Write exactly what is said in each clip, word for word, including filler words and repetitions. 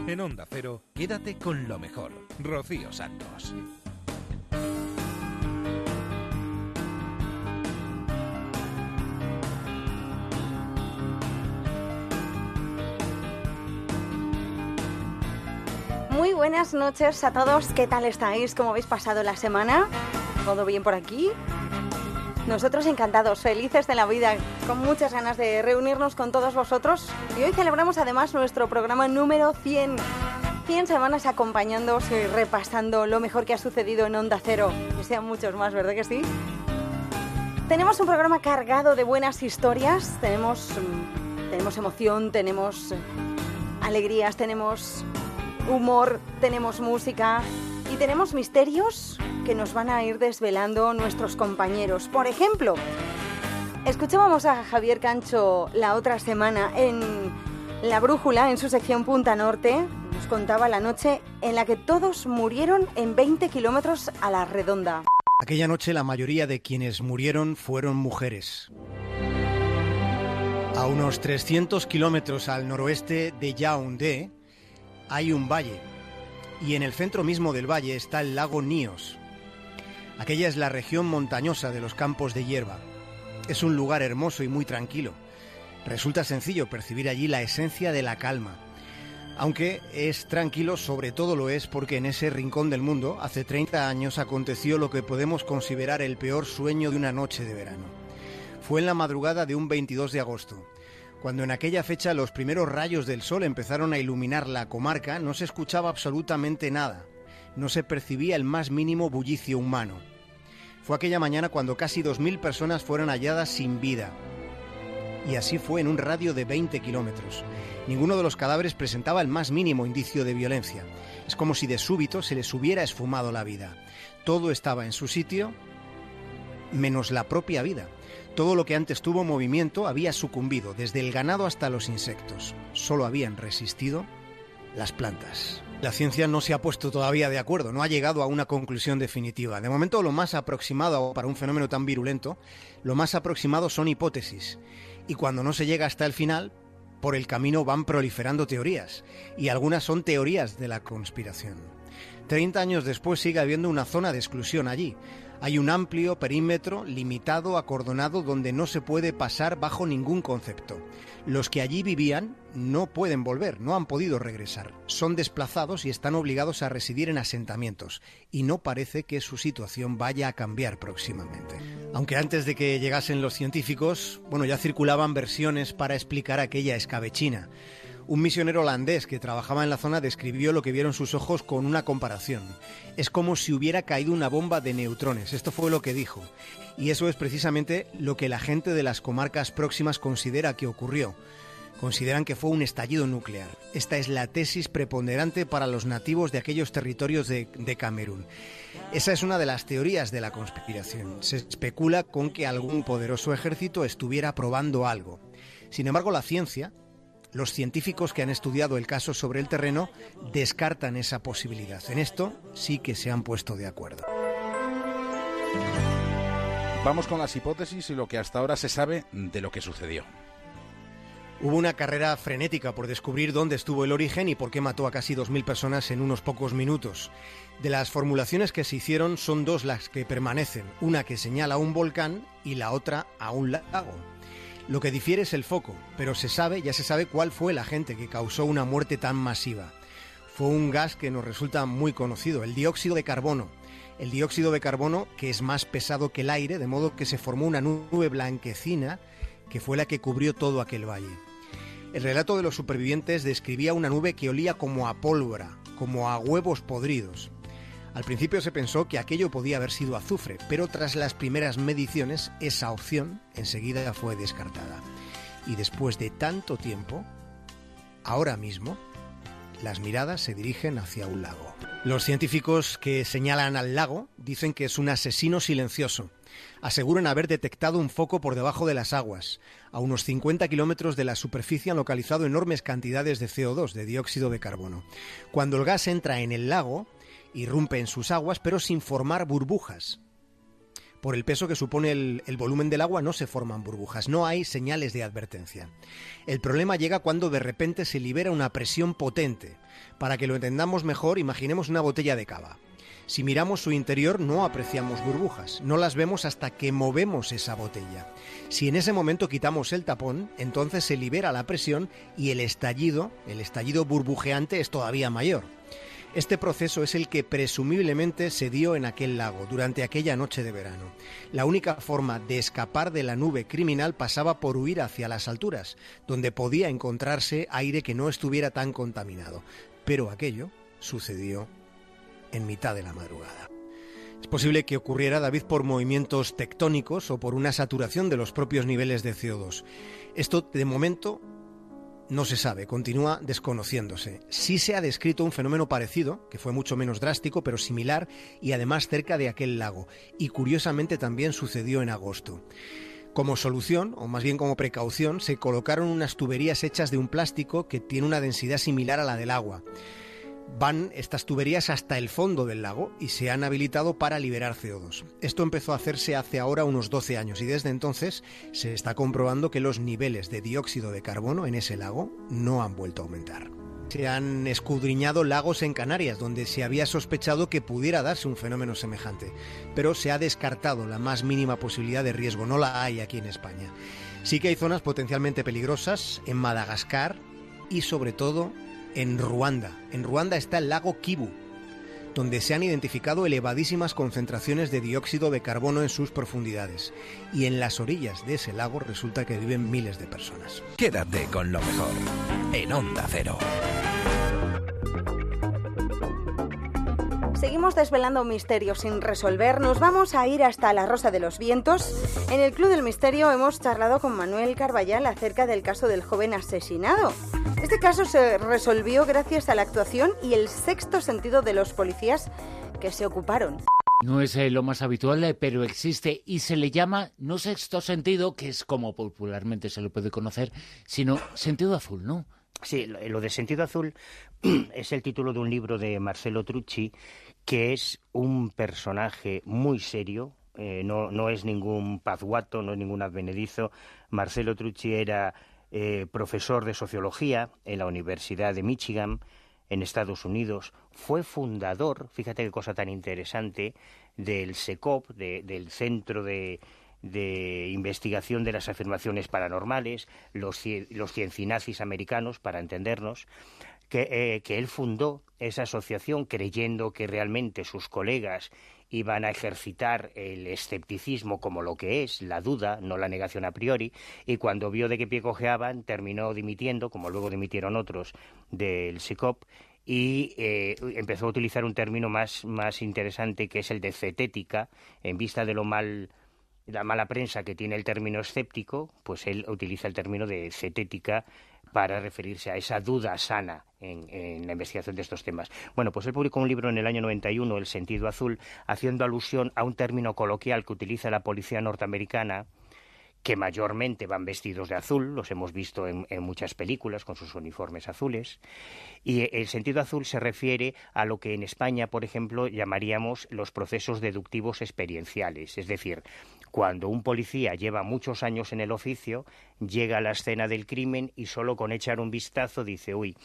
En Onda Cero, quédate con lo mejor. Rocío Santos. Muy buenas noches a todos. ¿Qué tal estáis? ¿Cómo habéis pasado la semana? ¿Todo bien por aquí? Nosotros encantados, felices de la vida, con muchas ganas de reunirnos con todos vosotros. Y hoy celebramos además nuestro programa número cien. cien semanas acompañándoos y repasando lo mejor que ha sucedido en Onda Cero. Que sean muchos más, ¿verdad que sí? Tenemos un programa cargado de buenas historias. Tenemos, tenemos emoción, tenemos alegrías, tenemos humor, tenemos música y tenemos misterios que nos van a ir desvelando nuestros compañeros. Por ejemplo, escuchábamos a Javier Cancho la otra semana en La Brújula, en su sección Punta Norte. Nos contaba la noche en la que todos murieron en veinte kilómetros a la redonda. Aquella noche la mayoría de quienes murieron fueron mujeres. A unos trescientos kilómetros al noroeste de Yaoundé hay un valle, y en el centro mismo del valle está el lago Nyos. Aquella es la región montañosa de los campos de hierba. Es un lugar hermoso y muy tranquilo. Resulta sencillo percibir allí la esencia de la calma. Aunque es tranquilo, sobre todo lo es porque en ese rincón del mundo, hace treinta años, aconteció lo que podemos considerar el peor sueño de una noche de verano. Fue en la madrugada de un veintidós de agosto. Cuando en aquella fecha los primeros rayos del sol empezaron a iluminar la comarca, no se escuchaba absolutamente nada. No se percibía el más mínimo bullicio humano. Fue aquella mañana cuando casi dos mil personas fueron halladas sin vida. Y así fue en un radio de veinte kilómetros. Ninguno de los cadáveres presentaba el más mínimo indicio de violencia. Es como si de súbito se les hubiera esfumado la vida. Todo estaba en su sitio, menos la propia vida. Todo lo que antes tuvo movimiento había sucumbido, desde el ganado hasta los insectos. Solo habían resistido las plantas. La ciencia no se ha puesto todavía de acuerdo, no ha llegado a una conclusión definitiva. De momento, lo más aproximado para un fenómeno tan virulento, lo más aproximado son hipótesis. Y cuando no se llega hasta el final, por el camino van proliferando teorías. Y algunas son teorías de la conspiración. Treinta años después sigue habiendo una zona de exclusión allí. Hay un amplio perímetro limitado, acordonado, donde no se puede pasar bajo ningún concepto. Los que allí vivían no pueden volver, no han podido regresar. Son desplazados y están obligados a residir en asentamientos. Y no parece que su situación vaya a cambiar próximamente. Aunque antes de que llegasen los científicos, bueno, ya circulaban versiones para explicar aquella escabechina. Un misionero holandés que trabajaba en la zona describió lo que vieron sus ojos con una comparación. Es como si hubiera caído una bomba de neutrones. Esto fue lo que dijo. Y eso es precisamente lo que la gente de las comarcas próximas considera que ocurrió. Consideran que fue un estallido nuclear. Esta es la tesis preponderante para los nativos de aquellos territorios de, de Camerún. Esa es una de las teorías de la conspiración. Se especula con que algún poderoso ejército estuviera probando algo. Sin embargo, la ciencia... Los científicos que han estudiado el caso sobre el terreno descartan esa posibilidad. En esto sí que se han puesto de acuerdo. Vamos con las hipótesis y lo que hasta ahora se sabe de lo que sucedió. Hubo una carrera frenética por descubrir dónde estuvo el origen y por qué mató a casi dos mil personas en unos pocos minutos. De las formulaciones que se hicieron son dos las que permanecen, una que señala a un volcán y la otra a un lago. Lo que difiere es el foco, pero se sabe, ya se sabe cuál fue el agente que causó una muerte tan masiva. Fue un gas que nos resulta muy conocido, el dióxido de carbono. El dióxido de carbono que es más pesado que el aire, de modo que se formó una nube blanquecina que fue la que cubrió todo aquel valle. El relato de los supervivientes describía una nube que olía como a pólvora, como a huevos podridos. Al principio se pensó que aquello podía haber sido azufre, pero tras las primeras mediciones, esa opción enseguida fue descartada. Y después de tanto tiempo, ahora mismo, las miradas se dirigen hacia un lago. Los científicos que señalan al lago dicen que es un asesino silencioso. Aseguran haber detectado un foco por debajo de las aguas. A unos cincuenta kilómetros de la superficie han localizado enormes cantidades de C O dos, de dióxido de carbono. Cuando el gas entra en el lago, irrumpe en sus aguas, pero sin formar burbujas. Por el peso que supone el, el volumen del agua no se forman burbujas, no hay señales de advertencia. El problema llega cuando de repente se libera una presión potente. Para que lo entendamos mejor, imaginemos una botella de cava. Si miramos su interior no apreciamos burbujas, no las vemos hasta que movemos esa botella. Si en ese momento quitamos el tapón, entonces se libera la presión y el estallido, el estallido burbujeante es todavía mayor. Este proceso es el que presumiblemente se dio en aquel lago durante aquella noche de verano. La única forma de escapar de la nube criminal pasaba por huir hacia las alturas, donde podía encontrarse aire que no estuviera tan contaminado. Pero aquello sucedió en mitad de la madrugada. Es posible que ocurriera, David, por movimientos tectónicos o por una saturación de los propios niveles de C O dos. Esto, de momento, no se sabe, continúa desconociéndose. Sí se ha descrito un fenómeno parecido, que fue mucho menos drástico, pero similar, y además cerca de aquel lago. Y curiosamente también sucedió en agosto. Como solución, o más bien como precaución, se colocaron unas tuberías hechas de un plástico que tiene una densidad similar a la del agua. Van estas tuberías hasta el fondo del lago y se han habilitado para liberar C O dos. Esto empezó a hacerse hace ahora unos doce años y desde entonces se está comprobando que los niveles de dióxido de carbono en ese lago no han vuelto a aumentar. Se han escudriñado lagos en Canarias donde se había sospechado que pudiera darse un fenómeno semejante, pero se ha descartado la más mínima posibilidad de riesgo, no la hay aquí en España. Sí que hay zonas potencialmente peligrosas en Madagascar y sobre todo en Ruanda. En Ruanda está el lago Kivu, donde se han identificado elevadísimas concentraciones de dióxido de carbono en sus profundidades. Y en las orillas de ese lago resulta que viven miles de personas. Quédate con lo mejor en Onda Cero. Seguimos desvelando misterios sin resolver. Nos vamos a ir hasta la Rosa de los Vientos. En el Club del Misterio hemos charlado con Manuel Carballal acerca del caso del joven asesinado. Este caso se resolvió gracias a la actuación y el sexto sentido de los policías que se ocuparon. No es eh, lo más habitual, eh, pero existe y se le llama no sexto sentido, que es como popularmente se lo puede conocer, sino sentido azul, ¿no? Sí, lo de Sentido Azul es el título de un libro de Marcello Trucci, que es un personaje muy serio, eh, no, no es ningún pazguato, no es ningún advenedizo. Marcello Trucci era eh, profesor de sociología en la Universidad de Michigan, en Estados Unidos. Fue fundador, fíjate qué cosa tan interesante, del SECOP, de, del Centro de... de investigación de las afirmaciones paranormales, los, los ciencinazis americanos, para entendernos, que, eh, que él fundó esa asociación creyendo que realmente sus colegas iban a ejercitar el escepticismo como lo que es, la duda, no la negación a priori, y cuando vio de qué pie cojeaban, terminó dimitiendo, como luego dimitieron otros del SECOP, y eh, empezó a utilizar un término más, más interesante, que es el de cetética, en vista de lo mal... la mala prensa que tiene el término escéptico, pues él utiliza el término de cetética para referirse a esa duda sana en, en la investigación de estos temas. Bueno, pues él publicó un libro en el año noventa y uno, El sentido azul, haciendo alusión a un término coloquial que utiliza la policía norteamericana, que mayormente van vestidos de azul, los hemos visto en, en muchas películas con sus uniformes azules, y el sentido azul se refiere a lo que en España, por ejemplo, llamaríamos los procesos deductivos experienciales, es decir, cuando un policía lleva muchos años en el oficio, llega a la escena del crimen y solo con echar un vistazo dice, uy,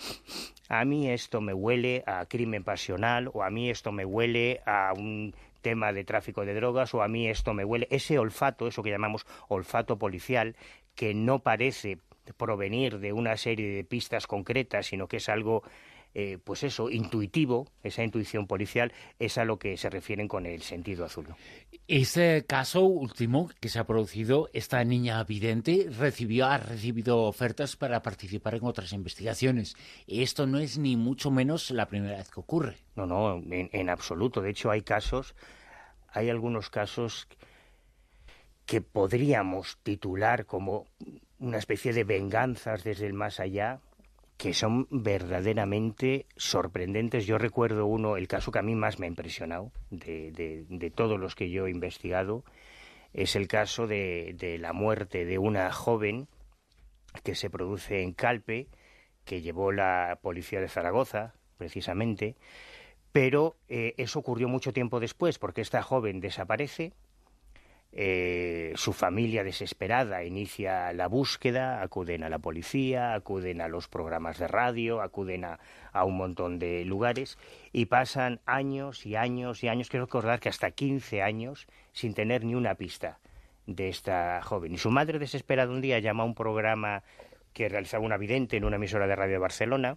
a mí esto me huele a crimen pasional, o a mí esto me huele a un tema de tráfico de drogas, o a mí esto me huele, ese olfato, eso que llamamos olfato policial, que no parece provenir de una serie de pistas concretas, sino que es algo, eh, pues eso, intuitivo, esa intuición policial, es a lo que se refieren con el sentido azul. Este caso último que se ha producido, esta niña vidente recibió, ha recibido ofertas para participar en otras investigaciones. Esto no es ni mucho menos la primera vez que ocurre. No, no, en, en absoluto. De hecho, hay casos, hay algunos casos que podríamos titular como una especie de venganzas desde el más allá, que son verdaderamente sorprendentes. Yo recuerdo uno, el caso que a mí más me ha impresionado, de, de, de todos los que yo he investigado, es el caso de, de la muerte de una joven que se produce en Calpe, que llevó la policía de Zaragoza, precisamente, pero eh, eso ocurrió mucho tiempo después, porque esta joven desaparece, Eh, su familia desesperada inicia la búsqueda, acuden a la policía, acuden a los programas de radio, acuden a, a un montón de lugares y pasan años y años y años, quiero recordar que hasta quince años sin tener ni una pista de esta joven. Y su madre desesperada un día llama a un programa que realizaba una vidente en una emisora de radio de Barcelona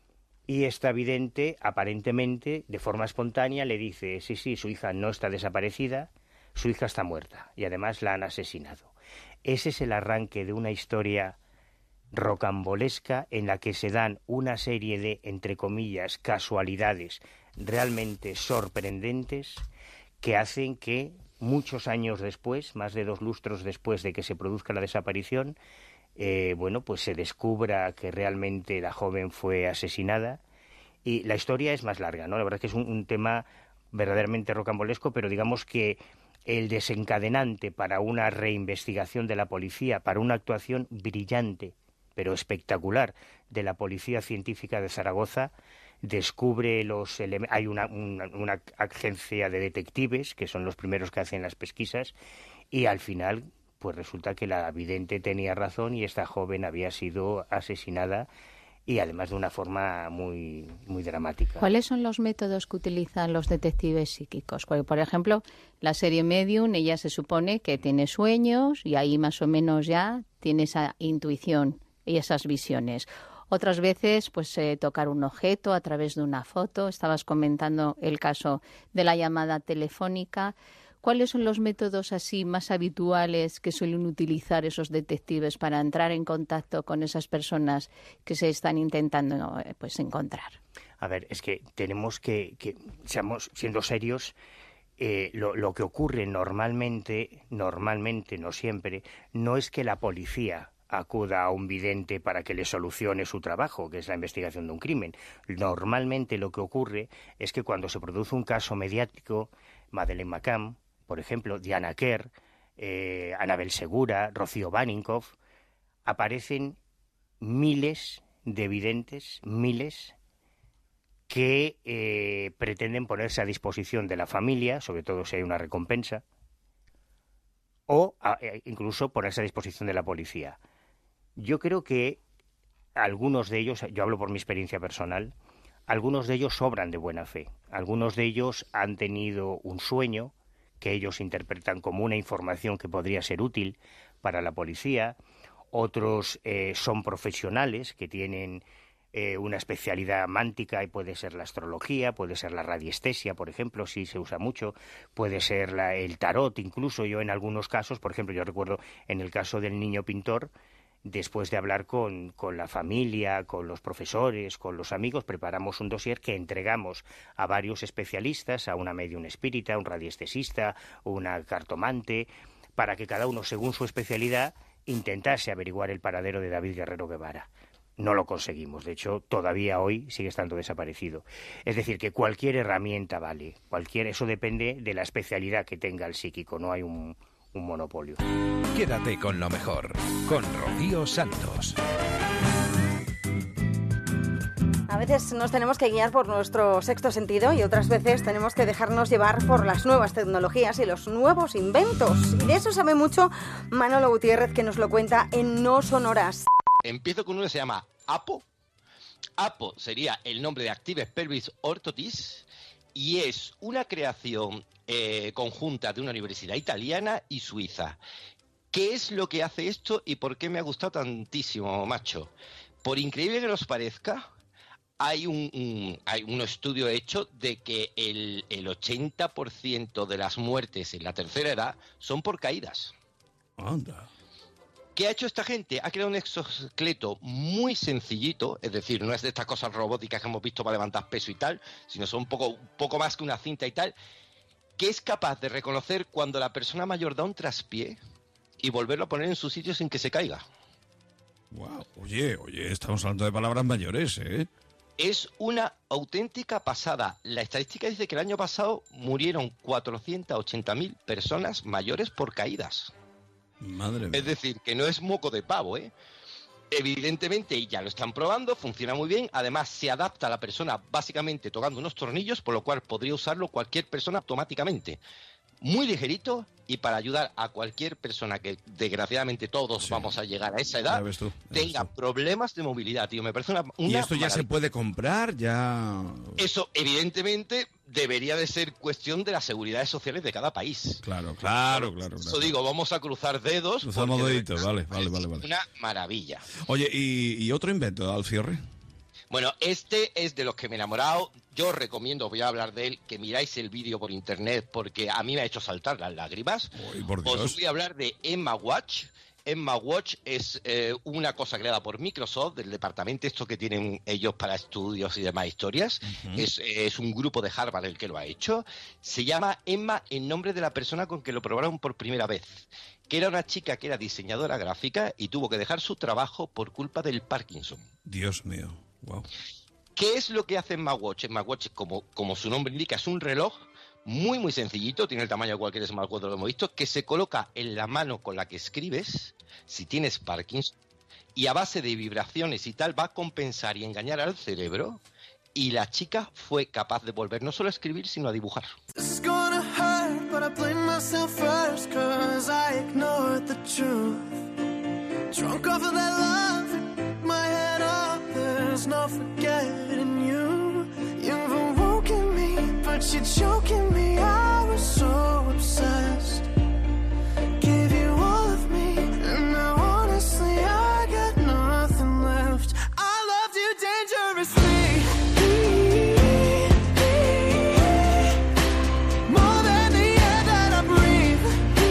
y esta vidente aparentemente de forma espontánea le dice sí, sí, su hija no está desaparecida, su hija está muerta y además la han asesinado. Ese es el arranque de una historia rocambolesca en la que se dan una serie de, entre comillas, casualidades realmente sorprendentes que hacen que muchos años después, más de dos lustros después de que se produzca la desaparición, eh, bueno, pues se descubra que realmente la joven fue asesinada y la historia es más larga, ¿no? La verdad es que es un, un tema verdaderamente rocambolesco, pero digamos que el desencadenante para una reinvestigación de la policía, para una actuación brillante, pero espectacular, de la Policía Científica de Zaragoza, descubre los elementos. Hay una, una, una agencia de detectives, que son los primeros que hacen las pesquisas, y al final, pues resulta que la vidente tenía razón y esta joven había sido asesinada, y además de una forma muy, muy dramática. ¿Cuáles son los métodos que utilizan los detectives psíquicos? Porque, por ejemplo, la serie Medium, ella se supone que tiene sueños y ahí más o menos ya tiene esa intuición y esas visiones. Otras veces, pues eh, tocar un objeto a través de una foto. Estabas comentando el caso de la llamada telefónica. ¿Cuáles son los métodos así más habituales que suelen utilizar esos detectives para entrar en contacto con esas personas que se están intentando pues encontrar? A ver, es que tenemos que, que seamos, siendo serios, eh, lo, lo que ocurre normalmente, normalmente, no siempre, no es que la policía acuda a un vidente para que le solucione su trabajo, que es la investigación de un crimen. Normalmente lo que ocurre es que cuando se produce un caso mediático, Madeleine McCann, por ejemplo, Diana Kerr, eh, Anabel Segura, Rocío Baninkoff, aparecen miles de videntes, miles, que eh, pretenden ponerse a disposición de la familia, sobre todo si hay una recompensa, o a, incluso ponerse a disposición de la policía. Yo creo que algunos de ellos, yo hablo por mi experiencia personal, algunos de ellos obran de buena fe, algunos de ellos han tenido un sueño que ellos interpretan como una información que podría ser útil para la policía, otros eh, son profesionales que tienen eh, una especialidad mántica y puede ser la astrología, puede ser la radiestesia, por ejemplo, si se usa mucho, puede ser la, el tarot, incluso yo en algunos casos, por ejemplo, yo recuerdo en el caso del niño pintor, después de hablar con, con la familia, con los profesores, con los amigos, preparamos un dossier que entregamos a varios especialistas, a una medium espírita, un radiestesista, una cartomante, para que cada uno, según su especialidad, intentase averiguar el paradero de David Guerrero Guevara. No lo conseguimos, de hecho, todavía hoy sigue estando desaparecido. Es decir, que cualquier herramienta vale, cualquier, eso depende de la especialidad que tenga el psíquico, no hay un... un monopolio. Quédate con lo mejor, con Rocío Santos. A veces nos tenemos que guiar por nuestro sexto sentido y otras veces tenemos que dejarnos llevar por las nuevas tecnologías y los nuevos inventos. Y de eso sabe mucho Manolo Gutiérrez, que nos lo cuenta en No Sonoras. Empiezo con uno que se llama Apo. Apo sería el nombre de Actives Pelvis Orthotis y es una creación Eh, conjunta de una universidad italiana y suiza. ¿Qué es lo que hace esto y por qué me ha gustado tantísimo, macho? Por increíble que nos parezca, hay un, un, hay un estudio hecho de que el, el ochenta por ciento de las muertes en la tercera edad son por caídas. Anda. ¿Qué ha hecho esta gente? Ha creado un exoesqueleto muy sencillito, es decir, no es de estas cosas robóticas que hemos visto para levantar peso y tal, sino son un poco, un poco más que una cinta y tal, que es capaz de reconocer cuando la persona mayor da un traspié y volverlo a poner en su sitio sin que se caiga. Wow. Oye, oye, estamos hablando de palabras mayores, ¿eh? Es una auténtica pasada. La estadística dice que el año pasado murieron cuatrocientas ochenta mil personas mayores por caídas. Madre mía. Es decir, que no es moco de pavo, ¿eh? Evidentemente, y ya lo están probando, funciona muy bien. Además, se adapta a la persona básicamente tocando unos tornillos, por lo cual podría usarlo cualquier persona automáticamente. muy ligerito y para ayudar a cualquier persona que desgraciadamente todos Sí. vamos a llegar a esa Ya edad, ves tú, ya tenga ves tú. problemas de movilidad, tío. Me parece una, ¿Y una esto ya se maravilla. puede comprar? Ya... Eso, evidentemente, debería de ser cuestión de las seguridades sociales de cada país. Claro, claro, claro. Eso claro. digo, vamos a cruzar dedos. Cruzamos porque de deditos, verdad vale, vale, es vale, vale. Una maravilla. Oye, ¿y, y otro invento al cierre? Bueno, este es de los que me he enamorado. Yo os recomiendo, voy a hablar de él, que miráis el vídeo por internet porque a mí me ha hecho saltar las lágrimas. Uy, por Dios. Os voy a hablar de Emma Watch. Emma Watch es eh, una cosa creada por Microsoft, del departamento esto que tienen ellos para estudios y demás historias. Ujú. es, es un grupo de Harvard el que lo ha hecho. Se llama Emma en nombre de la persona con que lo probaron por primera vez, que era una chica que era diseñadora gráfica y tuvo que dejar su trabajo por culpa del Parkinson. Dios mío, wow. ¿Qué es lo que hace Emma Watch? Emma Watch, como, como su nombre indica, es un reloj muy, muy sencillito, tiene el tamaño de cualquier smartwatch, lo hemos visto, que se coloca en la mano con la que escribes, si tienes Parkinson, y a base de vibraciones y tal va a compensar y engañar al cerebro, y la chica fue capaz de volver no solo a escribir, sino a dibujar. This is gonna hurt, but I blame myself first, cause I ignored the truth. Drunk off of that love, my head up, there's no forgetting you. You've awoken me, but you're choking me, I was so obsessed. Gave you all of me, and now honestly I got nothing left. I loved you dangerously. More than the air that I breathe.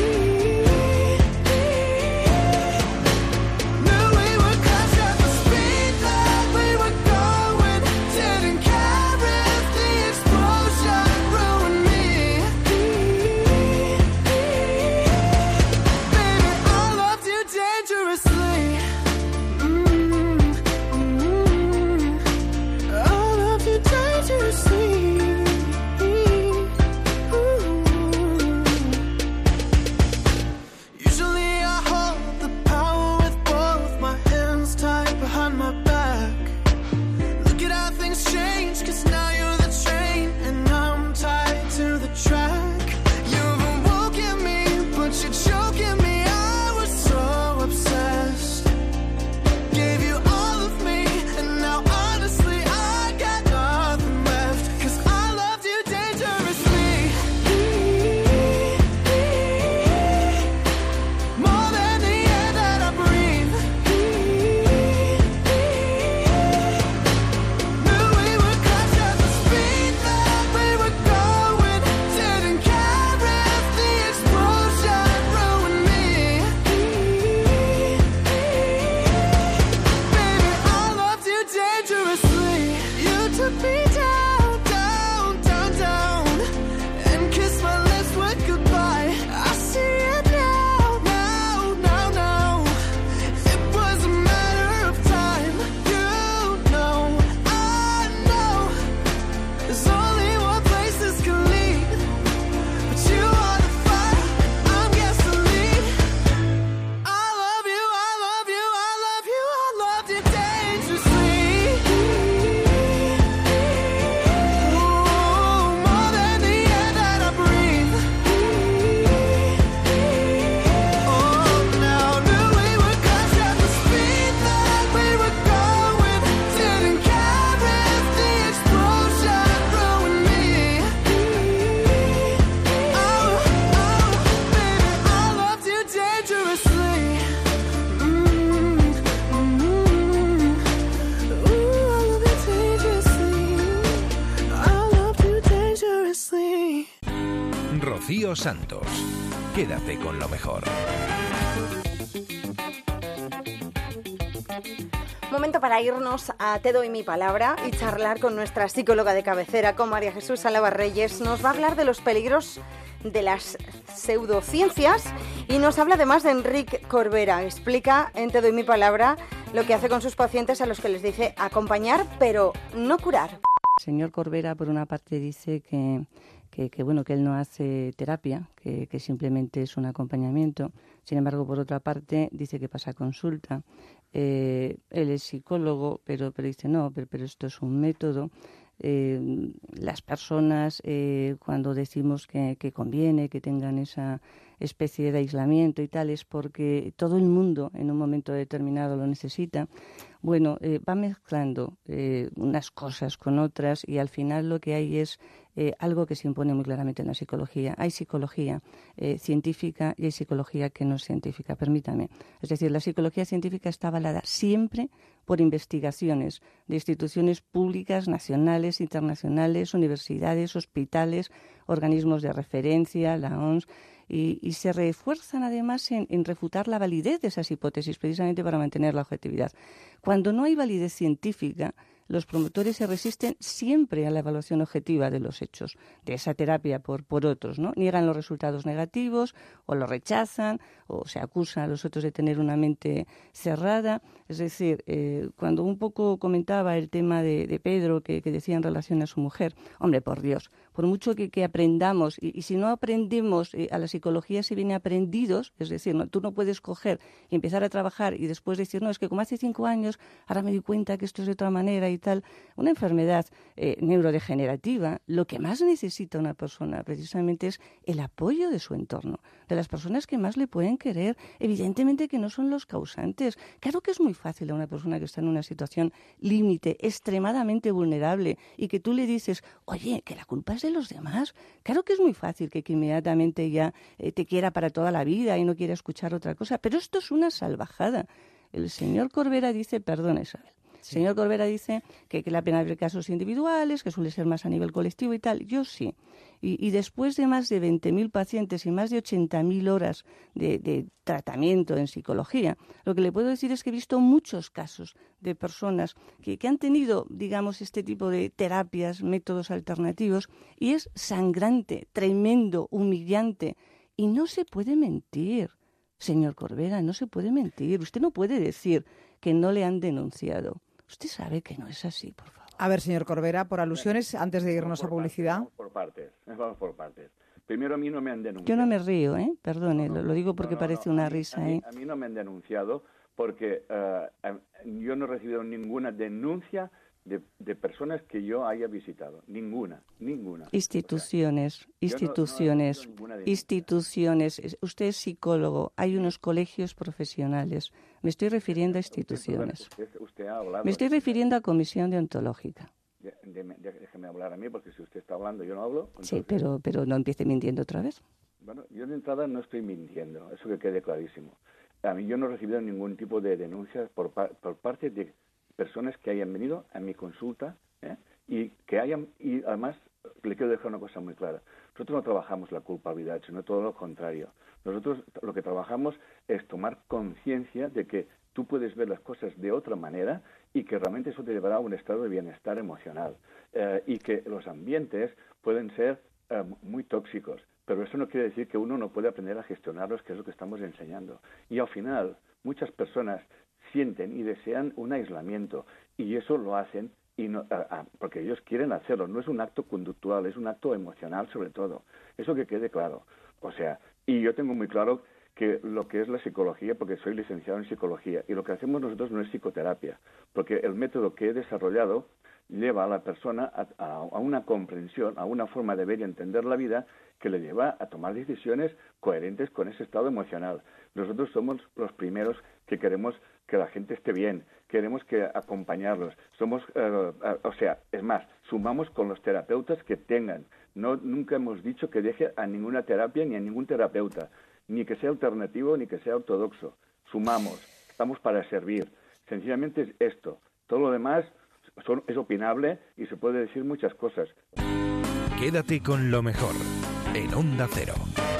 Knew we would crash at the speed that we were going. Didn't care if the explosion ruined me. Baby, I loved you dangerously. Mm, mm, I love you dangerously. Usually I hold the power with both my hands tied behind my back. Look at how things change, cause now you're the train and I'm tied to the track. You've awoken me, but you're choking me, I was so obsessed. Gave you all of me, and now honestly I got nothing left. Cause I loved you dangerously. More than the air that I breathe. Knew we would crash at the speed that we were going. Didn't care if the explosion ruined me. Baby, I loved you dangerously. You took me down, down, down, down, and kissed my lips with goodbye. I see it now, now, now, now. It was a matter of time. You know, I know. There's only one place this can lead, but you are the fire, I'm gasoline. I love you, I love you, I love you, I loved you dangerously. Ooh, more than the air that I breathe. Oh, now knew we would crash at the speed that we were going. Didn't care if the explosion ruined me. Oh, oh, baby, I loved you dangerously. Mm, mm, ooh, I love you dangerously. I love you dangerously. Rocío Santos. Quédate con lo mejor. Momento para irnos a Te doy mi palabra y charlar con nuestra psicóloga de cabecera, con María Jesús Álava Reyes. Nos va a hablar de los peligros de las pseudociencias y nos habla además de Enric Corbera. Explica en Te doy mi palabra lo que hace con sus pacientes a los que les dice acompañar pero no curar. El señor Corbera, por una parte, dice que, que, que, bueno, que él no hace terapia, que, que simplemente es un acompañamiento. Sin embargo, por otra parte, dice que pasa consulta. Eh, él es psicólogo, pero, pero dice no, pero, pero esto es un método. eh, las personas, eh, cuando decimos que, que conviene que tengan esa especie de aislamiento y tal, es porque todo el mundo en un momento determinado lo necesita. Bueno, eh, va mezclando eh, unas cosas con otras y al final lo que hay es eh, algo que se impone muy claramente en la psicología. Hay psicología eh, científica y hay psicología que no es científica, permítame. Es decir, la psicología científica está avalada siempre por investigaciones de instituciones públicas, nacionales, internacionales, universidades, hospitales, organismos de referencia, la O M S, y, y se refuerzan además en, en refutar la validez de esas hipótesis, precisamente para mantener la objetividad. Cuando no hay validez científica, los promotores se resisten siempre a la evaluación objetiva de los hechos, de esa terapia por, por otros, ¿no? Niegan los resultados negativos o los rechazan o se acusa a los otros de tener una mente cerrada. Es decir, eh, cuando un poco comentaba el tema de, de Pedro que, que decía en relación a su mujer, hombre, por Dios, por mucho que, que aprendamos, y, y si no aprendemos, eh, a la psicología se viene aprendidos, es decir, no, tú no puedes coger y empezar a trabajar y después decir, no, es que como hace cinco años, ahora me di cuenta que esto es de otra manera y tal. Una enfermedad eh, neurodegenerativa, lo que más necesita una persona precisamente es el apoyo de su entorno, de las personas que más le pueden querer, evidentemente que no son los causantes. Claro que es muy fácil a una persona que está en una situación límite, extremadamente vulnerable, y que tú le dices, oye, que la culpa es de los demás. Claro que es muy fácil que, que inmediatamente ya eh, te quiera para toda la vida y no quiera escuchar otra cosa, pero esto es una salvajada. El señor Corbera dice, perdona Isabel, el señor Corbera dice que, que la pena haber casos individuales, que suele ser más a nivel colectivo y tal. Yo sí. Y, y después de más de veinte mil pacientes y más de ochenta mil horas de, de tratamiento en psicología, lo que le puedo decir es que he visto muchos casos de personas que, que han tenido, digamos, este tipo de terapias, métodos alternativos, y es sangrante, tremendo, humillante. Y no se puede mentir, señor Corbera, no se puede mentir. Usted no puede decir que no le han denunciado. Usted sabe que no es así, por favor. A ver, señor Corbera, por alusiones, antes de irnos a publicidad. Vamos por partes, vamos por partes. Primero, a mí no me han denunciado. Yo no me río, ¿eh? Perdone, No, no, lo, lo digo porque no, no, parece no, una a mí- risa, a mí, ¿eh? A mí no me han denunciado porque uh, yo no he recibido ninguna denuncia de, de personas que yo haya visitado. Ninguna, ninguna. Instituciones, yo no- no he instituciones, recibido ninguna denuncia. instituciones. Es- Usted es psicólogo, hay unos colegios profesionales. Me estoy refiriendo a instituciones. Usted, usted ha hablado. Me estoy refiriendo a comisión deontológica. De- de- de- déjeme hablar a mí, porque si usted está hablando, yo no hablo. Sí, pero, pero no empiece mintiendo otra vez. Bueno, yo de entrada no estoy mintiendo, eso que quede clarísimo. A mí yo no he recibido ningún tipo de denuncia por, par- por parte de personas que hayan venido a mi consulta, ¿eh? y que hayan, y además le quiero dejar una cosa muy clara. Nosotros no trabajamos la culpabilidad, sino todo lo contrario. Nosotros lo que trabajamos es tomar conciencia de que tú puedes ver las cosas de otra manera y que realmente eso te llevará a un estado de bienestar emocional, eh, y que los ambientes pueden ser eh, muy tóxicos, pero eso no quiere decir que uno no puede aprender a gestionarlos, que es lo que estamos enseñando. Y al final, muchas personas sienten y desean un aislamiento, y eso lo hacen y no, a- a- porque ellos quieren hacerlo. No es un acto conductual, es un acto emocional sobre todo. Eso que quede claro. O sea, y yo tengo muy claro que lo que es la psicología, porque soy licenciado en psicología, y lo que hacemos nosotros no es psicoterapia, porque el método que he desarrollado lleva a la persona a, a- a una comprensión, a una forma de ver y entender la vida que le lleva a tomar decisiones coherentes con ese estado emocional. Nosotros somos los primeros que queremos que la gente esté bien, queremos que acompañarlos. Somos, eh, eh, o sea, es más, sumamos con los terapeutas que tengan. No, nunca hemos dicho que deje a ninguna terapia ni a ningún terapeuta, ni que sea alternativo ni que sea ortodoxo. Sumamos, estamos para servir. Sencillamente es esto. Todo lo demás son- es opinable y se puede decir muchas cosas. Quédate con lo mejor en Onda Cero.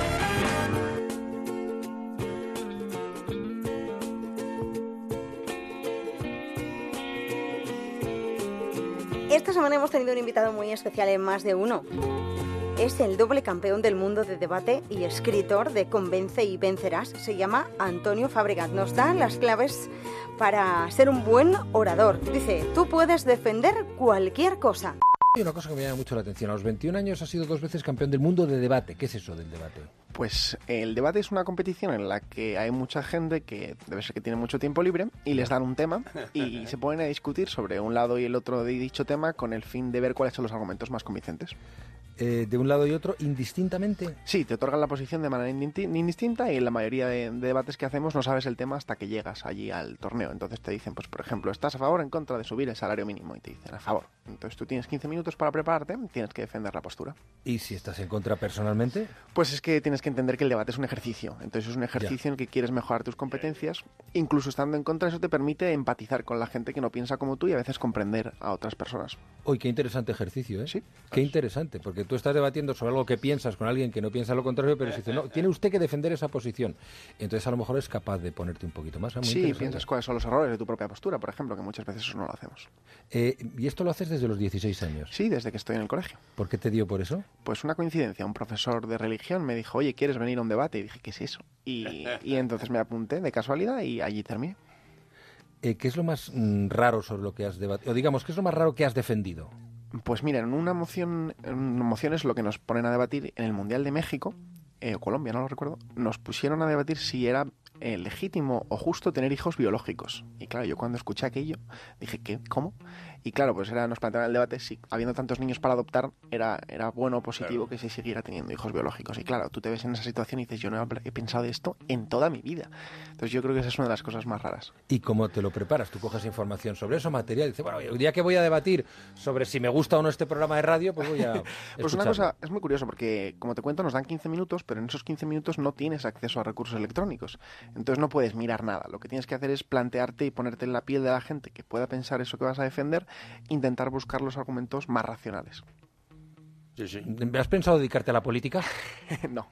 Esta semana hemos tenido un invitado muy especial en Más de Uno. Es el doble campeón del mundo de debate y escritor de Convence y Vencerás. Se llama Antonio Fábregas. Nos da las claves para ser un buen orador. Dice, tú puedes defender cualquier cosa. Hay una cosa que me llama mucho la atención. A los veintiún años has sido dos veces campeón del mundo de debate. ¿Qué es eso del debate? Pues el debate es una competición en la que hay mucha gente que debe ser que tiene mucho tiempo libre y les dan un tema y se ponen a discutir sobre un lado y el otro de dicho tema con el fin de ver cuáles son los argumentos más convincentes. Eh, ¿De un lado y otro indistintamente? Sí, te otorgan la posición de manera indistinta y en la mayoría de, de debates que hacemos no sabes el tema hasta que llegas allí al torneo. Entonces te dicen, pues por ejemplo, ¿estás a favor o en contra de subir el salario mínimo? Y te dicen, a favor. Entonces tú tienes quince minutos para prepararte, tienes que defender la postura. ¿Y si estás en contra personalmente? Pues es que tienes que entender que el debate es un ejercicio. Entonces es un ejercicio ya. en el que quieres mejorar tus competencias. Incluso estando en contra, eso te permite empatizar con la gente que no piensa como tú y a veces comprender a otras personas. Uy, qué interesante ejercicio, ¿eh? Sí. Qué interesante, porque tú estás debatiendo sobre algo que piensas con alguien que no piensa lo contrario, pero se dice, no, tiene usted que defender esa posición. Entonces a lo mejor es capaz de ponerte un poquito más. ¿eh? Muy Sí, piensas cuáles son los errores de tu propia postura, por ejemplo, que muchas veces eso no lo hacemos. Eh, ¿Y esto lo haces desde los dieciséis años? Sí, desde que estoy en el colegio. ¿Por qué te dio por eso? Pues una coincidencia. Un profesor de religión me dijo, oye, ¿quieres venir a un debate? Y dije, ¿qué es eso? Y, y entonces me apunté de casualidad y allí terminé. Eh, ¿Qué es lo más mm, raro sobre lo que has debatido? O digamos, ¿qué es lo más raro que has defendido? Pues mira, en una moción, en mociones lo que nos ponen a debatir en el Mundial de México, eh, o Colombia, no lo recuerdo, nos pusieron a debatir si era eh, legítimo o justo tener hijos biológicos. Y claro, yo cuando escuché aquello dije, ¿qué? ¿Cómo? Y claro, pues era, nos planteaban el debate si habiendo tantos niños para adoptar era, era bueno o positivo claro. que se siguiera teniendo hijos biológicos. Y claro, tú te ves en esa situación y dices, yo no he pensado de esto en toda mi vida. Entonces yo creo que esa es una de las cosas más raras. ¿Y cómo te lo preparas? Tú coges información sobre eso, material, y dices, bueno, el día que voy a debatir sobre si me gusta o no este programa de radio, pues voy a Pues una cosa, es muy curioso porque, como te cuento, nos dan quince minutos, pero en esos quince minutos no tienes acceso a recursos electrónicos. Entonces no puedes mirar nada. Lo que tienes que hacer es plantearte y ponerte en la piel de la gente que pueda pensar eso que vas a defender, intentar buscar los argumentos más racionales. Sí, sí. ¿Has pensado dedicarte a la política? No,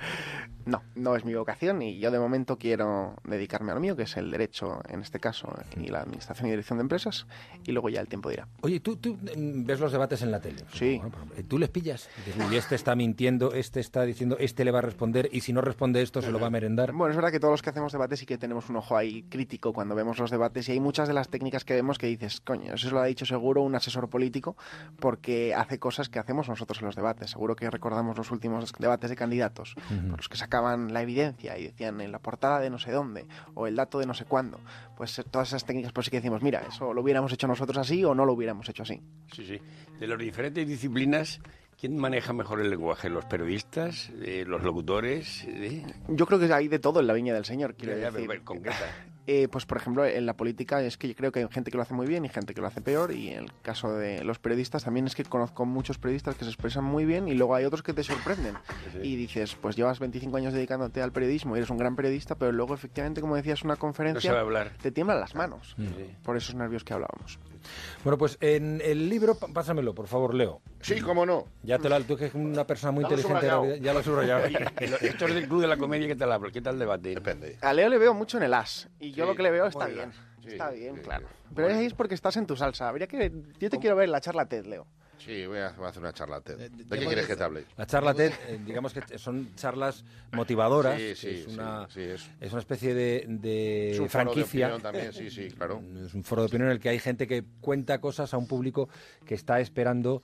no, no es mi vocación y yo de momento quiero dedicarme a lo mío, que es el derecho, en este caso, y la administración y dirección de empresas, y luego ya el tiempo dirá. Oye, ¿tú, tú ves los debates en la tele? Sí. Bueno, ¿tú les pillas? Y este está mintiendo, este está diciendo, este le va a responder, y si no responde esto, se lo va a merendar. Bueno, es verdad que todos los que hacemos debates sí que tenemos un ojo ahí crítico cuando vemos los debates, y hay muchas de las técnicas que vemos que dices, coño, eso lo ha dicho seguro un asesor político, porque hace cosas que hacemos nosotros en los debates. Seguro que recordamos los últimos debates de candidatos, uh-huh. por los que sacaban la evidencia y decían en la portada de no sé dónde o el dato de no sé cuándo. Pues todas esas técnicas, pues sí que decimos, mira, eso lo hubiéramos hecho nosotros así o no lo hubiéramos hecho así. Sí, sí. De las diferentes disciplinas, ¿quién maneja mejor el lenguaje? ¿Los periodistas? Eh, ¿Los locutores? ¿Eh? Yo creo que hay de todo en la viña del señor, quiero ya, ya, decir. pero, concreta. Eh, pues por ejemplo, en la política es que yo creo que hay gente que lo hace muy bien y gente que lo hace peor, y en el caso de los periodistas también es que conozco muchos periodistas que se expresan muy bien y luego hay otros que te sorprenden. Sí. Y dices, pues llevas veinticinco años dedicándote al periodismo y eres un gran periodista, pero luego efectivamente, como decías, una conferencia no sabe hablar. Te tiemblan las manos sí. por esos nervios que hablábamos. Bueno, pues en el libro, pásamelo, por favor, Leo. Sí, cómo no. Ya te lo, tú que eres una persona muy inteligente, ya lo he subrayado. Esto es del Club de la Comedia, ¿qué tal hablo? ¿Qué tal debate? Depende. A Leo le veo mucho en el as, y yo sí, lo que le veo está bien. Sí, está bien, sí, claro. Sí. Pero ahí es porque estás en tu salsa. Habría que, yo te quiero ver en la charla TED, Leo. Sí, voy a, voy a hacer una charla TED. ¿De, ¿De qué quieres que te hable? La charla TED, eh, digamos que son charlas motivadoras. Sí, sí, es, una, sí, sí, es, es una especie de, de es un franquicia. Foro de opinión también, sí, sí, claro. Es un foro de opinión en el que hay gente que cuenta cosas a un público que está esperando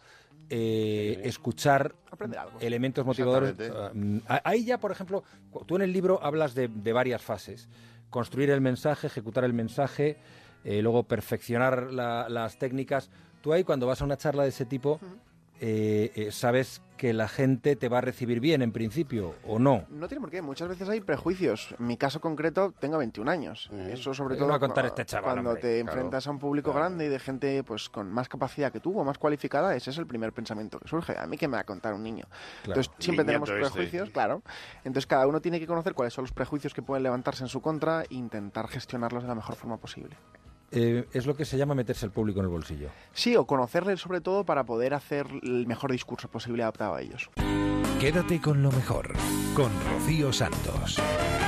eh, sí. escuchar algo. Elementos motivadores. Uh, ahí ya, por ejemplo, tú en el libro hablas de, de varias fases. Construir el mensaje, ejecutar el mensaje, eh, luego perfeccionar la, las técnicas. Tú ahí, cuando vas a una charla de ese tipo, uh-huh. eh, eh, sabes que la gente te va a recibir bien, en principio, ¿o no? No tiene por qué. Muchas veces hay prejuicios. En mi caso concreto, tengo veintiún años. Uh-huh. Eso sobre todo va a contar este chaval, cuando hombre. te claro. enfrentas a un público claro. grande y de gente pues con más capacidad que tú o más cualificada, ese es el primer pensamiento que surge. A mí que me va a contar un niño. Claro. Entonces siempre Niñato tenemos prejuicios, este. claro. Entonces cada uno tiene que conocer cuáles son los prejuicios que pueden levantarse en su contra e intentar gestionarlos de la mejor forma posible. Eh, es lo que se llama meterse el público en el bolsillo. Sí, o conocerle sobre todo para poder hacer el mejor discurso posible adaptado a ellos. Quédate con lo mejor, con Rocío Santos.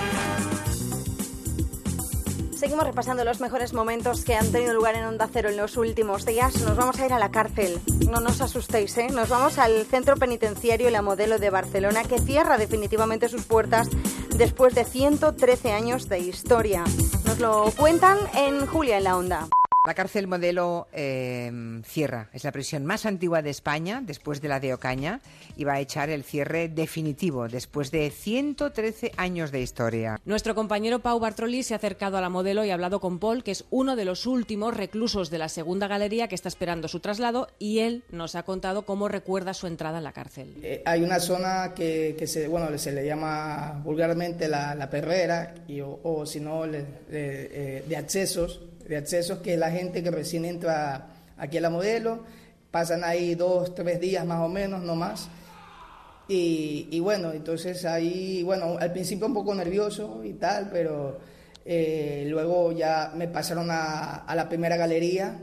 Seguimos repasando los mejores momentos que han tenido lugar en Onda Cero en los últimos días. Nos vamos a ir a la cárcel. No nos asustéis, ¿eh? Nos vamos al Centro Penitenciario La Modelo de Barcelona, que cierra definitivamente sus puertas después de ciento trece años de historia. Nos lo cuentan en Julia en la Onda. La cárcel Modelo eh, cierra. Es la prisión más antigua de España, después de la de Ocaña, y va a echar el cierre definitivo, después de ciento trece años de historia. Nuestro compañero Pau Bartroli se ha acercado a la Modelo y ha hablado con Paul, que es uno de los últimos reclusos de la segunda galería que está esperando su traslado, y él nos ha contado cómo recuerda su entrada en la cárcel. Eh, hay una zona que, que se, bueno, se le llama vulgarmente la, la perrera, y, o, o si no, le, de, de accesos, de accesos que la gente que recién entra aquí a la Modelo, pasan ahí dos, tres días más o menos, no más. Y, y bueno, entonces ahí, bueno, al principio un poco nervioso y tal, pero eh, luego ya me pasaron a, a la primera galería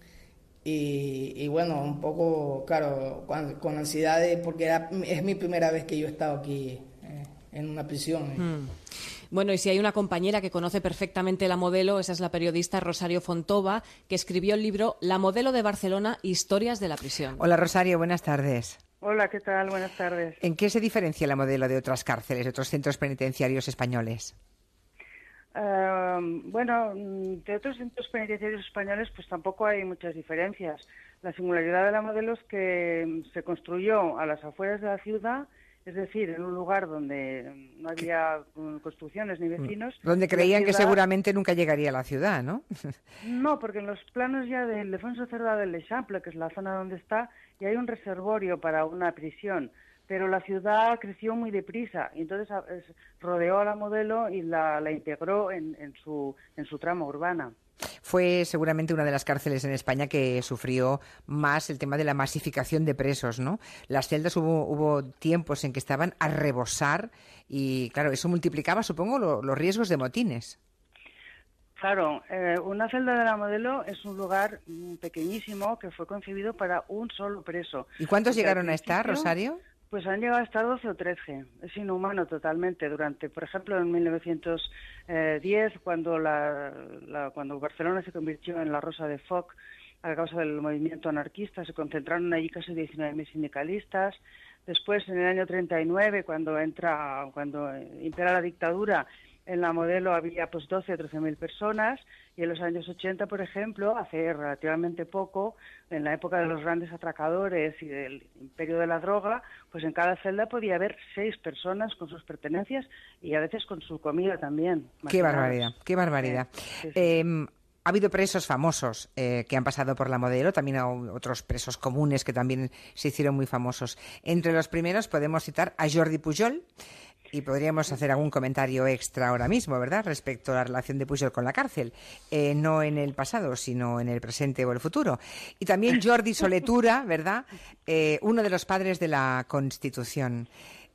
y, y bueno, un poco, claro, con, con ansiedad de, porque era, es mi primera vez que yo he estado aquí eh, en una prisión. Eh. Mm. Bueno, y si hay una compañera que conoce perfectamente la Modelo, esa es la periodista Rosario Fontova, que escribió el libro La Modelo de Barcelona, Historias de la prisión. Hola Rosario, buenas tardes. Hola, ¿qué tal? Buenas tardes. ¿En qué se diferencia la Modelo de otras cárceles, de otros centros penitenciarios españoles? Uh, bueno, de otros centros penitenciarios españoles pues tampoco hay muchas diferencias. La singularidad de la Modelo es que se construyó a las afueras de la ciudad, es decir, en un lugar donde no había construcciones ni vecinos. Donde creían ciudad... que seguramente nunca llegaría a la ciudad, ¿no? No, porque en los planos ya del Ildefonso Cerdá del Eixample, que es la zona donde está, y hay un reservorio para una prisión, pero la ciudad creció muy deprisa y entonces rodeó a la Modelo y la, la integró en, en, su, en su trama urbana. Fue seguramente una de las cárceles en España que sufrió más el tema de la masificación de presos, ¿no? Las celdas hubo, hubo tiempos en que estaban a rebosar y, claro, eso multiplicaba, supongo, lo, los riesgos de motines. Claro, eh, una celda de la Modelo es un lugar pequeñísimo que fue concebido para un solo preso. ¿Y cuántos o sea, llegaron a estar, Rosario? Pues han llegado a estar doce o trece. Es inhumano totalmente. Durante, por ejemplo, en mil novecientos diez, cuando la, la, cuando Barcelona se convirtió en la Rosa de Foc a causa del movimiento anarquista, se concentraron allí casi diecinueve mil sindicalistas. Después, en el año treinta y nueve, cuando entra, cuando impera la dictadura, en la Modelo había pues doce o trece mil personas, y en los años ochenta, por ejemplo, hace relativamente poco, en la época de los grandes atracadores y del imperio de la droga, pues en cada celda podía haber seis personas con sus pertenencias y a veces con su comida también. Qué barbaridad, qué barbaridad. Sí, sí, sí. Eh, ha habido presos famosos eh, que han pasado por la Modelo, también hay otros presos comunes que también se hicieron muy famosos. Entre los primeros podemos citar a Jordi Pujol, y podríamos hacer algún comentario extra ahora mismo, ¿verdad?, respecto a la relación de Pujol con la cárcel, eh, no en el pasado, sino en el presente o el futuro. Y también Jordi Soletura, ¿verdad?, eh, uno de los padres de la Constitución.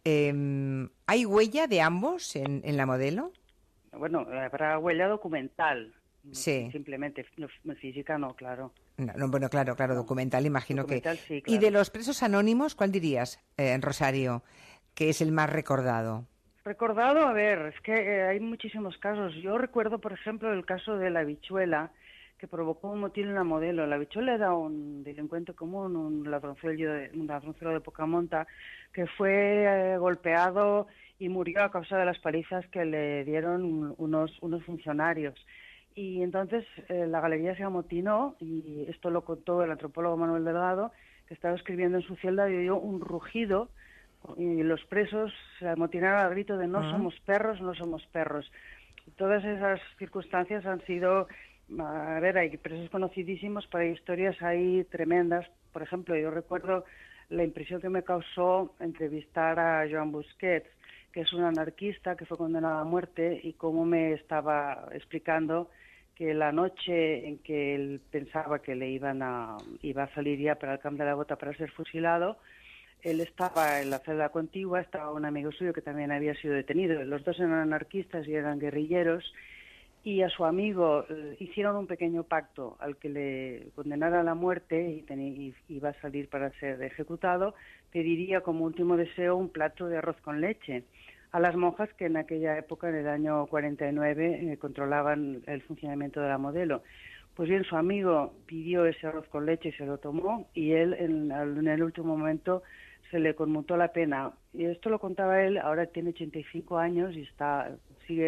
Eh, ¿Hay huella de ambos en, en la Modelo? Bueno, habrá huella documental. Sí. Simplemente, no, física no, claro. No, no, bueno, claro, claro, documental, imagino documental, que... Sí, claro. ¿Y de los presos anónimos, cuál dirías, eh, Rosario, que es el más recordado? Recordado, a ver, es que eh, hay muchísimos casos. Yo recuerdo, por ejemplo, el caso de la Habichuela, que provocó un motín en la Modelo. La Habichuela era un delincuente común, un ladroncillo de, un ladroncero de poca monta, que fue eh, golpeado y murió a causa de las palizas que le dieron unos, unos funcionarios. Y entonces eh, la galería se amotinó, y esto lo contó el antropólogo Manuel Delgado, que estaba escribiendo en su celda y oyó un rugido, y los presos se amotinaron al grito de no uh-huh. somos perros, no somos perros. Y todas esas circunstancias han sido, a ver, hay presos conocidísimos, pero hay historias ahí tremendas. Por ejemplo, yo recuerdo la impresión que me causó entrevistar a Joan Busquets, que es un anarquista que fue condenado a muerte, y cómo me estaba explicando que la noche en que él pensaba que le iban a iba a salir ya para el Camp de la Bota para ser fusilado, él estaba en la celda contigua, estaba un amigo suyo que también había sido detenido. Los dos eran anarquistas y eran guerrilleros, y a su amigo eh, hicieron un pequeño pacto al que le condenara a la muerte y, tenía, y iba a salir para ser ejecutado. Pediría como último deseo un plato de arroz con leche a las monjas que en aquella época, en el año cuarenta y nueve, eh, controlaban el funcionamiento de la Modelo. Pues bien, su amigo pidió ese arroz con leche y se lo tomó, y él en, en el último momento se le conmutó la pena. Y esto lo contaba él, ahora tiene ochenta y cinco años y está sigue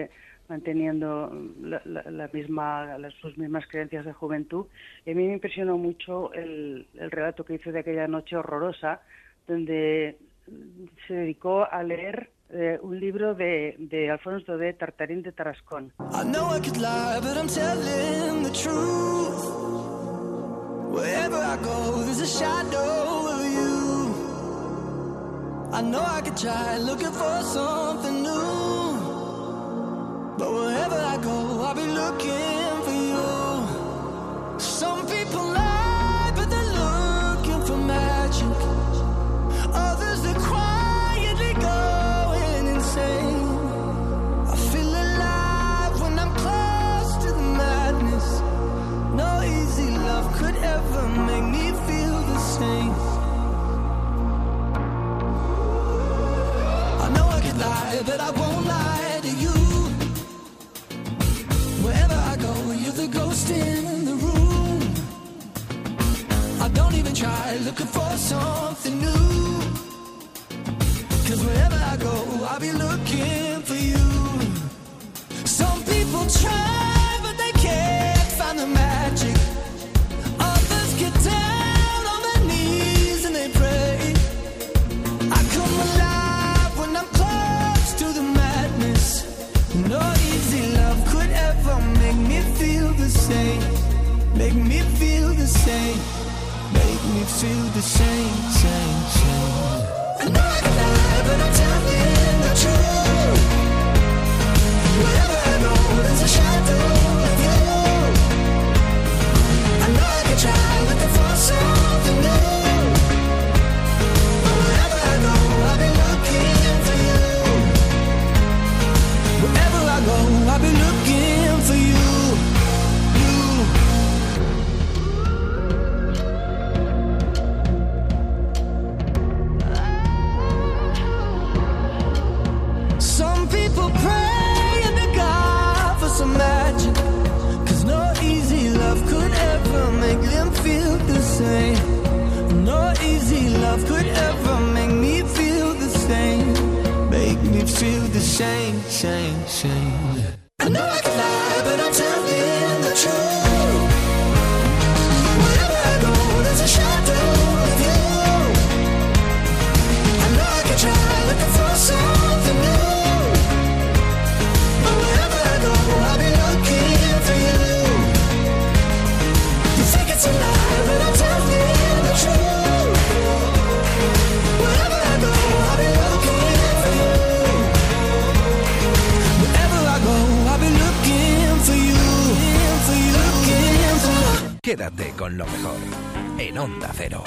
manteniendo la, la, la misma, las, sus mismas creencias de juventud. Y a mí me impresionó mucho el, el relato que hizo de aquella noche horrorosa, donde se dedicó a leer eh, un libro de, de Alfonso de Tartarín de Tarascón. I know I could lie, but I'm telling the truth. Wherever I go, there's a shadow of you. I know I could try looking for something new, but wherever I go, I'll be looking for you. Some people lie, but they're looking for magic. Others, they're quietly going insane. I feel alive when I'm close to the madness. No easy love could ever make me feel the same. I know I could lie, but I won't lie to you. Wherever I go, you're the ghost in the room. I don't even try looking for something new, 'cause wherever I go, I'll be looking for you. Some people try, but they can't find the magic. Others get down on their knees and they pray. I come alive when I'm close to the madness. No easy love could ever make me feel the same. Make me feel the same. Make me feel the same, same, same. I know I can lie, but I'm telling the truth. Wherever I go, there's a shadow of you. I know I can try looking for something new, but wherever I go, I'll be looking for you. Wherever I go, I'll be looking for you. Some people pray and to God for some magic, 'cause no easy love could ever make them feel the same. No easy love could ever make me feel the same. Make me feel the same, same, same. I know I can lie, but I'm telling the truth. Wherever I go, there's a shadow of you. I know I can try looking for something new, but wherever I go, I'll be looking for you. You think it's a lie, but I'm telling the truth. Wherever I go, I'll be looking for you. Wherever I go, I'll be looking for you. For you, looking for you. Quédate con lo mejor en Onda Cero.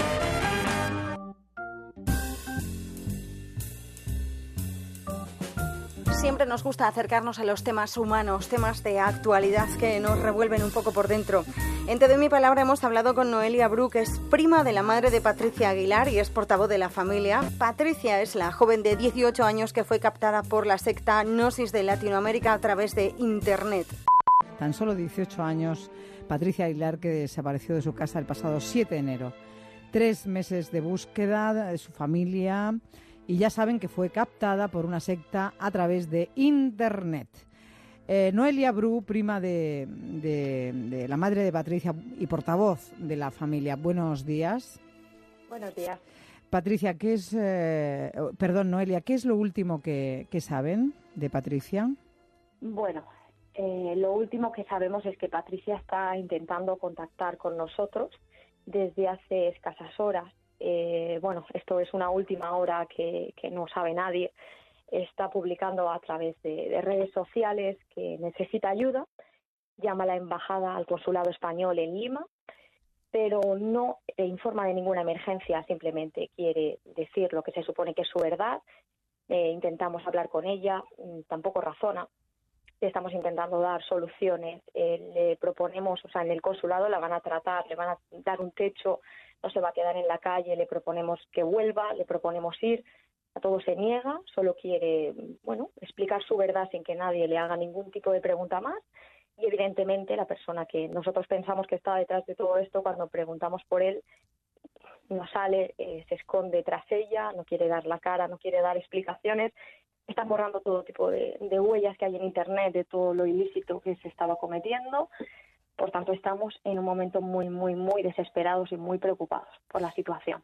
Siempre nos gusta acercarnos a los temas humanos, temas de actualidad que nos revuelven un poco por dentro. En Te doy mi palabra hemos hablado con Noelia Bru, que es prima de la madre de Patricia Aguilar y es portavoz de la familia. Patricia es la joven de dieciocho años que fue captada por la secta Gnosis de Latinoamérica a través de Internet. Tan solo dieciocho años, Patricia Aguilar, que desapareció de su casa el pasado siete de enero. Tres meses de búsqueda de su familia y ya saben que fue captada por una secta a través de Internet. Eh, Noelia Bru, prima de, de, de la madre de Patricia y portavoz de la familia. Buenos días. Buenos días. Patricia, ¿qué es, eh, perdón, Noelia, ¿qué es lo último que, que saben de Patricia? Bueno, eh, lo último que sabemos es que Patricia está intentando contactar con nosotros desde hace escasas horas. Eh, bueno, esto es una última hora que, que no sabe nadie. Está publicando a través de, de redes sociales que necesita ayuda. Llama a la embajada, al consulado español en Lima, pero no informa de ninguna emergencia, simplemente quiere decir lo que se supone que es su verdad. Eh, intentamos hablar con ella, tampoco razona. Le estamos intentando dar soluciones. Eh, le proponemos, o sea, en el consulado la van a tratar, le van a dar un techo, no se va a quedar en la calle, le proponemos que vuelva, le proponemos ir. A todo se niega, solo quiere, bueno, explicar su verdad sin que nadie le haga ningún tipo de pregunta más. Y evidentemente la persona que nosotros pensamos que está detrás de todo esto, cuando preguntamos por él, no sale, eh, se esconde tras ella, no quiere dar la cara, no quiere dar explicaciones. están borrando todo tipo de, de huellas que hay en Internet de todo lo ilícito que se estaba cometiendo. Por tanto, estamos en un momento muy, muy, muy desesperados y muy preocupados por la situación.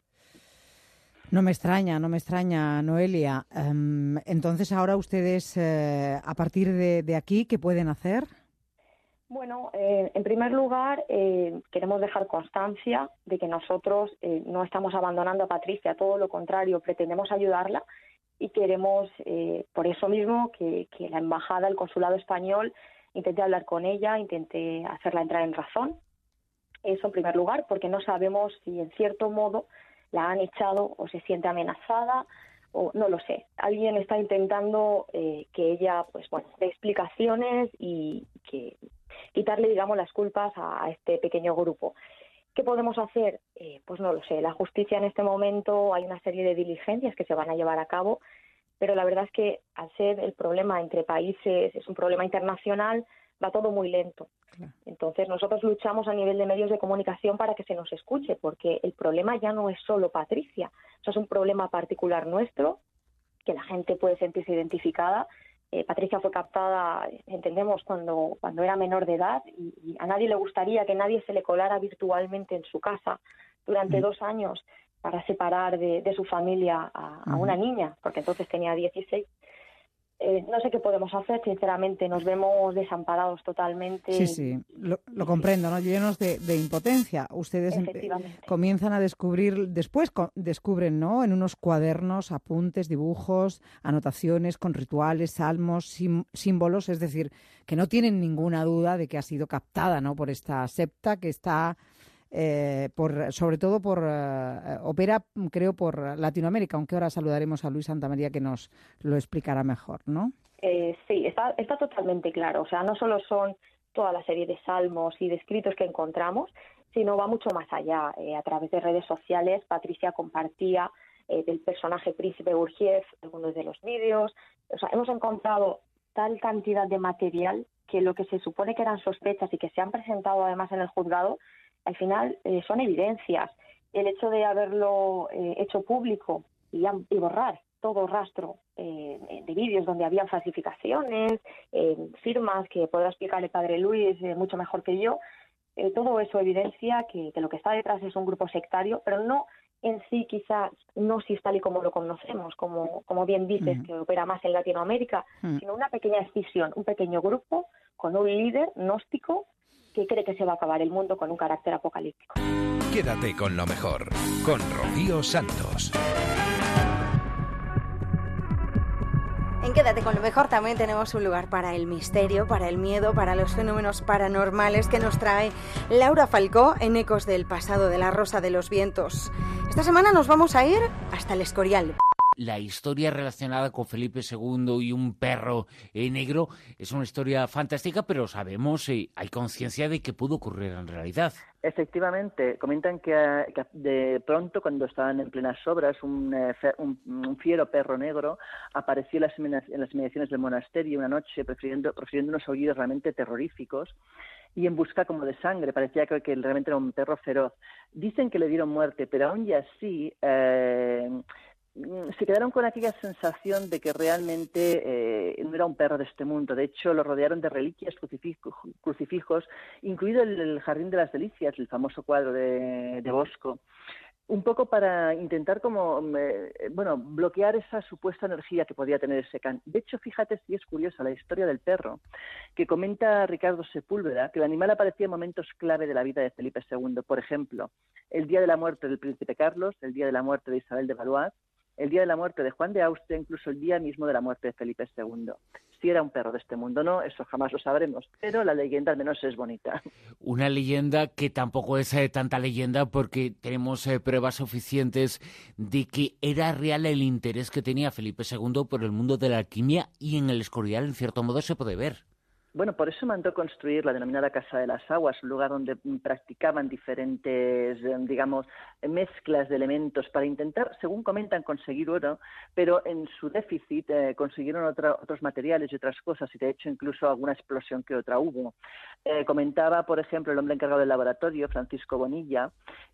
No me extraña, no me extraña, Noelia. Um, entonces, ahora ustedes, eh, a partir de, de aquí, ¿qué pueden hacer? Bueno, eh, en primer lugar, eh, queremos dejar constancia de que nosotros eh, no estamos abandonando a Patricia, todo lo contrario, pretendemos ayudarla y queremos, eh, por eso mismo, que, que la embajada, el consulado español, intente hablar con ella, intente hacerla entrar en razón. Eso en primer lugar, porque no sabemos si en cierto modo la han echado o se siente amenazada o no lo sé. Alguien está intentando eh, que ella, pues bueno, dé explicaciones y que quitarle, digamos, las culpas a, a este pequeño grupo. ¿Qué podemos hacer? Eh, pues no lo sé. La justicia en este momento, hay una serie de diligencias que se van a llevar a cabo, pero la verdad es que al ser el problema entre países, es un problema internacional, va todo muy lento. Entonces nosotros luchamos a nivel de medios de comunicación para que se nos escuche, porque el problema ya no es solo Patricia, eso es un problema particular nuestro, que la gente puede sentirse identificada. Eh, Patricia fue captada, entendemos, cuando, cuando era menor de edad y, y a nadie le gustaría que nadie se le colara virtualmente en su casa durante mm. dos años para separar de, de su familia a, a una niña, porque entonces tenía dieciséis. Eh, no sé qué podemos hacer, sinceramente, nos vemos desamparados totalmente. Sí, sí, lo, lo comprendo, ¿no? Llenos de, de impotencia. Ustedes comienzan a descubrir, después co- descubren, ¿no? En unos cuadernos, apuntes, dibujos, anotaciones con rituales, salmos, sim- símbolos, es decir, que no tienen ninguna duda de que ha sido captada, ¿no? Por esta secta que está... Eh, por, sobre todo por uh, opera, creo, por Latinoamérica, aunque ahora saludaremos a Luis Santamaría que nos lo explicará mejor, ¿no? Eh, sí, está, está totalmente claro. O sea, no solo son toda la serie de salmos y de escritos que encontramos, sino va mucho más allá. Eh, a través de redes sociales, Patricia compartía eh, del personaje Príncipe Gurdjieff algunos de los vídeos. O sea, hemos encontrado tal cantidad de material que lo que se supone que eran sospechas y que se han presentado además en el juzgado, al final eh, son evidencias. El hecho de haberlo eh, hecho público y, y borrar todo rastro eh, de vídeos donde había falsificaciones, eh, firmas que podrá explicar el padre Luis eh, mucho mejor que yo, eh, todo eso evidencia que, que lo que está detrás es un grupo sectario, pero no en sí quizás no si es tal y como lo conocemos, como, como bien dices, mm. que opera más en Latinoamérica, mm. sino una pequeña escisión, un pequeño grupo con un líder gnóstico que cree que se va a acabar el mundo con un carácter apocalíptico. Quédate con lo mejor, con Rocío Santos. En Quédate con lo mejor también tenemos un lugar para el misterio, para el miedo, para los fenómenos paranormales que nos trae Laura Falcó en Ecos del Pasado de la Rosa de los Vientos. Esta semana nos vamos a ir hasta el Escorial. La historia relacionada con Felipe segundo y un perro eh, negro es una historia fantástica, pero sabemos, eh, hay conciencia de que pudo ocurrir en realidad. Efectivamente, comentan que, que de pronto, cuando estaban en plenas obras, un, un, un fiero perro negro apareció en las, en las inmediaciones del monasterio una noche profiriendo, profiriendo unos aullidos realmente terroríficos y en busca como de sangre. Parecía que, que realmente era un perro feroz. Dicen que le dieron muerte, pero aún y así... Eh, se quedaron con aquella sensación de que realmente eh, no era un perro de este mundo. De hecho, lo rodearon de reliquias, crucifijos, crucifijos incluido el, el Jardín de las Delicias, el famoso cuadro de, de Bosco, un poco para intentar como, eh, bueno, bloquear esa supuesta energía que podía tener ese can. De hecho, fíjate si es curiosa la historia del perro, que comenta Ricardo Sepúlveda, que el animal aparecía en momentos clave de la vida de Felipe segundo. Por ejemplo, el día de la muerte del príncipe Carlos, el día de la muerte de Isabel de Valois, el día de la muerte de Juan de Austria, incluso el día mismo de la muerte de Felipe segundo. Si era un perro de este mundo o no, eso jamás lo sabremos, pero la leyenda al menos es bonita. Una leyenda que tampoco es eh, tanta leyenda porque tenemos eh, pruebas suficientes de que era real el interés que tenía Felipe segundo por el mundo de la alquimia y en el Escorial, en cierto modo, se puede ver. Bueno, por eso mandó construir la denominada Casa de las Aguas, un lugar donde practicaban diferentes, digamos, mezclas de elementos para intentar, según comentan, conseguir oro, pero en su déficit eh, consiguieron otra, otros materiales y otras cosas, y de hecho incluso alguna explosión que otra hubo. Eh, comentaba, por ejemplo, el hombre encargado del laboratorio, Francisco Bonilla,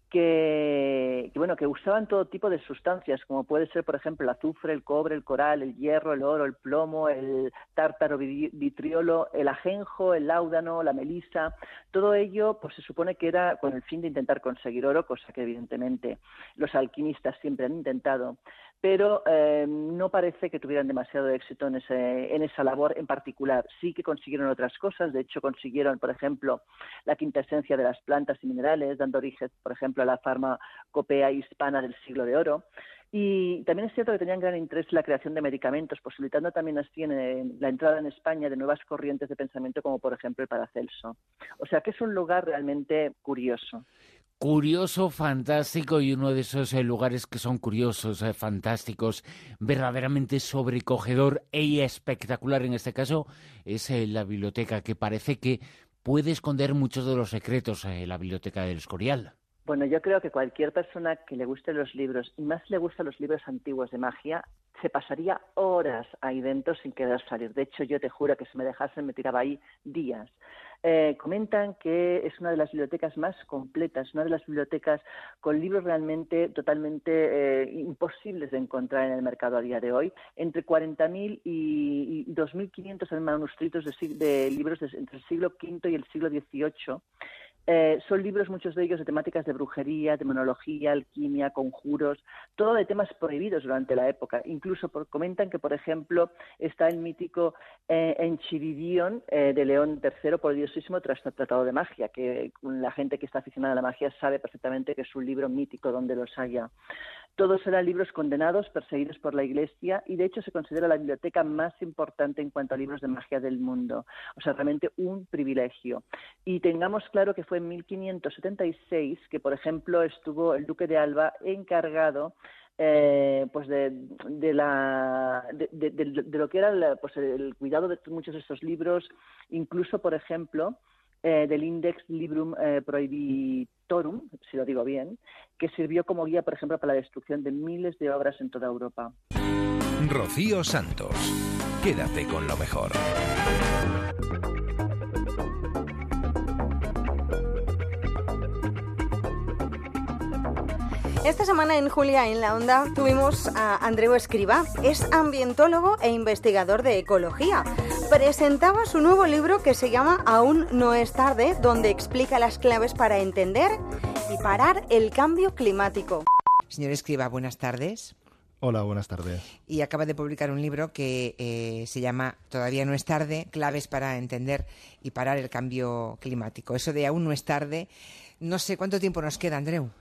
que, que, bueno, que usaban todo tipo de sustancias, como puede ser, por ejemplo, el azufre, el cobre, el coral, el hierro, el oro, el plomo, el tártaro vitriolo, el ajenjo, el láudano, la melisa. Todo ello, pues se supone que era con el fin de intentar conseguir oro, cosa que evidentemente los alquimistas siempre han intentado, pero eh, no parece que tuvieran demasiado éxito en, ese, en esa labor en particular. Sí que consiguieron otras cosas, de hecho consiguieron, por ejemplo, la quinta esencia de las plantas y minerales, dando origen, por ejemplo, a la farmacopea hispana del siglo de oro. Y también es cierto que tenían gran interés en la creación de medicamentos, posibilitando también así en, en la entrada en España de nuevas corrientes de pensamiento, como por ejemplo el Paracelso. O sea que es un lugar realmente curioso. Curioso, fantástico, y uno de esos eh, lugares que son curiosos, eh, fantásticos, verdaderamente sobrecogedor e espectacular en este caso, es eh, la biblioteca, que parece que puede esconder muchos de los secretos, eh, la biblioteca del Escorial. Bueno, yo creo que cualquier persona que le guste los libros, y más le gustan los libros antiguos de magia, se pasaría horas ahí dentro sin querer salir. De hecho, yo te juro que si me dejasen me tiraba ahí días. Eh, comentan que es una de las bibliotecas más completas, una de las bibliotecas con libros realmente totalmente eh, imposibles de encontrar en el mercado a día de hoy. Entre cuarenta mil y, y dos mil quinientos manuscritos de, de libros de, entre el siglo quinto y el siglo dieciocho. Eh, son libros, muchos de ellos, de temáticas de brujería, demonología, alquimia, conjuros, todo de temas prohibidos durante la época. Incluso por, comentan que, por ejemplo, está el mítico eh, Enchiridion eh, de León tercero, poderosísimo tratado de magia, que la gente que está aficionada a la magia sabe perfectamente que es un libro mítico donde los haya. Todos eran libros condenados, perseguidos por la Iglesia, y de hecho se considera la biblioteca más importante en cuanto a libros de magia del mundo. O sea, realmente un privilegio. Y tengamos claro que fue en mil quinientos setenta y seis que, por ejemplo, estuvo el duque de Alba encargado eh, pues de, de, la, de, de, de, de lo que era el, pues el cuidado de muchos de estos libros, incluso, por ejemplo, Eh, del Index Librum eh, Prohibitorum, si lo digo bien, que sirvió como guía, por ejemplo, para la destrucción de miles de obras en toda Europa. Rocío Santos, quédate con lo mejor. Esta semana en Julia en la Onda tuvimos a Andreu Escrivá. Es ambientólogo e investigador de ecología. Presentaba su nuevo libro que se llama Aún no es tarde, donde explica las claves para entender y parar el cambio climático. Señor Escrivá, buenas tardes. Hola, buenas tardes. Y acaba de publicar un libro que eh, se llama Todavía no es tarde, claves para entender y parar el cambio climático. Eso de aún no es tarde, no sé cuánto tiempo nos queda, Andreu.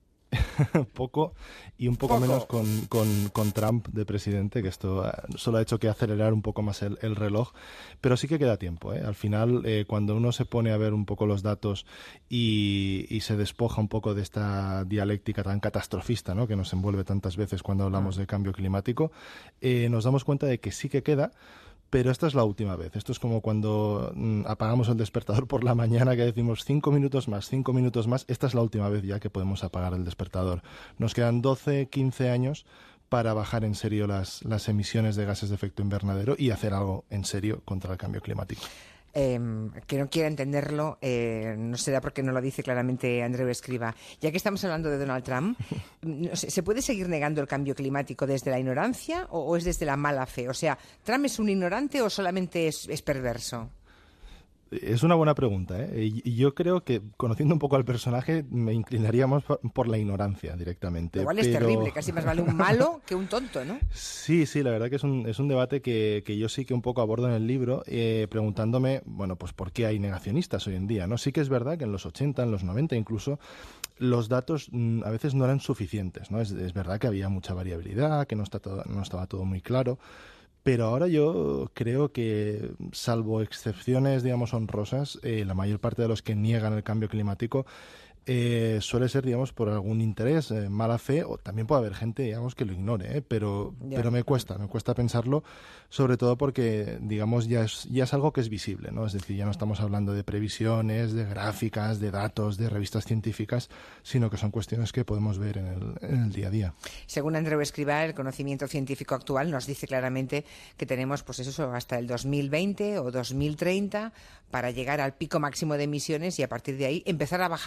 Poco, y un poco, poco. menos con, con, con Trump de presidente, que esto solo ha hecho que acelerar un poco más el, el reloj, pero sí que queda tiempo, ¿eh? Al final, eh, cuando uno se pone a ver un poco los datos y, y se despoja un poco de esta dialéctica tan catastrofista, ¿no?, que nos envuelve tantas veces cuando hablamos de cambio climático, eh, nos damos cuenta de que sí que queda. Pero esta es la última vez. Esto es como cuando mm, apagamos el despertador por la mañana, que decimos cinco minutos más, cinco minutos más. Esta es la última vez ya que podemos apagar el despertador. Nos quedan doce, quince años para bajar en serio las, las emisiones de gases de efecto invernadero y hacer algo en serio contra el cambio climático. Eh, que no quiera entenderlo, eh, no será porque no lo dice claramente Andreu Escrivá. Ya que estamos hablando de Donald Trump, no sé, ¿se puede seguir negando el cambio climático desde la ignorancia o, o es desde la mala fe? O sea, ¿Trump es un ignorante o solamente es, es perverso? Es una buena pregunta, ¿eh? Y yo creo que, conociendo un poco al personaje, me inclinaríamos por la ignorancia directamente. Igual es pero... terrible, casi más vale un malo que un tonto, ¿no? Sí, sí, la verdad que es un, es un debate que, que yo sí que un poco abordo en el libro, eh, preguntándome, bueno, pues por qué hay negacionistas hoy en día, ¿no? Sí que es verdad que en los ochenta, en los noventa incluso, los datos mm, a veces no eran suficientes, ¿no? Es, es verdad que había mucha variabilidad, que no, está todo, no estaba todo muy claro. Pero ahora yo creo que, salvo excepciones, digamos, honrosas, eh, la mayor parte de los que niegan el cambio climático eh, suele ser, digamos, por algún interés, eh, mala fe, o también puede haber gente, digamos, que lo ignore, ¿eh? pero, pero me cuesta, me cuesta pensarlo, sobre todo porque, digamos, ya es, ya es algo que es visible, ¿no? Es decir, ya no estamos hablando de previsiones, de gráficas, de datos, de revistas científicas, sino que son cuestiones que podemos ver en el, en el día a día. Según Andreu Escrivá, el conocimiento científico actual nos dice claramente que tenemos, pues eso, hasta el dos mil veinte o dos mil treinta para llegar al pico máximo de emisiones y a partir de ahí empezar a bajar como sea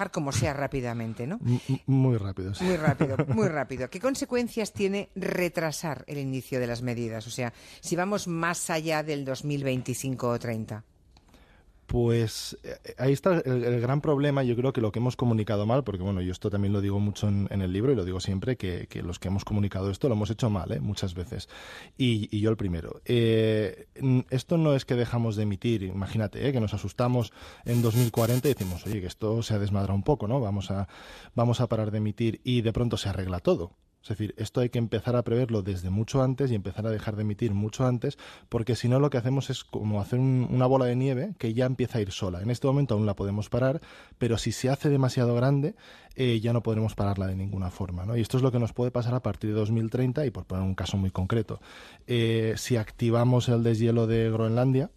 cambia rápidamente, ¿no? M muy rápido, sí. Muy rápido, muy rápido. ¿Qué consecuencias tiene retrasar el inicio de las medidas? O sea, si vamos más allá del dos mil veinticinco o treinta. Pues eh, ahí está el, el gran problema. Yo creo que lo que hemos comunicado mal, porque bueno, yo esto también lo digo mucho en, en el libro y lo digo siempre, que, que los que hemos comunicado esto lo hemos hecho mal, ¿eh? Muchas veces. Y, y yo el primero. Eh, esto no es que dejamos de emitir, imagínate, ¿eh? Que nos asustamos en dos mil cuarenta y decimos, oye, que esto se ha desmadrado un poco, ¿no? Vamos a, vamos a parar de emitir y de pronto se arregla todo. Es decir, esto hay que empezar a preverlo desde mucho antes y empezar a dejar de emitir mucho antes, porque si no lo que hacemos es como hacer un, una bola de nieve que ya empieza a ir sola. En este momento aún la podemos parar, pero si se hace demasiado grande, eh, ya no podremos pararla de ninguna forma, ¿no? Y esto es lo que nos puede pasar a partir de dos mil treinta, y por poner un caso muy concreto. Eh, si activamos el deshielo de Groenlandia,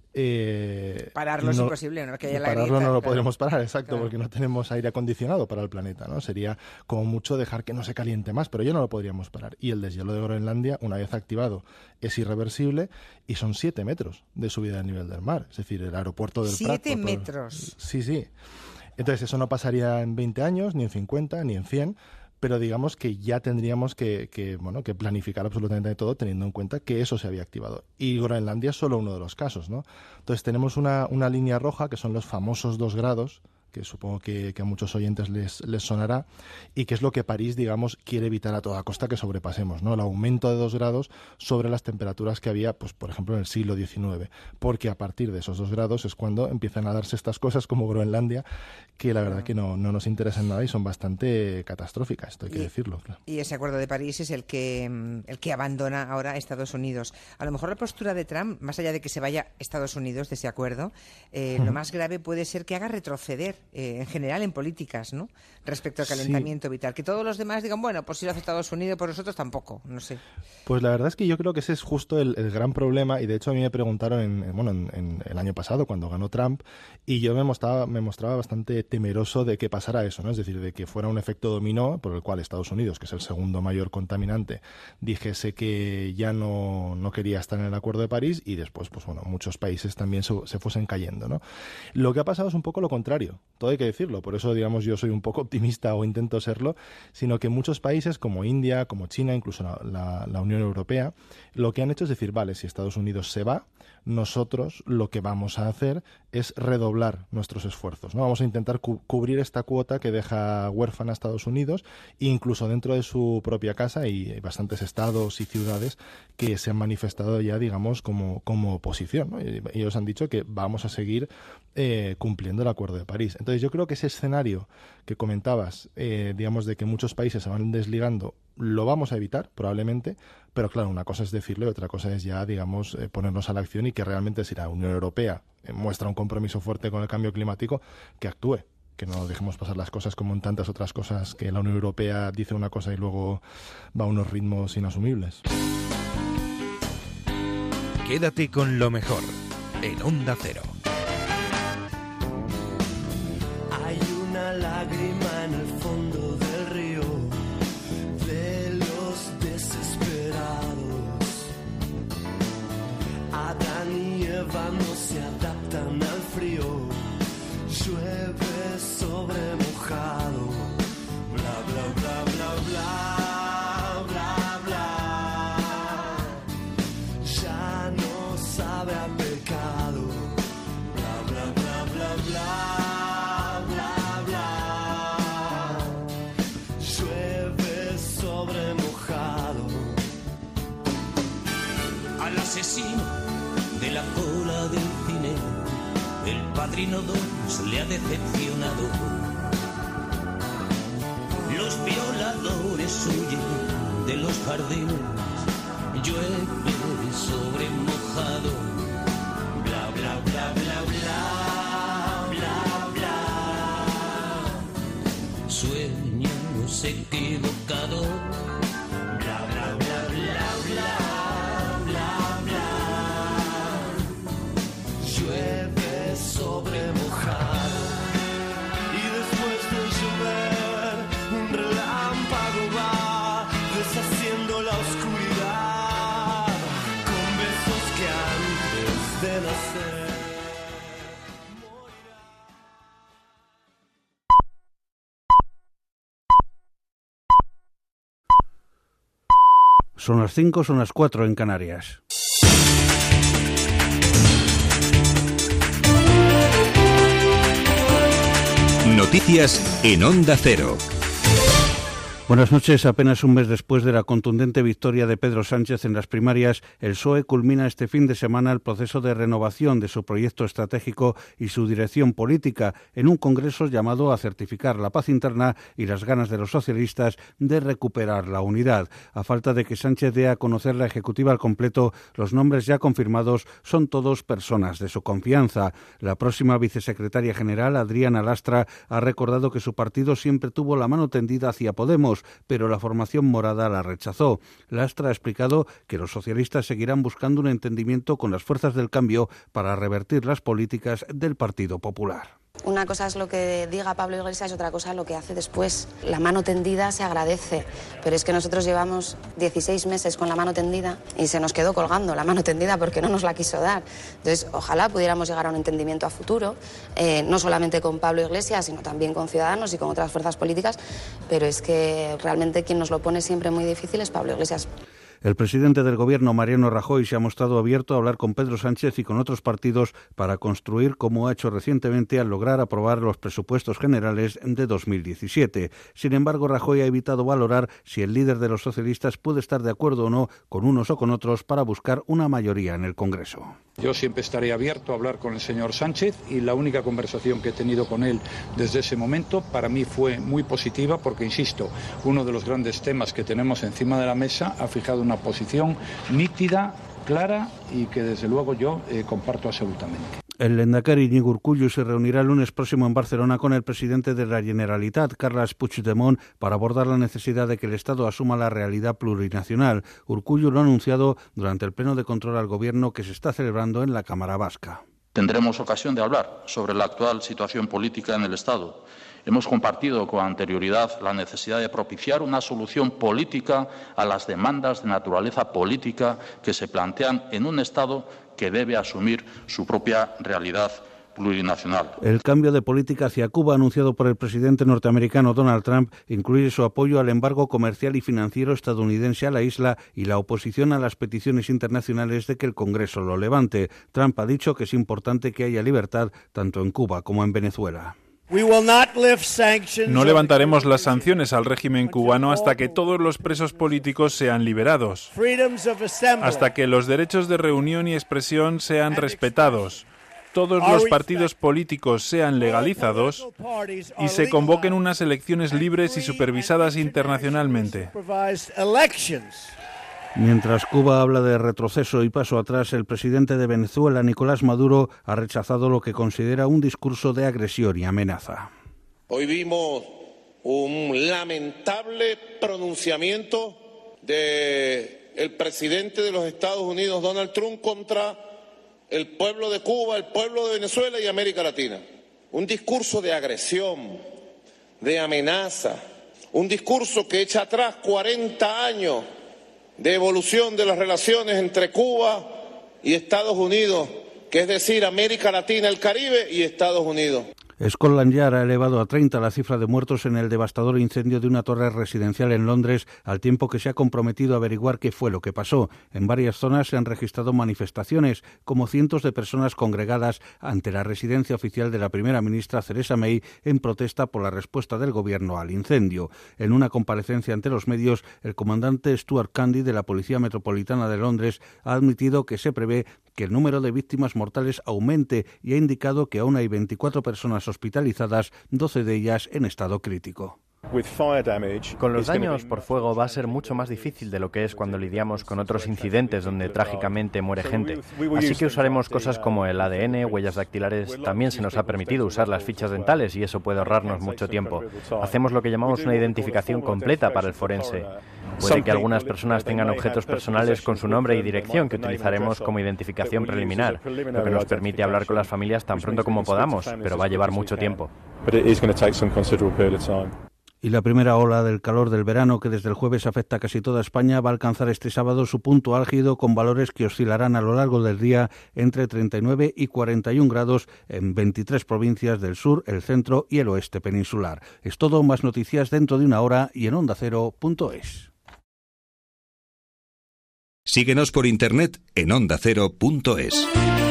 Eh, pararlo no, es imposible, ¿no? Que haya la pararlo grieta, no lo claro. podremos parar, exacto, Claro. porque no tenemos aire acondicionado para el planeta, ¿no? Sería como mucho dejar que no se caliente más, pero ya no lo podríamos parar. Y el deshielo de Groenlandia, una vez activado, es irreversible y son siete metros de subida del nivel del mar. Es decir, el aeropuerto del Prat... Siete por- metros. Sí, sí. Entonces eso no pasaría en veinte años, ni en cincuenta, ni en cien, pero digamos que ya tendríamos que, que, bueno, que planificar absolutamente todo teniendo en cuenta que eso se había activado. Y Groenlandia es solo uno de los casos, ¿no? Entonces tenemos una, una línea roja, que son los famosos dos grados, que supongo que, que a muchos oyentes les, les sonará, y que es lo que París, digamos, quiere evitar a toda costa que sobrepasemos, ¿no? El aumento de dos grados sobre las temperaturas que había, pues por ejemplo, en el siglo diecinueve, porque a partir de esos dos grados es cuando empiezan a darse estas cosas como Groenlandia, que la verdad que no, no nos interesan nada y son bastante catastróficas, esto hay que Y- decirlo. Claro. Y ese acuerdo de París es el que, mm, el que abandona ahora Estados Unidos. A lo mejor la postura de Trump, más allá de que se vaya Estados Unidos de ese acuerdo, eh, Ujú. lo más grave puede ser que haga retroceder, eh, en general, en políticas, ¿no? Respecto al Sí. calentamiento vital. Que todos los demás digan, bueno, pues si lo hace Estados Unidos, por nosotros tampoco, no sé. Pues la verdad es que yo creo que ese es justo el, el gran problema, y de hecho a mí me preguntaron en, en- bueno, en, en el año pasado cuando ganó Trump, y yo me mostraba, me mostraba bastante temeroso de que pasara eso, ¿no? Es decir, de que fuera un efecto dominó por el cual Estados Unidos, que es el segundo mayor contaminante, dijese que ya no, no quería estar en el Acuerdo de París, y después, pues bueno, muchos países también se, se fuesen cayendo, ¿no? Lo que ha pasado es un poco lo contrario, todo hay que decirlo, por eso, digamos, yo soy un poco optimista o intento serlo, sino que muchos países como India, como China, incluso la, la, la Unión Europea, lo que han hecho es decir, vale, si Estados Unidos se va, nosotros lo que vamos a hacer es redoblar nuestros esfuerzos, ¿no? Vamos a intentar cu- cubrir esta cuota que deja huérfana a Estados Unidos, incluso dentro de su propia casa, y hay bastantes estados y ciudades que se han manifestado ya, digamos, como, como oposición, ¿no? Y ellos han dicho que vamos a seguir eh, cumpliendo el Acuerdo de París. Entonces yo creo que ese escenario que comentabas, eh, digamos, de que muchos países se van desligando, lo vamos a evitar, probablemente, pero claro, una cosa es decirlo y otra cosa es ya, digamos, eh, ponernos a la acción, y que realmente, si la Unión Europea eh, muestra un compromiso fuerte con el cambio climático, que actúe, que no dejemos pasar las cosas como en tantas otras cosas, que la Unión Europea dice una cosa y luego va a unos ritmos inasumibles. Quédate con lo mejor en Onda Cero. Hay una lágrima en el fondo del río de los desesperados. Adán y Eva no se adaptan al frío. Llueve sobre mojado. Bla bla bla bla bla bla bla. Ya no sabe a pecado. Bla bla bla bla bla bla bla. Llueve sobre mojado. Al asesino de la cola del cine, el Padrino dos le ha decepcionado. Los violadores huyen de los jardines, llueve sobre mojado. Bla bla bla bla bla bla bla. Sueños equivocados. Bla bla bla bla bla bla bla. Llueve sobre mojado. Y después de llover, un relámpago va deshaciendo la oscuridad con besos que antes de nacer Son las cinco, son las cuatro en Canarias. Noticias en Onda Cero. Buenas noches. Apenas un mes después de la contundente victoria de Pedro Sánchez en las primarias, el P S O E culmina este fin de semana el proceso de renovación de su proyecto estratégico y su dirección política en un congreso llamado a certificar la paz interna y las ganas de los socialistas de recuperar la unidad. A falta de que Sánchez dé a conocer la ejecutiva al completo, los nombres ya confirmados son todos personas de su confianza. La próxima vicesecretaria general, Adriana Lastra, ha recordado que su partido siempre tuvo la mano tendida hacia Podemos, pero la formación morada la rechazó. Lastra ha explicado que los socialistas seguirán buscando un entendimiento con las fuerzas del cambio para revertir las políticas del Partido Popular. Una cosa es lo que diga Pablo Iglesias y otra cosa lo que hace después. La mano tendida se agradece, pero es que nosotros llevamos dieciséis meses con la mano tendida y se nos quedó colgando la mano tendida porque no nos la quiso dar. Entonces, ojalá pudiéramos llegar a un entendimiento a futuro, eh, no solamente con Pablo Iglesias, sino también con Ciudadanos y con otras fuerzas políticas, pero es que realmente quien nos lo pone siempre muy difícil es Pablo Iglesias. El presidente del Gobierno, Mariano Rajoy, se ha mostrado abierto a hablar con Pedro Sánchez y con otros partidos para construir, como ha hecho recientemente al lograr aprobar los presupuestos generales de dos mil diecisiete. Sin embargo, Rajoy ha evitado valorar si el líder de los socialistas puede estar de acuerdo o no con unos o con otros para buscar una mayoría en el Congreso. Yo siempre estaré abierto a hablar con el señor Sánchez y la única conversación que he tenido con él desde ese momento para mí fue muy positiva porque, insisto, uno de los grandes temas que tenemos encima de la mesa ha fijado una posición nítida, clara y que desde luego yo eh, comparto absolutamente. El lehendakari Iñigo Urkullu se reunirá el lunes próximo en Barcelona con el presidente de la Generalitat, Carles Puigdemont, para abordar la necesidad de que el Estado asuma la realidad plurinacional. Urkullu lo ha anunciado durante el pleno de control al Gobierno que se está celebrando en la Cámara Vasca. Tendremos ocasión de hablar sobre la actual situación política en el Estado. Hemos compartido con anterioridad la necesidad de propiciar una solución política a las demandas de naturaleza política que se plantean en un Estado que debe asumir su propia realidad plurinacional. El cambio de política hacia Cuba anunciado por el presidente norteamericano Donald Trump incluye su apoyo al embargo comercial y financiero estadounidense a la isla y la oposición a las peticiones internacionales de que el Congreso lo levante. Trump ha dicho que es importante que haya libertad tanto en Cuba como en Venezuela. No levantaremos las sanciones al régimen cubano hasta que todos los presos políticos sean liberados, hasta que los derechos de reunión y expresión sean respetados, todos los partidos políticos sean legalizados y se convoquen unas elecciones libres y supervisadas internacionalmente. Mientras Cuba habla de retroceso y paso atrás, el presidente de Venezuela, Nicolás Maduro, ha rechazado lo que considera un discurso de agresión y amenaza. Hoy vimos un lamentable pronunciamiento del presidente de los Estados Unidos, Donald Trump, contra el pueblo de Cuba, el pueblo de Venezuela y América Latina. Un discurso de agresión, de amenaza, un discurso que echa atrás cuarenta años de evolución de las relaciones entre Cuba y Estados Unidos, que es decir, América Latina, el Caribe y Estados Unidos. Scotland Yard ha elevado a treinta la cifra de muertos en el devastador incendio de una torre residencial en Londres, al tiempo que se ha comprometido a averiguar qué fue lo que pasó. En varias zonas se han registrado manifestaciones, como cientos de personas congregadas ante la residencia oficial de la primera ministra Theresa May en protesta por la respuesta del gobierno al incendio. En una comparecencia ante los medios, el comandante Stuart Candy de la Policía Metropolitana de Londres ha admitido que se prevé que el número de víctimas mortales aumente y ha indicado que aún hay veinticuatro personas hospitalizadas, doce de ellas en estado crítico. Con los daños por fuego va a ser mucho más difícil de lo que es cuando lidiamos con otros incidentes donde trágicamente muere gente. Así que usaremos cosas como el A D N, huellas dactilares. También se nos ha permitido usar las fichas dentales y eso puede ahorrarnos mucho tiempo. Hacemos lo que llamamos una identificación completa para el forense. Puede que algunas personas tengan objetos personales con su nombre y dirección que utilizaremos como identificación preliminar, lo que nos permite hablar con las familias tan pronto como podamos, pero va a llevar mucho tiempo. Y la primera ola del calor del verano, que desde el jueves afecta a casi toda España, va a alcanzar este sábado su punto álgido con valores que oscilarán a lo largo del día entre treinta y nueve y cuarenta y un grados en veintitrés provincias del sur, el centro y el oeste peninsular. Es todo, más noticias dentro de una hora y en onda cero punto es. Síguenos por internet en onda cero punto es.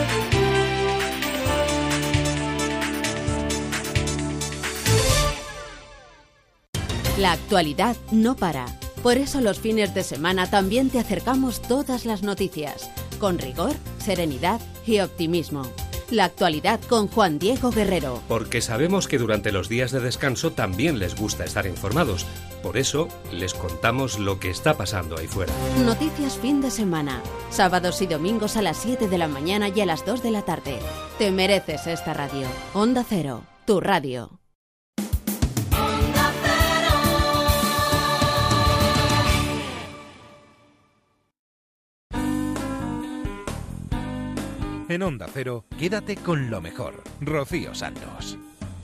La actualidad no para. Por eso los fines de semana también te acercamos todas las noticias, con rigor, serenidad y optimismo. La actualidad con Juan Diego Guerrero. Porque sabemos que durante los días de descanso también les gusta estar informados. Por eso les contamos lo que está pasando ahí fuera. Noticias fin de semana. Sábados y domingos a las siete de la mañana y a las dos de la tarde. Te mereces esta radio. Onda Cero, tu radio. En Onda Cero, quédate con lo mejor. Rocío Santos.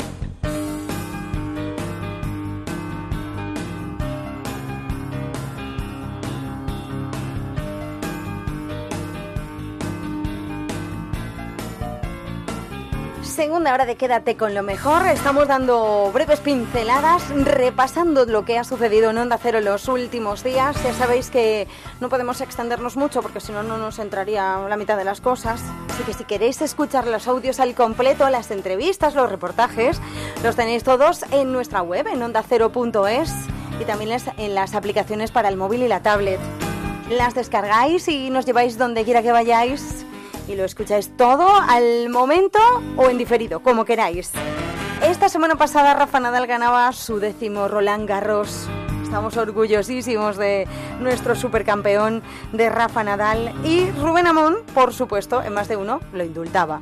Segunda hora de Quédate con lo mejor. Estamos dando breves pinceladas, repasando lo que ha sucedido en Onda Cero los últimos días. Ya sabéis que no podemos extendernos mucho porque si no, no nos entraría la mitad de las cosas. Así que si queréis escuchar los audios al completo, las entrevistas, los reportajes, los tenéis todos en nuestra web, en onda cero punto es, y también en las aplicaciones para el móvil y la tablet. Las descargáis y nos lleváis donde quiera que vayáis y lo escucháis todo al momento o en diferido, como queráis. Esta semana pasada Rafa Nadal ganaba su décimo Roland Garros. Estamos orgullosísimos de nuestro supercampeón, de Rafa Nadal, y Rubén Amón, por supuesto, en más de uno, lo indultaba.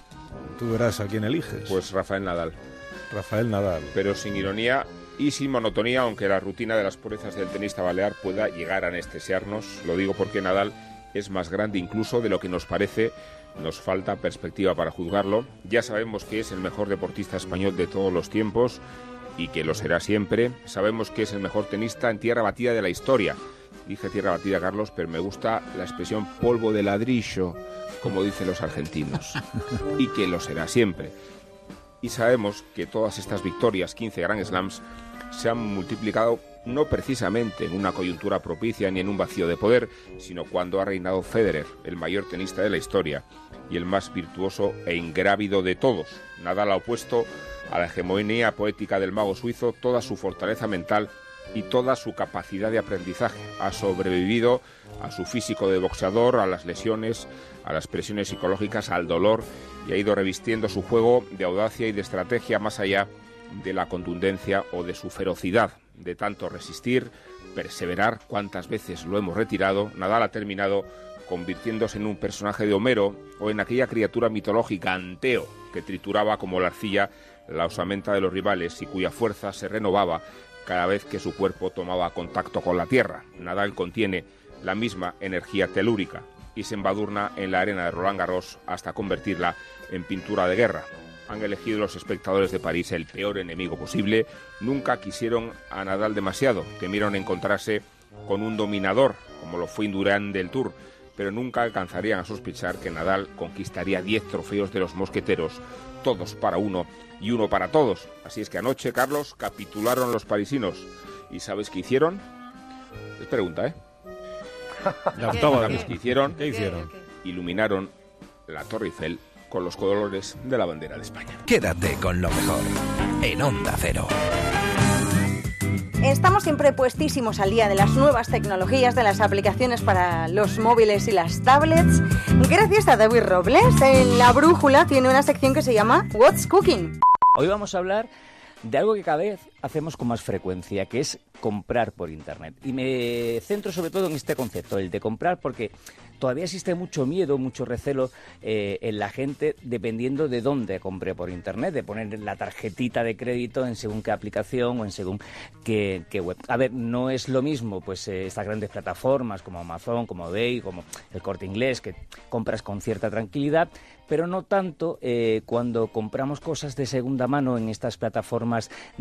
¿Tú verás a quién eliges? Pues Rafael Nadal. Rafael Nadal. Pero sin ironía y sin monotonía, aunque la rutina de las purezas del tenista balear pueda llegar a anestesiarnos. Lo digo porque Nadal es más grande incluso de lo que nos parece. Nos falta perspectiva para juzgarlo. Ya sabemos que es el mejor deportista español de todos los tiempos y que lo será siempre. Sabemos que es el mejor tenista en tierra batida de la historia. Dije tierra batida, Carlos, pero me gusta la expresión polvo de ladrillo, como dicen los argentinos, y que lo será siempre. Y sabemos que todas estas victorias, quince Grand Slams, se han multiplicado no precisamente en una coyuntura propicia ni en un vacío de poder, sino cuando ha reinado Federer, el mayor tenista de la historia y el más virtuoso e ingrávido de todos. Nadal ha opuesto a la hegemonía poética del mago suizo toda su fortaleza mental y toda su capacidad de aprendizaje. Ha sobrevivido a su físico de boxeador, a las lesiones, a las presiones psicológicas, al dolor, y ha ido revistiendo su juego de audacia y de estrategia más allá de la contundencia o de su ferocidad. De tanto resistir, perseverar, cuántas veces lo hemos retirado, Nadal ha terminado convirtiéndose en un personaje de Homero o en aquella criatura mitológica, Anteo, que trituraba como la arcilla la osamenta de los rivales y cuya fuerza se renovaba cada vez que su cuerpo tomaba contacto con la tierra. Nadal contiene la misma energía telúrica y se embadurna en la arena de Roland Garros hasta convertirla en pintura de guerra. Han elegido los espectadores de París el peor enemigo posible. Nunca quisieron a Nadal demasiado. Temieron encontrarse con un dominador, como lo fue Indurain del Tour, pero nunca alcanzarían a sospechar que Nadal conquistaría diez trofeos de los mosqueteros, todos para uno y uno para todos. Así es que anoche, Carlos, capitularon los parisinos. ¿Y sabes qué hicieron? Es pregunta, ¿eh? Ya, ¿Sabes qué hicieron? ¿Qué hicieron? Iluminaron la Torre Eiffel con los colores de la bandera de España. Quédate con lo mejor en Onda Cero. Estamos siempre puestísimos al día de las nuevas tecnologías, de las aplicaciones para los móviles y las tablets. Gracias a David Robles, en La Brújula tiene una sección que se llama What's Cooking. Hoy vamos a hablar de algo que cada vez hacemos con más frecuencia, que es comprar por Internet. Y me centro sobre todo en este concepto, el de comprar, porque todavía existe mucho miedo, mucho recelo eh, en la gente dependiendo de dónde compre por Internet, de poner la tarjetita de crédito en según qué aplicación o en según qué, qué web. A ver, no es lo mismo pues eh, estas grandes plataformas como Amazon, como eBay, como el Corte Inglés, que compras con cierta tranquilidad, pero no tanto eh, cuando compramos cosas de segunda mano en estas plataformas de compra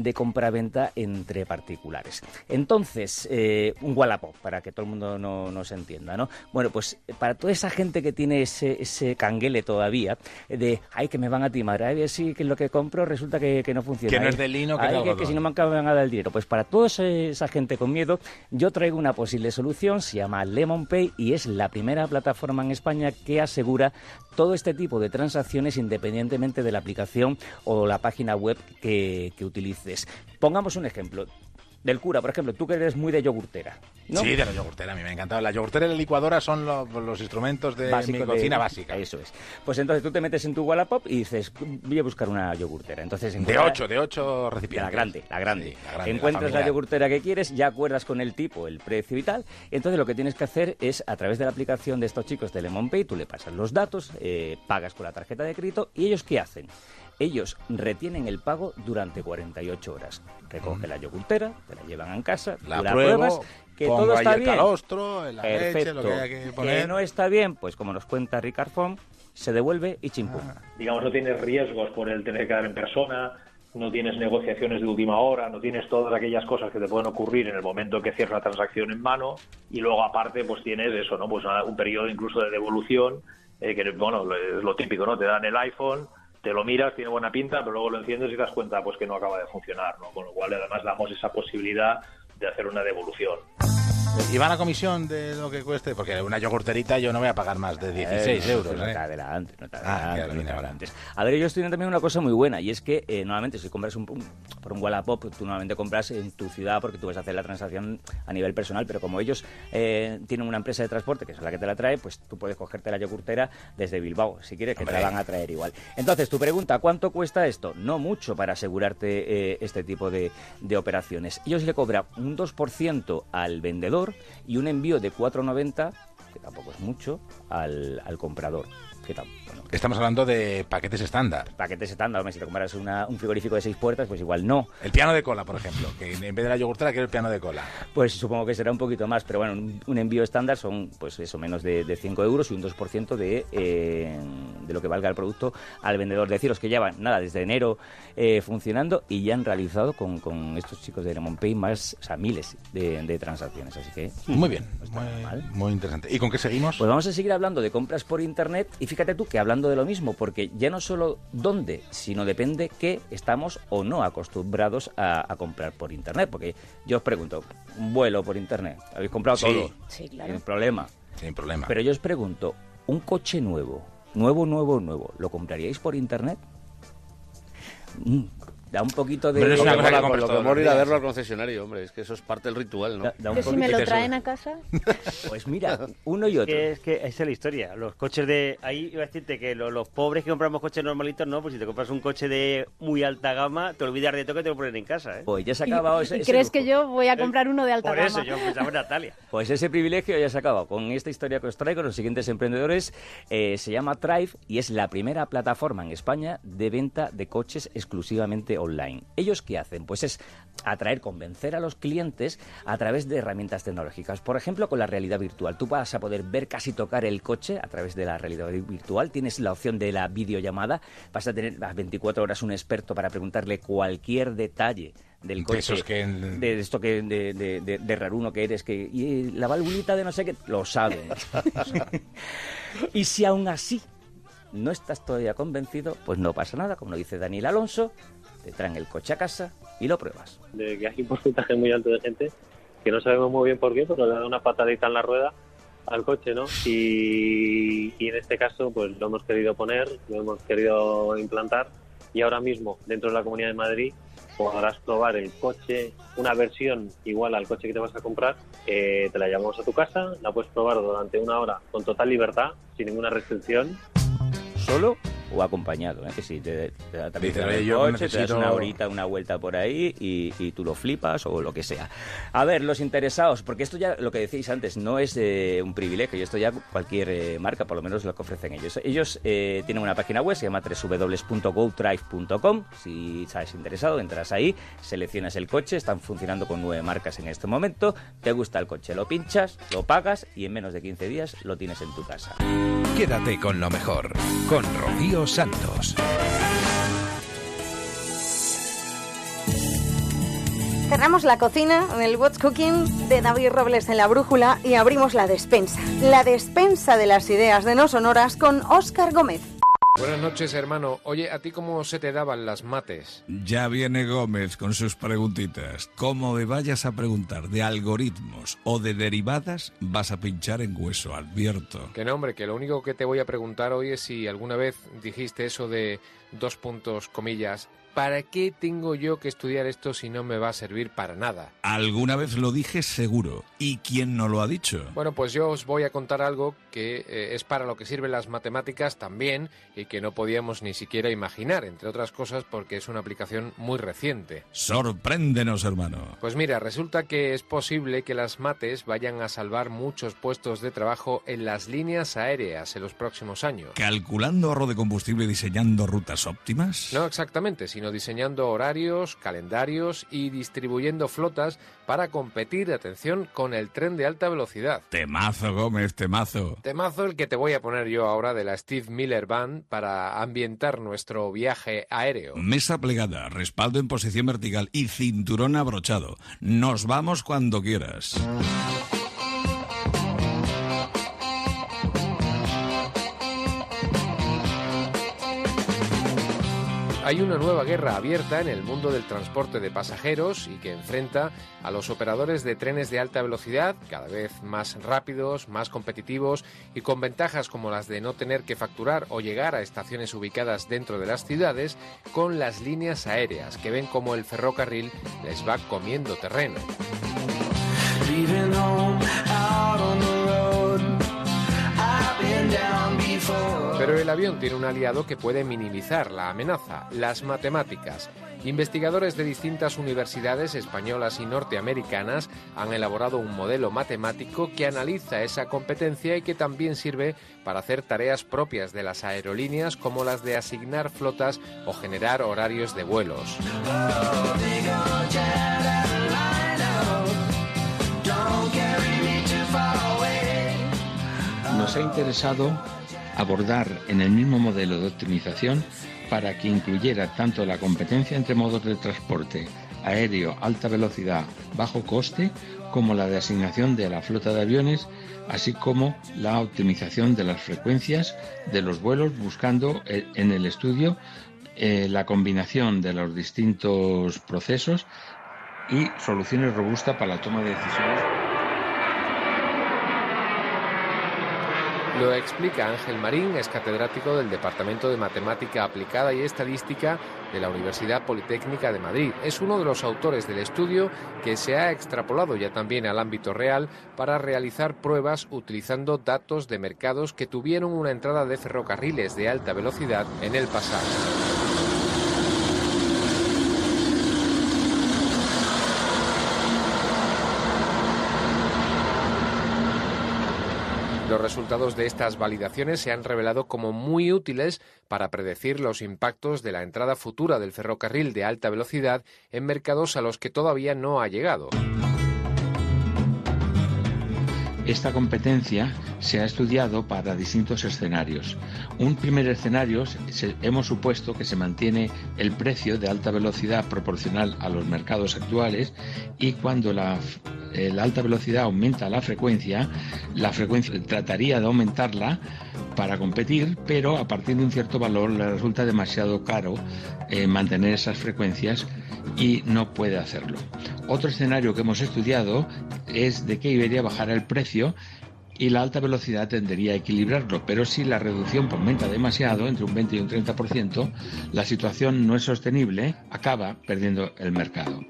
compraventa entre particulares. Entonces, eh, un Wallapop, para que todo el mundo no, nos entienda, ¿no? Bueno, pues para toda esa gente que tiene ese, ese canguele todavía, de, ay, que me van a timar, ay, sí, que lo que compro resulta que, que no funciona. Que no es de lino, que, ay, que, que si no me acaban a dar el dinero. Pues para toda esa gente con miedo, yo traigo una posible solución, se llama Lemon Pay y es la primera plataforma en España que asegura todo este tipo de transacciones independientemente de la aplicación o la página web que, que utilices. Pongamos un ejemplo. Del cura, por ejemplo, tú que eres muy de yogurtera, ¿no? Sí, de la yogurtera, a mí me ha encantado. La yogurtera y la licuadora son los, los instrumentos de Básico mi cocina de... básica. Eso es. Pues entonces tú te metes en tu Wallapop y dices, voy a buscar una yogurtera. Entonces, de ocho, de ocho recipientes. La grande, la grande. Sí, la grande Encuentras la, la yogurtera que quieres, ya acuerdas con el tipo, el precio y tal. Entonces lo que tienes que hacer es, a través de la aplicación de estos chicos de Lemon Pay, tú le pasas los datos, eh, pagas con la tarjeta de crédito y ¿ellos qué hacen? Ellos retienen el pago durante cuarenta y ocho horas. Recoge mm. la yogurtera, te la llevan a casa, la tú la pruebo, pruebas, que todo está el bien. calostro, la Perfecto. leche, lo que haya que poner. Que no está bien, pues como nos cuenta Ricard Font, se devuelve y chimpum. Ah. Digamos, no tienes riesgos por el tener que dar en persona, no tienes negociaciones de última hora, no tienes todas aquellas cosas que te pueden ocurrir en el momento que cierras una transacción en mano, y luego aparte pues tienes eso, ¿no? Pues una, un periodo incluso de devolución, eh, que bueno, es lo típico, ¿no? Te dan el iPhone, te lo miras, tiene buena pinta, pero luego lo enciendes y te das cuenta pues que no acaba de funcionar, ¿no? Con lo cual además damos esa posibilidad de hacer una devolución. ¿Y va la comisión de lo que cueste? Porque una yogurterita yo no voy a pagar más de dieciséis eh, euros. No ¿eh? te adelante, no te adelante, ah, claro, no te adelantes. A ver, ellos tienen también una cosa muy buena, y es que eh, normalmente si compras un, un, por un Wallapop, tú normalmente compras en tu ciudad porque tú vas a hacer la transacción a nivel personal, pero como ellos eh, tienen una empresa de transporte que es la que te la trae, pues tú puedes cogerte la yogurtera desde Bilbao, si quieres, que Hombre. te la van a traer igual. Entonces, tu pregunta, ¿cuánto cuesta esto? No mucho para asegurarte eh, este tipo de, de operaciones. Ellos le cobran un dos por ciento al vendedor y un envío de cuatro noventa, que tampoco es mucho, al, al comprador. Que tam, bueno, Estamos hablando de paquetes estándar. Paquetes estándar, hombre, si te compras una, un frigorífico de seis puertas, pues igual no. El piano de cola, por ejemplo, que en vez de la yogurtera quiero el piano de cola. Pues supongo que será un poquito más, pero bueno, un, un envío estándar son, pues eso, menos de, de cinco euros y un dos por ciento de, eh, de lo que valga el producto al vendedor. Deciros que llevan, nada, desde enero eh, funcionando y ya han realizado con, con estos chicos de Lemon Pay más, o sea, miles de, de transacciones, así que... Muy bien, no está muy, mal. muy interesante. ¿Y con qué seguimos? Pues vamos a seguir hablando de compras por internet y fíjate tú que hablando de lo mismo, porque ya no solo dónde, sino depende qué estamos o no acostumbrados a, a comprar por internet, porque yo os pregunto, un vuelo por internet, ¿habéis comprado sí. todo? Sí, claro. Sin problema. Sin problema. Pero yo os pregunto, un coche nuevo, nuevo, nuevo, nuevo, ¿lo compraríais por internet? Mm. Da un poquito de... Pero es una cosa que compras lo que todos mola los ir a días. verlo al concesionario, hombre, es que eso es parte del ritual, ¿no? Da, da un ¿Que si me lo traen a casa? Pues mira, uno y otro. Es que, es que esa es la historia. Los coches de... Ahí iba a decirte que los, los pobres que compramos coches normalitos, no, pues si te compras un coche de muy alta gama, te olvidas de todo que te lo ponen en casa, ¿eh? Pues ya se ha acabado ¿Y, ese, y ese crees lujo. que yo voy a comprar uno de alta Por gama? eso yo pensaba en Natalia. Pues ese privilegio ya se ha acabado. Con esta historia que os traigo, los siguientes emprendedores, eh, se llama Thrive y es la primera plataforma en España de venta de coches exclusivamente online. ¿Ellos qué hacen? Pues es atraer, convencer a los clientes a través de herramientas tecnológicas. Por ejemplo, con la realidad virtual. Tú vas a poder ver casi tocar el coche a través de la realidad virtual. Tienes la opción de la videollamada. Vas a tener las veinticuatro horas un experto para preguntarle cualquier detalle del coche, de, esos que... de esto que de, de, de, de raruno que eres, que y la valvulita de no sé qué, lo saben. Y si aún así no estás todavía convencido, pues no pasa nada, como lo dice Daniel Alonso, te traen el coche a casa y lo pruebas. De que hay un porcentaje muy alto de gente que no sabemos muy bien por qué, pero le da una patadita en la rueda al coche, ¿no? Y, y en este caso, pues lo hemos querido poner, lo hemos querido implantar, y ahora mismo, dentro de la Comunidad de Madrid, podrás probar el coche, una versión igual al coche que te vas a comprar, eh, te la llevamos a tu casa, la puedes probar durante una hora con total libertad, sin ninguna restricción. ¿Solo o acompañado? ¿eh? Que si te, te, te, te, Dice, el yo coche, necesito... te das una horita, una vuelta por ahí y, y tú lo flipas o lo que sea. A ver, los interesados, porque esto ya, lo que decíais antes, no es eh, un privilegio, y esto ya cualquier eh, marca, por lo menos lo que ofrecen ellos. Ellos eh, tienen una página web, se llama doble u doble u doble u punto go drive punto com. Si estás interesado, entras ahí, seleccionas el coche, están funcionando con nueve marcas en este momento, te gusta el coche, lo pinchas, lo pagas y en menos de quince días lo tienes en tu casa. Quédate con lo mejor, con Rocío Santos. Cerramos la cocina en el What's Cooking de David Robles en La Brújula y abrimos la despensa. La despensa de las ideas de No Sonoras con Óscar Gómez. Buenas noches, hermano. Oye, ¿a ti cómo se te daban las mates? Ya viene Gómez con sus preguntitas. Como me vayas a preguntar de algoritmos o de derivadas, vas a pinchar en hueso, advierto. Que no, hombre, que lo único que te voy a preguntar hoy es si alguna vez dijiste eso de dos puntos, comillas, ¿para qué tengo yo que estudiar esto si no me va a servir para nada? Alguna vez lo dije seguro. ¿Y quién no lo ha dicho? Bueno, pues yo os voy a contar algo que eh, es para lo que sirven las matemáticas también y que no podíamos ni siquiera imaginar, entre otras cosas porque es una aplicación muy reciente. Sorpréndenos, hermano. Pues mira, resulta que es posible que las mates vayan a salvar muchos puestos de trabajo en las líneas aéreas en los próximos años. ¿Calculando ahorro de combustible y diseñando rutas óptimas? No exactamente, sino diseñando horarios, calendarios y distribuyendo flotas para competir, atención, con el tren de alta velocidad. Temazo, Gómez, temazo. Temazo el que te voy a poner yo ahora de la Steve Miller Band para ambientar nuestro viaje aéreo. Mesa plegada, respaldo en posición vertical y cinturón abrochado. Nos vamos cuando quieras. Hay una nueva guerra abierta en el mundo del transporte de pasajeros y que enfrenta a los operadores de trenes de alta velocidad, cada vez más rápidos, más competitivos y con ventajas como las de no tener que facturar o llegar a estaciones ubicadas dentro de las ciudades, con las líneas aéreas, que ven como el ferrocarril les va comiendo terreno. Pero el avión tiene un aliado que puede minimizar la amenaza, las matemáticas. Investigadores de distintas universidades españolas y norteamericanas han elaborado un modelo matemático que analiza esa competencia y que también sirve para hacer tareas propias de las aerolíneas como las de asignar flotas o generar horarios de vuelos. Nos ha interesado abordar en el mismo modelo de optimización para que incluyera tanto la competencia entre modos de transporte aéreo, alta velocidad, bajo coste, como la de asignación de la flota de aviones, así como la optimización de las frecuencias de los vuelos, buscando en el estudio eh, la combinación de los distintos procesos y soluciones robustas para la toma de decisiones. Lo explica Ángel Marín, es catedrático del Departamento de Matemática Aplicada y Estadística de la Universidad Politécnica de Madrid. Es uno de los autores del estudio que se ha extrapolado ya también al ámbito real para realizar pruebas utilizando datos de mercados que tuvieron una entrada de ferrocarriles de alta velocidad en el pasado. Los resultados de estas validaciones se han revelado como muy útiles para predecir los impactos de la entrada futura del ferrocarril de alta velocidad en mercados a los que todavía no ha llegado. Esta competencia se ha estudiado para distintos escenarios. Un primer escenario, se, hemos supuesto que se mantiene el precio de alta velocidad proporcional a los mercados actuales y cuando la, eh, la alta velocidad aumenta la frecuencia, la frecuencia trataría de aumentarla para competir, pero a partir de un cierto valor le resulta demasiado caro eh, mantener esas frecuencias y no puede hacerlo. Otro escenario que hemos estudiado es de que Iberia bajara el precio y la alta velocidad tendería a equilibrarlo, pero si la reducción aumenta demasiado, entre un veinte y un treinta por ciento, la situación no es sostenible, acaba perdiendo el mercado.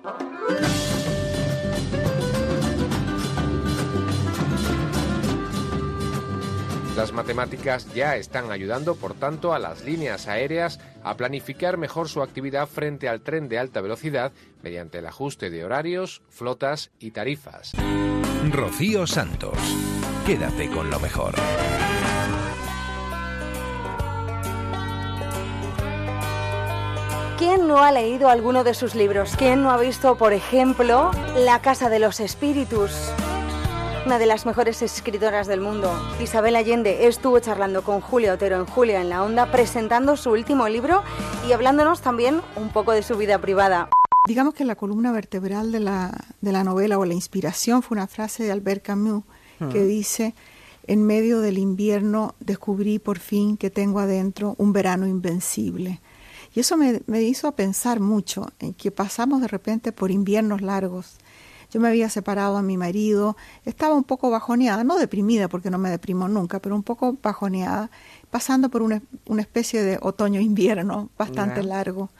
Las matemáticas ya están ayudando, por tanto, a las líneas aéreas a planificar mejor su actividad frente al tren de alta velocidad mediante el ajuste de horarios, flotas y tarifas. Rocío Santos. Quédate con lo mejor. ¿Quién no ha leído alguno de sus libros? ¿Quién no ha visto, por ejemplo, La Casa de los Espíritus? Una de las mejores escritoras del mundo, Isabel Allende, estuvo charlando con Julia Otero en Julia en la Onda, presentando su último libro y hablándonos también un poco de su vida privada. Digamos que la columna vertebral de la, de la novela o la inspiración fue una frase de Albert Camus hmm. que dice: en medio del invierno descubrí por fin que tengo adentro un verano invencible. Y eso me, me hizo pensar mucho en que pasamos de repente por inviernos largos. Yo me había separado a mi marido, estaba un poco bajoneada, no deprimida porque no me deprimo nunca, pero un poco bajoneada, pasando por una, una especie de otoño-invierno bastante yeah. largo.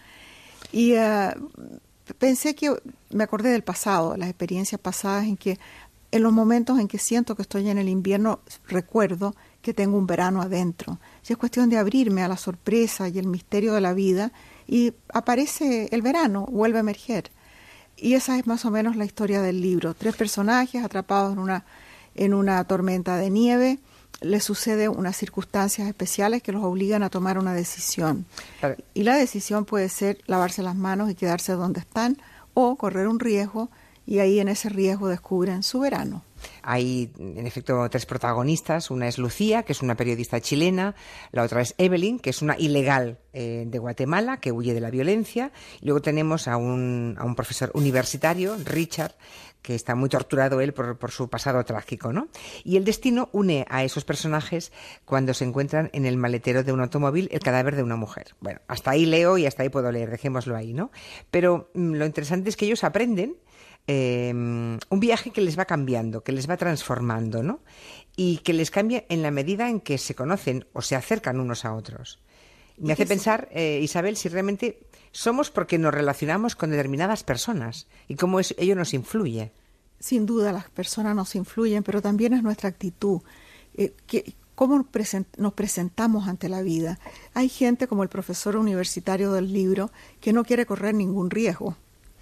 Y uh, pensé que, me acordé del pasado, las experiencias pasadas en que en los momentos en que siento que estoy en el invierno, recuerdo que tengo un verano adentro. Y es cuestión de abrirme a la sorpresa y el misterio de la vida y aparece el verano, vuelve a emerger. Y esa es más o menos la historia del libro. Tres personajes atrapados en una, en una tormenta de nieve, les sucede unas circunstancias especiales que los obligan a tomar una decisión. Claro. Y la decisión puede ser lavarse las manos y quedarse donde están, o correr un riesgo, y ahí en ese riesgo descubren su verano. Hay, en efecto, tres protagonistas. Una es Lucía, que es una periodista chilena. La otra es Evelyn, que es una ilegal eh, de Guatemala, que huye de la violencia. Y luego tenemos a un, a un profesor universitario, Richard, que está muy torturado él por, por su pasado trágico, ¿no? Y el destino une a esos personajes cuando se encuentran en el maletero de un automóvil el cadáver de una mujer. Bueno, hasta ahí leo y hasta ahí puedo leer, dejémoslo ahí, ¿no? Pero mmm, lo interesante es que ellos aprenden Eh, un viaje que les va cambiando, que les va transformando, ¿no? Y que les cambia en la medida en que se conocen o se acercan unos a otros. Me hace pensar, eh, Isabel, si realmente somos porque nos relacionamos con determinadas personas y cómo es, ello nos influye. Sin duda las personas nos influyen, pero también es nuestra actitud. Eh, que, cómo present, nos presentamos ante la vida. Hay gente como el profesor universitario del libro que no quiere correr ningún riesgo.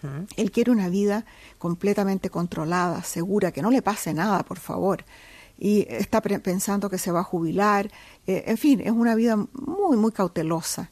Él quiere una vida completamente controlada, segura, que no le pase nada, por favor. Y está pre- pensando que se va a jubilar. Eh, en fin, es una vida muy, muy cautelosa.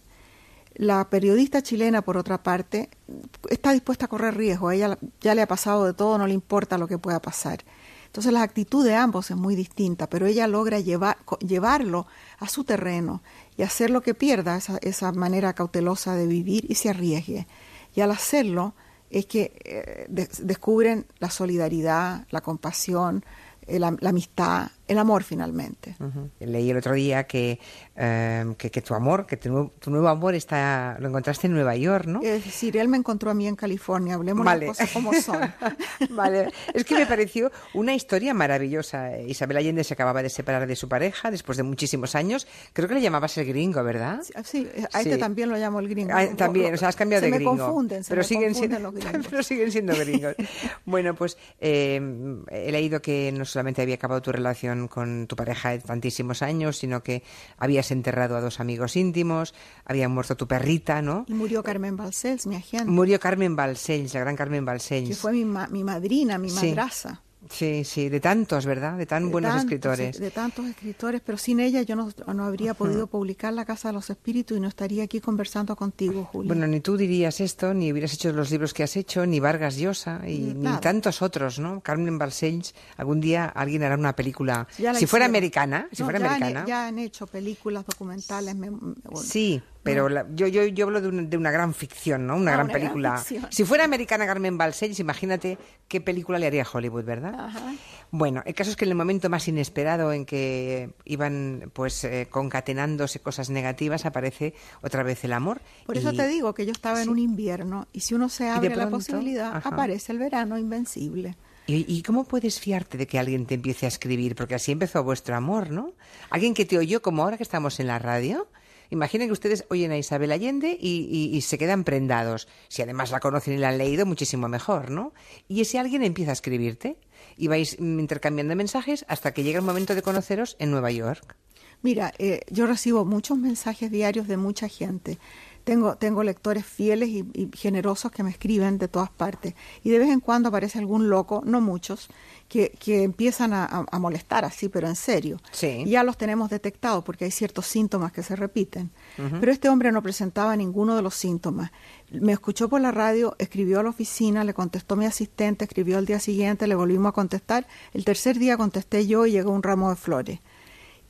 La periodista chilena, por otra parte, está dispuesta a correr riesgo. A ella ya le ha pasado de todo, no le importa lo que pueda pasar. Entonces la actitud de ambos es muy distinta, pero ella logra llevar, llevarlo a su terreno y hacer lo que pierda esa, esa manera cautelosa de vivir y se arriesgue. Y al hacerlo, es que eh, de, descubren la solidaridad, la compasión, eh, la, la amistad, el amor finalmente. Uh-huh. Leí el otro día que, eh, que, que tu amor, que tu, tu nuevo amor está, lo encontraste en Nueva York, ¿no? Es decir, él me encontró a mí en California, hablemos vale. las cosas como son. Vale, es que me pareció una historia maravillosa. Isabel Allende se acababa de separar de su pareja después de muchísimos años. Creo que le llamabas el gringo, ¿verdad? Sí, sí a este sí. también lo llamo el gringo. Ah, también, o sea, has cambiado se de gringo. Se me confunden, se pero me siguen confunden siendo, los gringos. Pero siguen siendo gringos. Bueno, pues eh, he leído que no solamente había acabado tu relación con tu pareja de tantísimos años, sino que habías enterrado a dos amigos íntimos, había muerto tu perrita, ¿no? Y murió Carmen Balcells, mi agente. Murió Carmen Balcells, la gran Carmen Balcells. Que fue mi, ma- mi madrina, mi sí. madraza. Sí, sí, de tantos, ¿verdad? De tan de buenos tantos, escritores. De tantos escritores, pero sin ella yo no, no habría uh-huh. podido publicar La Casa de los Espíritus y no estaría aquí conversando contigo, Julia. Bueno, ni tú dirías esto, ni hubieras hecho los libros que has hecho, ni Vargas Llosa, y Nada. Ni tantos otros, ¿no? Carmen Balcells, algún día alguien hará una película, si hicieron. fuera americana, si no, fuera ya americana. Han, ya han hecho películas, documentales. Me, bueno, sí. Pero la, yo, yo, yo hablo de, un, de una gran ficción, ¿no? Una ah, gran una película. Gran si fuera americana Carmen Balcells, imagínate qué película le haría a Hollywood, ¿verdad? Ajá. Bueno, el caso es que en el momento más inesperado en que iban pues eh, concatenándose cosas negativas, aparece otra vez el amor. Por y... eso te digo que yo estaba sí. en un invierno y si uno se abre pronto, la posibilidad, ajá. aparece el verano invencible. ¿Y, ¿Y cómo puedes fiarte de que alguien te empiece a escribir? Porque así empezó vuestro amor, ¿no? Alguien que te oyó como ahora que estamos en la radio. Imaginen que ustedes oyen a Isabel Allende y, y, y se quedan prendados. Si además la conocen y la han leído, muchísimo mejor, ¿no? Y ese alguien empieza a escribirte y vais intercambiando mensajes hasta que llega el momento de conoceros en Nueva York. Mira, eh, yo recibo muchos mensajes diarios de mucha gente. Tengo, tengo lectores fieles y, y generosos que me escriben de todas partes. Y de vez en cuando aparece algún loco, no muchos, que, que empiezan a, a molestar así, pero en serio. Sí. Y ya los tenemos detectados porque hay ciertos síntomas que se repiten. Uh-huh. Pero este hombre no presentaba ninguno de los síntomas. Me escuchó por la radio, escribió a la oficina, le contestó mi asistente, escribió al día siguiente, le volvimos a contestar. El tercer día contesté yo y llegó un ramo de flores.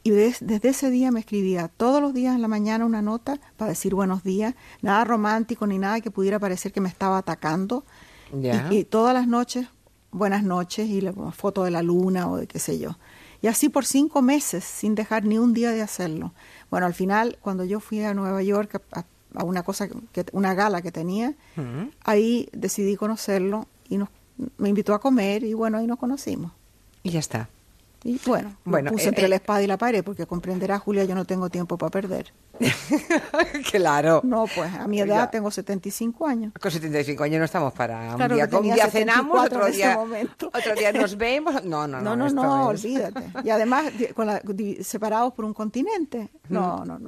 Y des, desde ese día me escribía todos los días en la mañana una nota para decir buenos días, nada romántico ni nada que pudiera parecer que me estaba atacando. Ya. Y, y todas las noches, buenas noches, y la foto de la luna o de qué sé yo. Y así por cinco meses, sin dejar ni un día de hacerlo. Bueno, al final, cuando yo fui a Nueva York a, a una cosa, que, una gala que tenía, uh-huh. ahí decidí conocerlo y nos, me invitó a comer y bueno, ahí nos conocimos. Y ya está. Y bueno, bueno puse eh, entre eh, la espada y la pared, porque comprenderá, Julia, yo no tengo tiempo para perder. Claro. No, pues a mi edad ya. Tengo setenta y cinco años. Con setenta y cinco años no estamos para un claro día, un día cenamos, otro día, otro día nos vemos. No, no, no. No, no, no, no es... olvídate. Y además, con la, separados por un continente. No, no, no.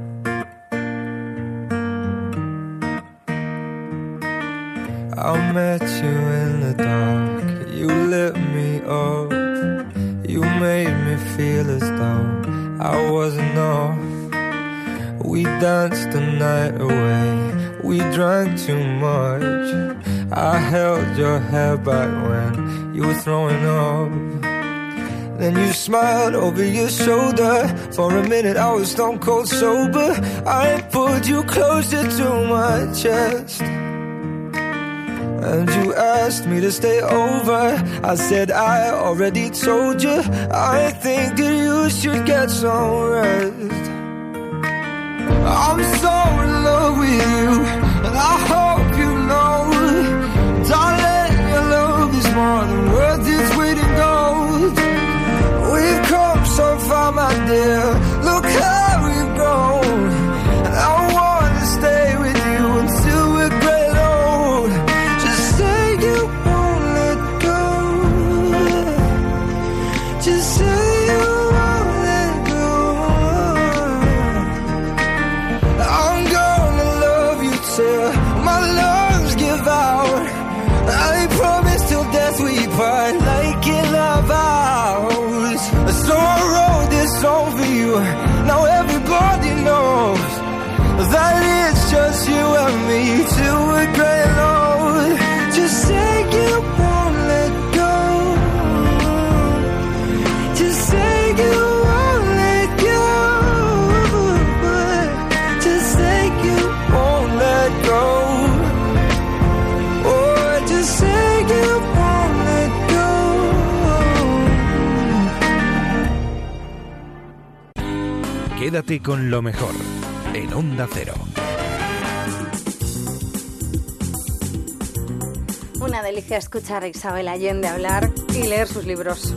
I met you in the dark, you lit me up. You made me feel as though I wasn't off. We danced the night away, we drank too much. I held your hair back when you were throwing up. Then you smiled over your shoulder. For a minute I was stone cold sober. I pulled you closer to my chest, and you asked me to stay over. I said I already told you. I think that you should get some rest. I'm so in love with you, and I hope you know, darling, your love is more than worth its weight in gold. We've come so far, my dear, look how we've grown. And I want to stay with you until we're great old. Just say you won't let go. Just say you won't let go. I'm gonna love you till my lungs give out. I promise till death we part, like in our vows. So I wrote this song for you. Now everybody knows that it's just you and me till we're growing old. Just say you won't let go. Just say you won't let go. Just say you won't let go. Oh, just say you won't let go. Quédate con lo mejor en Onda Cero. Una delicia escuchar a Isabel Allende hablar y leer sus libros.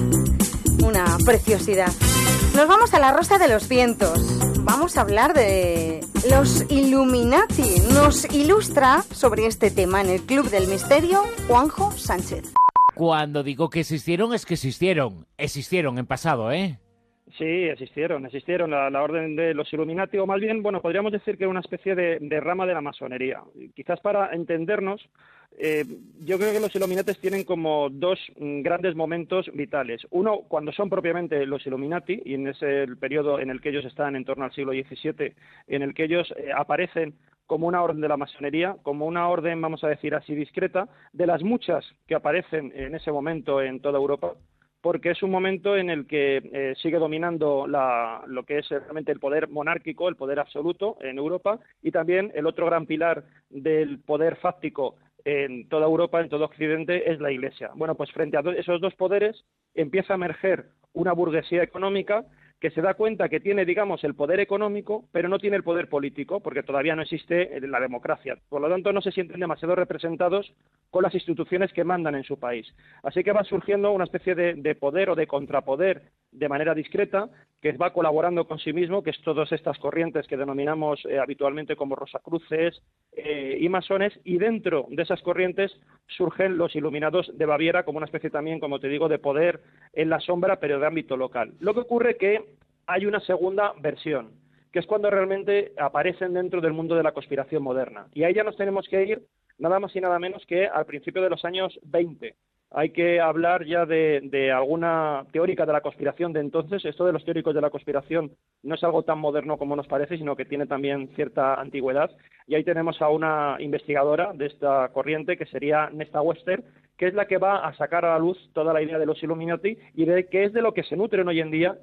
Una preciosidad. Nos vamos a la Rosa de los Vientos. Vamos a hablar de los Illuminati. Nos ilustra sobre este tema en el Club del Misterio Juanjo Sánchez. Cuando digo que existieron, es que existieron. Existieron en pasado, ¿eh? Sí, existieron, existieron la, la orden de los Illuminati, o más bien, bueno, podríamos decir que era una especie de, de rama de la masonería. Quizás para entendernos, eh, yo creo que los Illuminati tienen como dos mm, grandes momentos vitales. Uno, cuando son propiamente los Illuminati, y en ese el periodo en el que ellos están, en torno al siglo diecisiete, en el que ellos eh, aparecen como una orden de la masonería, como una orden, vamos a decir así, discreta, de las muchas que aparecen en ese momento en toda Europa, porque es un momento en el que eh, sigue dominando la, lo que es realmente el poder monárquico, el poder absoluto en Europa, y también el otro gran pilar del poder fáctico en toda Europa, en todo Occidente, es la Iglesia. Bueno, pues frente a esos dos poderes empieza a emerger una burguesía económica que se da cuenta que tiene, digamos, el poder económico, pero no tiene el poder político, porque todavía no existe la democracia. Por lo tanto, no se sienten demasiado representados con las instituciones que mandan en su país. Así que va surgiendo una especie de, de poder o de contrapoder de manera discreta, que va colaborando con sí mismo, que es todas estas corrientes que denominamos eh, habitualmente como rosacruces eh, y masones, y dentro de esas corrientes surgen los iluminados de Baviera como una especie también, como te digo, de poder en la sombra, pero de ámbito local. Lo que ocurre que hay una segunda versión, que es cuando realmente aparecen dentro del mundo de la conspiración moderna. Y ahí ya nos tenemos que ir nada más y nada menos que al principio de los años veinte. Hay que hablar ya de, de alguna teórica de la conspiración de entonces. Esto de los teóricos de la conspiración no es algo tan moderno como nos parece, sino que tiene también cierta antigüedad. Y ahí tenemos a una investigadora de esta corriente, que sería Nesta Webster, que es la que va a sacar a la luz toda la idea de los Illuminati y de qué es de lo que se nutren hoy en día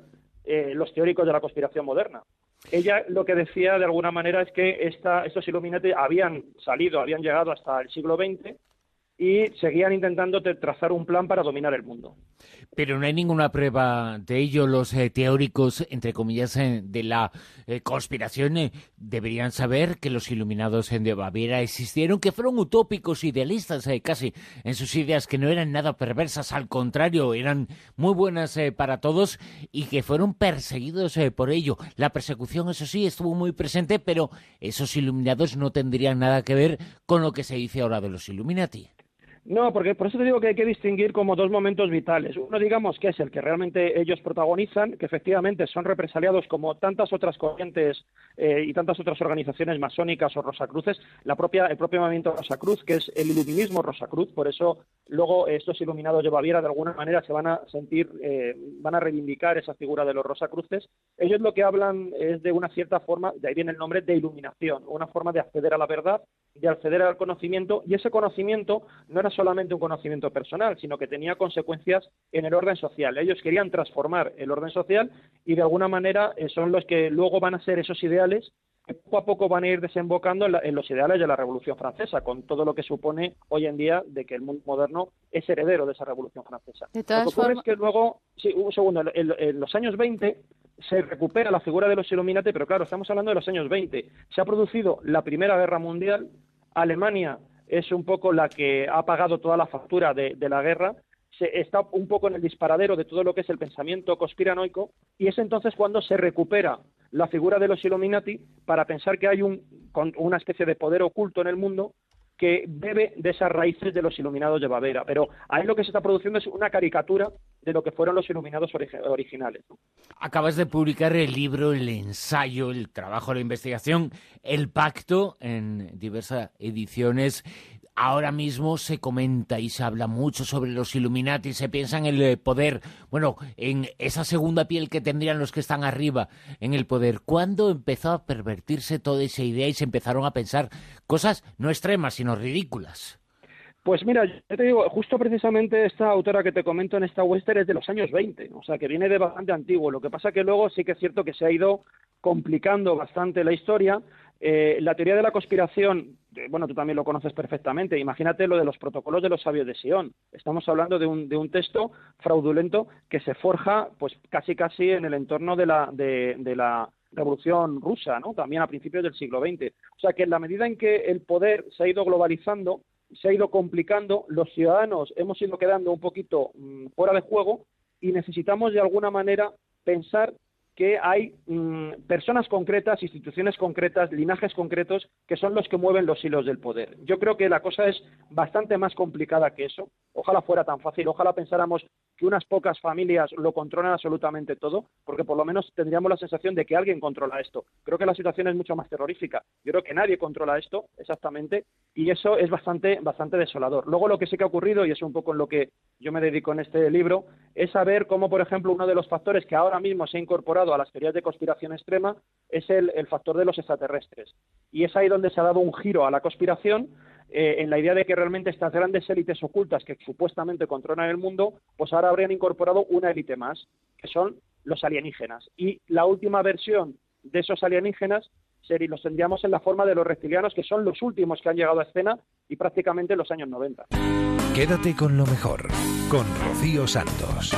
eh, los teóricos de la conspiración moderna. Ella lo que decía de alguna manera es que esta, estos Illuminati habían salido, habían llegado hasta el siglo veinte y seguían intentando trazar un plan para dominar el mundo. Pero no hay ninguna prueba de ello. Los eh, teóricos, entre comillas, eh, de la eh, conspiración eh, deberían saber que los iluminados eh, de Baviera existieron, que fueron utópicos, idealistas eh, casi en sus ideas, que no eran nada perversas, al contrario, eran muy buenas eh, para todos y que fueron perseguidos eh, por ello. La persecución, eso sí, estuvo muy presente, pero esos iluminados no tendrían nada que ver con lo que se dice ahora de los Illuminati. No, porque por eso te digo que hay que distinguir como dos momentos vitales. Uno, digamos, que es el que realmente ellos protagonizan, que efectivamente son represaliados como tantas otras corrientes eh, y tantas otras organizaciones masónicas o rosacruces, la propia, el propio movimiento Rosacruz, que es el iluminismo Rosacruz. Por eso luego estos iluminados de Baviera de alguna manera se van a sentir, eh, van a reivindicar esa figura de los Rosacruces. Ellos lo que hablan es de una cierta forma, de ahí viene el nombre de iluminación, una forma de acceder a la verdad, de acceder al conocimiento, y ese conocimiento no era solamente un conocimiento personal, sino que tenía consecuencias en el orden social. Ellos querían transformar el orden social y de alguna manera eh, son los que luego van a ser esos ideales que poco a poco van a ir desembocando en, la, en los ideales de la Revolución Francesa, con todo lo que supone hoy en día de que el mundo moderno es heredero de esa Revolución Francesa. De todas lo que ocurre formas... es que luego, sí, un segundo, en, en los años veinte se recupera la figura de los Illuminati, pero claro, estamos hablando de los años veinte. Se ha producido la Primera Guerra Mundial, Alemania es un poco la que ha pagado toda la factura de, de la guerra, se está un poco en el disparadero de todo lo que es el pensamiento conspiranoico, y es entonces cuando se recupera la figura de los Illuminati para pensar que hay un, una especie de poder oculto en el mundo que bebe de esas raíces de los iluminados de Baviera. Pero ahí lo que se está produciendo es una caricatura de lo que fueron los iluminados origi- originales, ¿no? Acabas de publicar el libro, el ensayo, el trabajo, la investigación, El Pacto, en diversas ediciones. Ahora mismo se comenta y se habla mucho sobre los Illuminati, se piensa en el poder, bueno, en esa segunda piel que tendrían los que están arriba en el poder. ¿Cuándo empezó a pervertirse toda esa idea y se empezaron a pensar cosas no extremas, sino ridículas? Pues mira, yo te digo, justo precisamente esta autora que te comento en esta western es de los años veinte, o sea, que viene de bastante antiguo. Lo que pasa que luego sí que es cierto que se ha ido complicando bastante la historia. Eh, la teoría de la conspiración, eh, bueno, tú también lo conoces perfectamente. Imagínate lo de los protocolos de los sabios de Sion. Estamos hablando de un, de un texto fraudulento que se forja, pues casi casi en el entorno de la, de, de la Revolución Rusa, ¿no? También a principios del siglo veinte. O sea, que en la medida en que el poder se ha ido globalizando, se ha ido complicando, los ciudadanos hemos ido quedando un poquito mmm, fuera de juego y necesitamos de alguna manera pensar que hay mmm, personas concretas, instituciones concretas, linajes concretos que son los que mueven los hilos del poder. Yo creo que la cosa es bastante más complicada que eso. Ojalá fuera tan fácil, ojalá pensáramos que unas pocas familias lo controlan absolutamente todo, porque por lo menos tendríamos la sensación de que alguien controla esto. Creo que la situación es mucho más terrorífica. Yo creo que nadie controla esto exactamente y eso es bastante, bastante desolador. Luego lo que sí que ha ocurrido, y es un poco en lo que yo me dedico en este libro, es saber cómo, por ejemplo, uno de los factores que ahora mismo se ha incorporado a las teorías de conspiración extrema es el, el factor de los extraterrestres. Y es ahí donde se ha dado un giro a la conspiración, eh, en la idea de que realmente estas grandes élites ocultas que supuestamente controlan el mundo, pues ahora habrían incorporado una élite más, que son los alienígenas. Y la última versión de esos alienígenas sería, los tendríamos en la forma de los reptilianos, que son los últimos que han llegado a escena y prácticamente en los años noventa. Quédate con lo mejor, con Rocío Santos.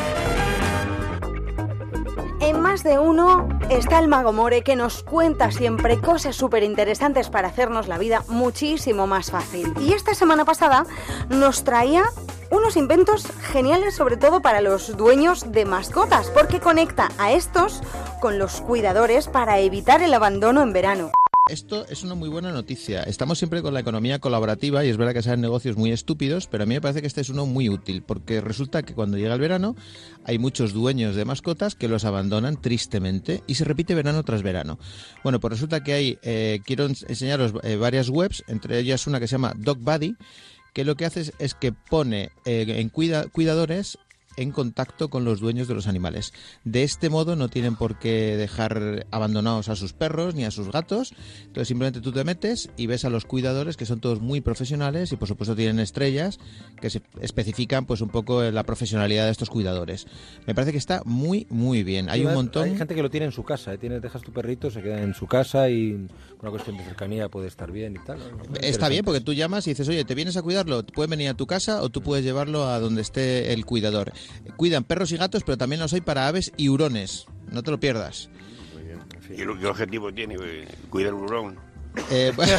En Más de Uno está el Mago More, que nos cuenta siempre cosas súper interesantes para hacernos la vida muchísimo más fácil. Y esta semana pasada nos traía unos inventos geniales, sobre todo para los dueños de mascotas, porque conecta a estos con los cuidadores para evitar el abandono en verano. Esto es una muy buena noticia. Estamos siempre con la economía colaborativa y es verdad que salen negocios muy estúpidos, pero a mí me parece que este es uno muy útil, porque resulta que cuando llega el verano hay muchos dueños de mascotas que los abandonan tristemente y se repite verano tras verano. Bueno, pues resulta que hay, eh, quiero enseñaros eh, varias webs, entre ellas una que se llama Dog Buddy, que lo que hace es, es que pone eh, en cuida, cuidadores en contacto con los dueños de los animales. De este modo no tienen por qué dejar abandonados a sus perros ni a sus gatos. Entonces simplemente tú te metes y ves a los cuidadores, que son todos muy profesionales y por supuesto tienen estrellas que se especifican pues un poco la profesionalidad de estos cuidadores. Me parece que está muy muy bien. Hay un montón. Hay gente que lo tiene en su casa, ¿eh? Tienes, dejas tu perrito, se queda en su casa y una cuestión de cercanía puede estar bien y tal. Está bien porque tú llamas y dices, oye, ¿te vienes a cuidarlo? Pueden venir a tu casa o tú puedes llevarlo a donde esté el cuidador. Cuidan perros y gatos, pero también los hay para aves y hurones. No te lo pierdas. Muy bien. ¿Y el, qué objetivo tiene? ¿Cuidar un hurón? Eh, bueno,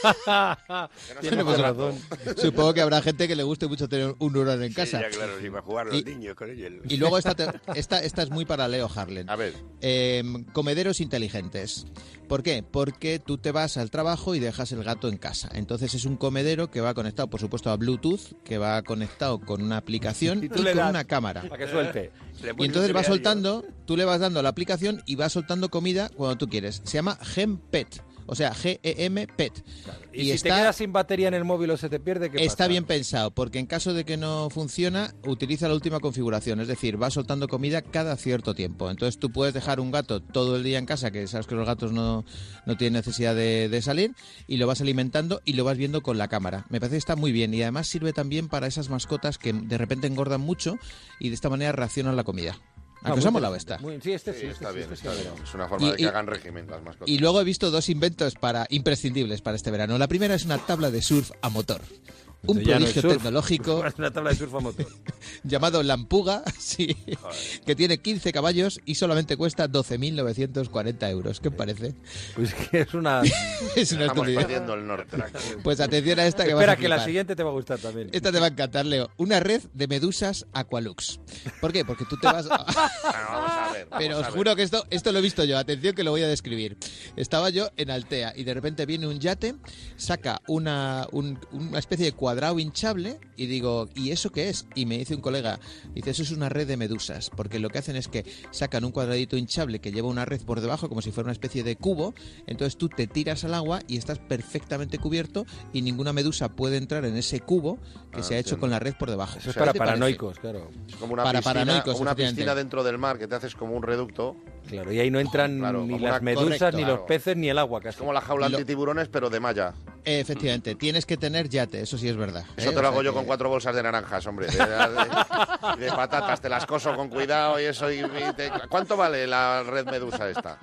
Tiene pues, razón. Supongo que habrá gente que le guste mucho tener un hurón en casa. Sí, ya, claro, si va a jugar los y, niños con ellos. Y luego esta, te, esta, esta es muy para Leo Harlen. A ver. Eh, comederos inteligentes. ¿Por qué? Porque tú te vas al trabajo y dejas el gato en casa. Entonces es un comedero que va conectado, por supuesto, a Bluetooth, que va conectado con una aplicación y, y con das, una cámara. Para que suelte. Y entonces va soltando, tú le vas dando a la aplicación y va soltando comida cuando tú quieres. Se llama GemPet. O sea, G E M Pet. Claro. Y, y si está, te quedas sin batería en el móvil o se te pierde, ¿qué pasa? Está bien pensado, porque en caso de que no funciona, utiliza la última configuración. Es decir, va soltando comida cada cierto tiempo. Entonces tú puedes dejar un gato todo el día en casa, que sabes que los gatos no, no tienen necesidad de, de salir, y lo vas alimentando y lo vas viendo con la cámara. Me parece que está muy bien. Y además sirve también para esas mascotas que de repente engordan mucho y de esta manera reaccionan a la comida. Aunque os ha molado esta. Muy, sí, este sí, sí este está sí, bien, este está sí, bien. Es una forma y, de que y, hagan régimen las mascotas. Y luego he visto dos inventos para imprescindibles para este verano. La primera es una tabla de surf a motor. Un ya prodigio no es tecnológico una tabla de surf a motor. llamado Lampuga, sí, que tiene quince caballos y solamente cuesta doce mil novecientos cuarenta euros. ¿Qué os parece? Pues que es una... es una Estamos estupidez. perdiendo el norte. Pues atención a esta que Espera, vas a que la flipar. siguiente te va a gustar también. Esta te va a encantar, Leo. Una red de medusas Aqualux. ¿Por qué? Porque tú te vas... Bueno, vamos a ver. Vamos Pero a os ver. juro que esto, esto lo he visto yo. Atención que lo voy a describir. Estaba yo en Altea y de repente viene un yate, saca una, un- una especie de cuadrado hinchable y digo, ¿y eso qué es? Y me dice un colega, dice, eso es una red de medusas, porque lo que hacen es que sacan un cuadradito hinchable que lleva una red por debajo como si fuera una especie de cubo, entonces tú te tiras al agua y estás perfectamente cubierto y ninguna medusa puede entrar en ese cubo que Ah, se ha hecho entiendo. con la red por debajo. Eso es ¿Qué para te parece? paranoicos, claro. Es como una Para piscina, paranoicos, una efectivamente. piscina dentro del mar que te haces como un reducto. Claro, y ahí no entran Claro, ni como las una- medusas, correcto, ni claro. los peces, ni el agua. Casi. Es como la jaula Lo- antitiburones, pero de malla. Eh, Efectivamente, tienes que tener yate, eso sí es verdad. Eso ¿eh? te O lo sea hago yo que- con cuatro bolsas de naranjas, hombre. De, de- de patatas, te las coso con cuidado y eso. Y, y te- ¿Cuánto vale la red medusa esta?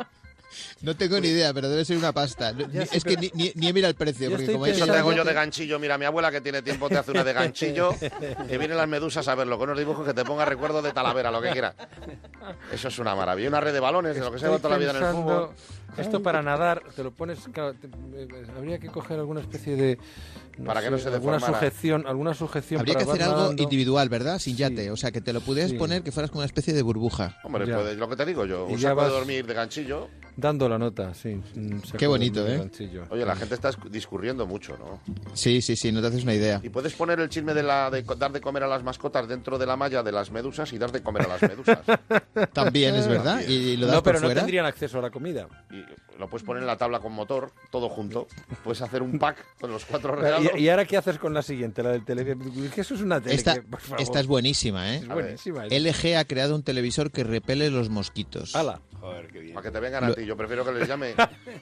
No tengo ni idea, pero debe ser una pasta. No- Ya es sé, que pero- ni, ni- ni he mirado el precio. Yo Porque estoy como hay Eso que te hago dar yo de yate- ganchillo. Mira, mi abuela que tiene tiempo te hace una de ganchillo. Que vienen las medusas a verlo, con unos dibujos que te ponga recuerdo de Talavera, lo que quiera. Eso es una maravilla. Una red de balones, de lo que se lleva Estoy toda la vida en el pensando, fútbol. Esto para nadar, te lo pones... claro, te- eh, habría que coger alguna especie de... Para que no se alguna deformara. sujeción, alguna sujeción Habría que para hacer vas algo nadando. individual, ¿verdad? Sin yate. O sea, que te lo pudieras Sí. poner que fueras como una especie de burbuja. Hombre, Ya. pues, lo que te digo yo. Y Un ya saco de vas- dormir de ganchillo. Dando la nota, sí. un saco Qué bonito, de ¿eh? ganchillo. Oye, la gente está discurriendo mucho, ¿no? Sí, sí, sí, no te haces una idea. Y puedes poner el chisme de, la, de co- dar de comer a las mascotas dentro de la malla de las medusas y dar de comer a las medusas. También es verdad. Y lo das No, pero por no fuera. tendrían acceso a la comida. Y lo puedes poner en la tabla con motor, todo junto. Puedes hacer un pack con los cuatro regalos. ¿Y, y ahora qué haces con la siguiente, la del teléfono? Es que eso es una tele Esta, que, por favor. esta es buenísima, ¿eh? Es buenísima. L G ha creado un televisor que repele los mosquitos. Ala. Joder, qué bien. Para que te vengan a Lo- ti, yo prefiero que les llame.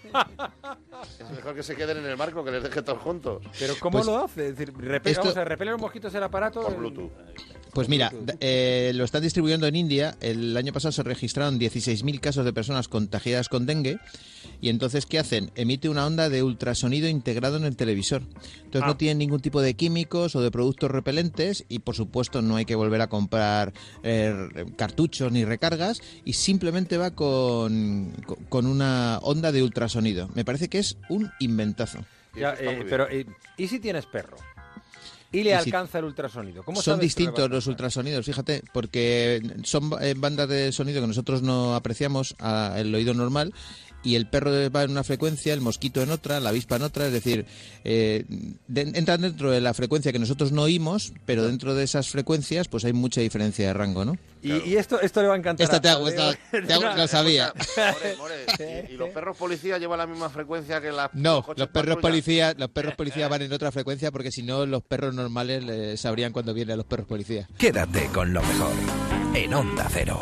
Es mejor que se queden en el marco que les deje todos juntos. Pero ¿cómo Pues, lo hace? Es decir, repele, esto- vamos a repele los mosquitos el aparato. Por el- Bluetooth. Pues mira, d- eh, lo están distribuyendo en India. El año pasado se registraron dieciséis mil casos de personas contagiadas con dengue. Y entonces, ¿qué hacen? Emite una onda de ultrasonido integrado en el televisor. Entonces Ah. no tienen ningún tipo de químicos o de productos repelentes y, por supuesto, no hay que volver a comprar eh, cartuchos ni recargas y simplemente va con, con una onda de ultrasonido. Me parece que es un inventazo. Ya, Eso está eh, muy pero, eh, ¿y si tienes perro? Y le Y si- alcanza el ultrasonido. ¿Cómo Son sabes que le va a distintos los alcanzar? ultrasonidos, fíjate, porque son eh, bandas de sonido que nosotros no apreciamos al oído normal y el perro va en una frecuencia, el mosquito en otra, la avispa en otra, es decir, eh, de, entran dentro de la frecuencia que nosotros no oímos, pero dentro de esas frecuencias pues hay mucha diferencia de rango, ¿no? Y, y esto, esto le va a encantar. Esta te a ha gustado, te ha, lo sabía. More, more. ¿Y, ¿Y los perros policías llevan la misma frecuencia que la No, los, los perros policías, los perros policías van en otra frecuencia porque si no los perros normales eh, sabrían cuándo vienen los perros policías. Quédate con lo mejor en Onda Cero.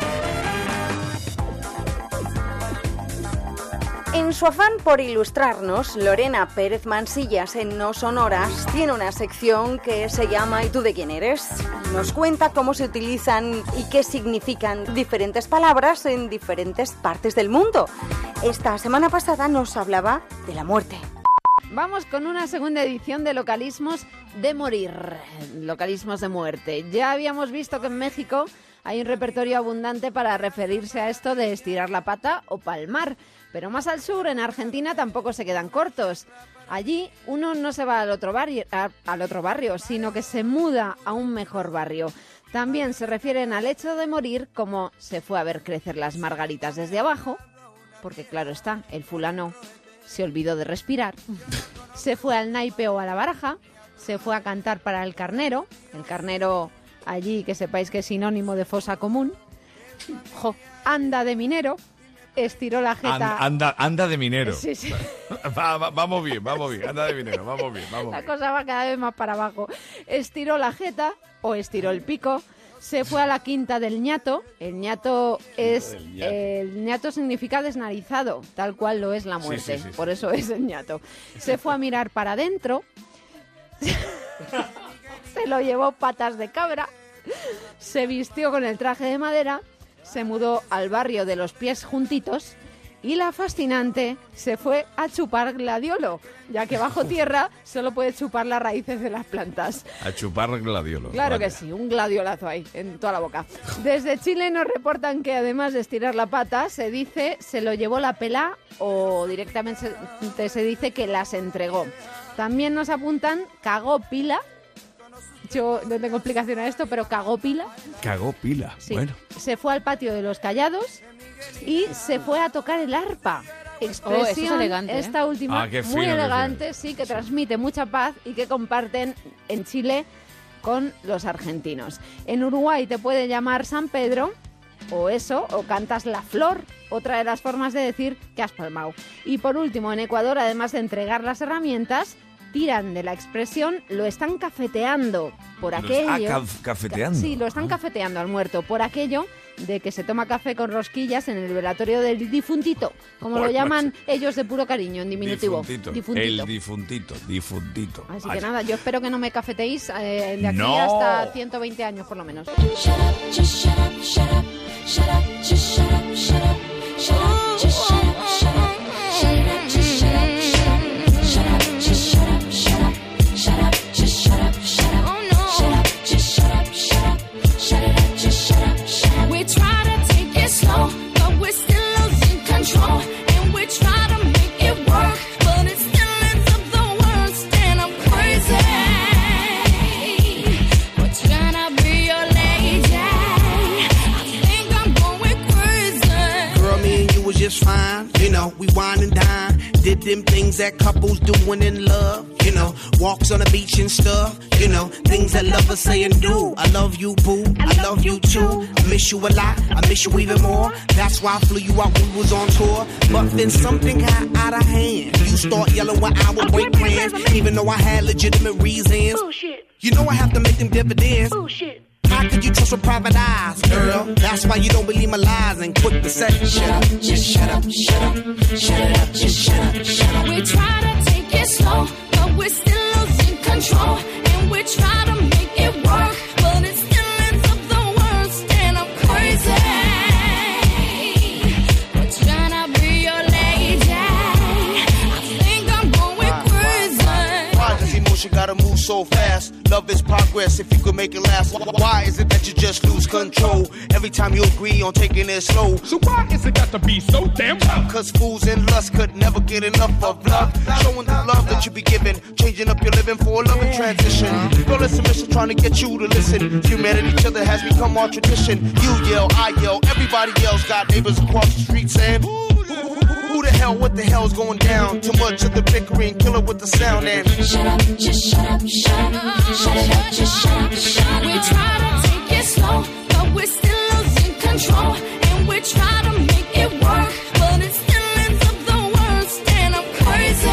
En su afán por ilustrarnos, Lorena Pérez Mansillas en No Sonoras tiene una sección que se llama ¿Y tú de quién eres? Nos cuenta cómo se utilizan y qué significan diferentes palabras en diferentes partes del mundo. Esta semana pasada nos hablaba de la muerte. Vamos con una segunda edición de Localismos de Morir, Localismos de Muerte. Ya habíamos visto que en México hay un repertorio abundante para referirse a esto de estirar la pata o palmar. Pero más al sur, en Argentina, tampoco se quedan cortos. Allí uno no se va al otro barrio, a, al otro barrio, sino que se muda a un mejor barrio. También se refieren al hecho de morir como se fue a ver crecer las margaritas desde abajo, porque claro está, el fulano se olvidó de respirar. Se fue al naipe o a la baraja, se fue a cantar para el carnero, el carnero allí que sepáis que es sinónimo de fosa común. Jo, anda de minero. Estiró la jeta. Anda, anda, anda de minero. Sí, sí. Va, va, vamos bien, vamos bien. Anda de minero, vamos bien, vamos La bien. cosa va cada vez más para abajo. Estiró la jeta o estiró el pico. Se fue a la quinta del ñato. El ñato es el ñato, el ñato significa desnarizado, tal cual lo es la muerte. Sí, sí, sí, Por eso es el ñato. Se fue a mirar para adentro. Se lo llevó patas de cabra. Se vistió con el traje de madera. Se mudó al barrio de los pies juntitos y la fascinante se fue a chupar gladiolo, ya que bajo tierra solo puede chupar las raíces de las plantas. A chupar gladiolo. Claro vaya. Que sí, un gladiolazo ahí, en toda la boca. Desde Chile nos reportan que además de estirar la pata, se dice se lo llevó la pela o directamente se, se dice que las entregó. También nos apuntan cagó pila. Yo no tengo explicación a esto, pero cagó pila. Cagó pila, sí. Bueno. Se fue al patio de los Callados y se fue a tocar el arpa. Expresión, oh, eso es elegante, esta ¿eh? última, ah, qué fino, muy qué elegante, fino. sí, que transmite mucha paz y que comparten en Chile con los argentinos. En Uruguay te puede llamar San Pedro, o eso, o cantas la flor, otra de las formas de decir que has palmado. Y por último, en Ecuador, además de entregar las herramientas, tiran de la expresión lo están cafeteando por Los- aquello. ah, caf- cafeteando. Sí, lo están cafeteando al muerto por aquello de que se toma café con rosquillas en el velatorio del difuntito, como lo Bueno, llaman ellos de puro cariño, en diminutivo. Difuntito. Difuntito. El difuntito, difuntito. Así Vaya. que nada, yo espero que no me cafeteéis eh, de aquí No. hasta ciento veinte años por lo menos. We try to take it slow, but we're still losing control. And we try to make it work, but it still ends up the worst. And I'm crazy. We're trying to be your lady. I think I'm going crazy. Girl, me and you was just fine. You know, we wine and dine. Did them things that couples do when in love. You know, walks on the beach and stuff. You know, things that lovers say and do. I love you, boo. I love you too. I miss you a lot. I miss you even more. That's why I flew you out when we was on tour. But then something got out of hand. You start yelling when I would break plans, even though I had legitimate reasons. You know I have to make them dividends. How could you trust with private eyes, girl? That's why you don't believe my lies and quick to say, shut up, just shut up, shut up, shut it up, just shut up, shut up. We try to take it slow, but we're still losing control. And we try to make it work, but it still ends up the worst. And I'm crazy. We're trying to be your lady. I think I'm going crazy. Why does emotion gotta move so fast? Love is progress if you could make it last. Why is it that you just lose control every time you agree on taking it slow? So why is it got to be so damn tough? Cause fools in lust could never get enough of love. Showing the love that you be giving, changing up your living for a loving transition. Girl, it's a mission trying to get you to listen. Humanity, each other has become our tradition. You yell, I yell, everybody else got neighbors across the street saying, Who the hell, what the hell's going down? Too much of the bickering, kill it with the sound and Shut up, just shut up, shut up, shut it up, just shut up, shut up. We try to take it slow, but we're still losing control, and we try to make it work, but it still ends up the worst, and I'm crazy.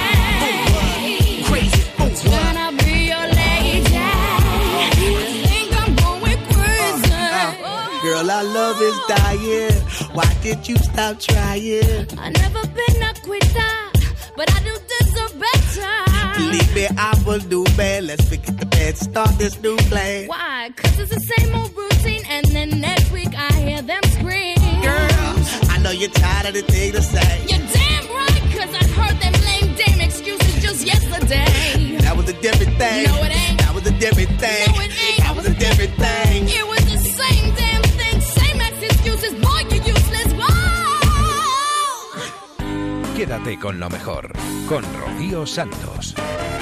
crazy. Oh, Can I be your lady? I think I'm going crazy. Girl, our love is dying. Why did you stop trying? I never been a quitter, but I do deserve better. Believe me, I will do bad. Let's forget the bad, start this new plan. Why? Cause it's the same old routine, and then next week I hear them scream. Girl, I know you're tired of the thing to say. You're damn right, cause I heard them lame dame excuses just yesterday. That was a different thing. No, it ain't. That was a different thing. No, it ain't. That was a different thing. It was the same damn thing, same ex excuses. Boy, you useless. Whoa! Quédate con lo mejor, con Rocío Santos.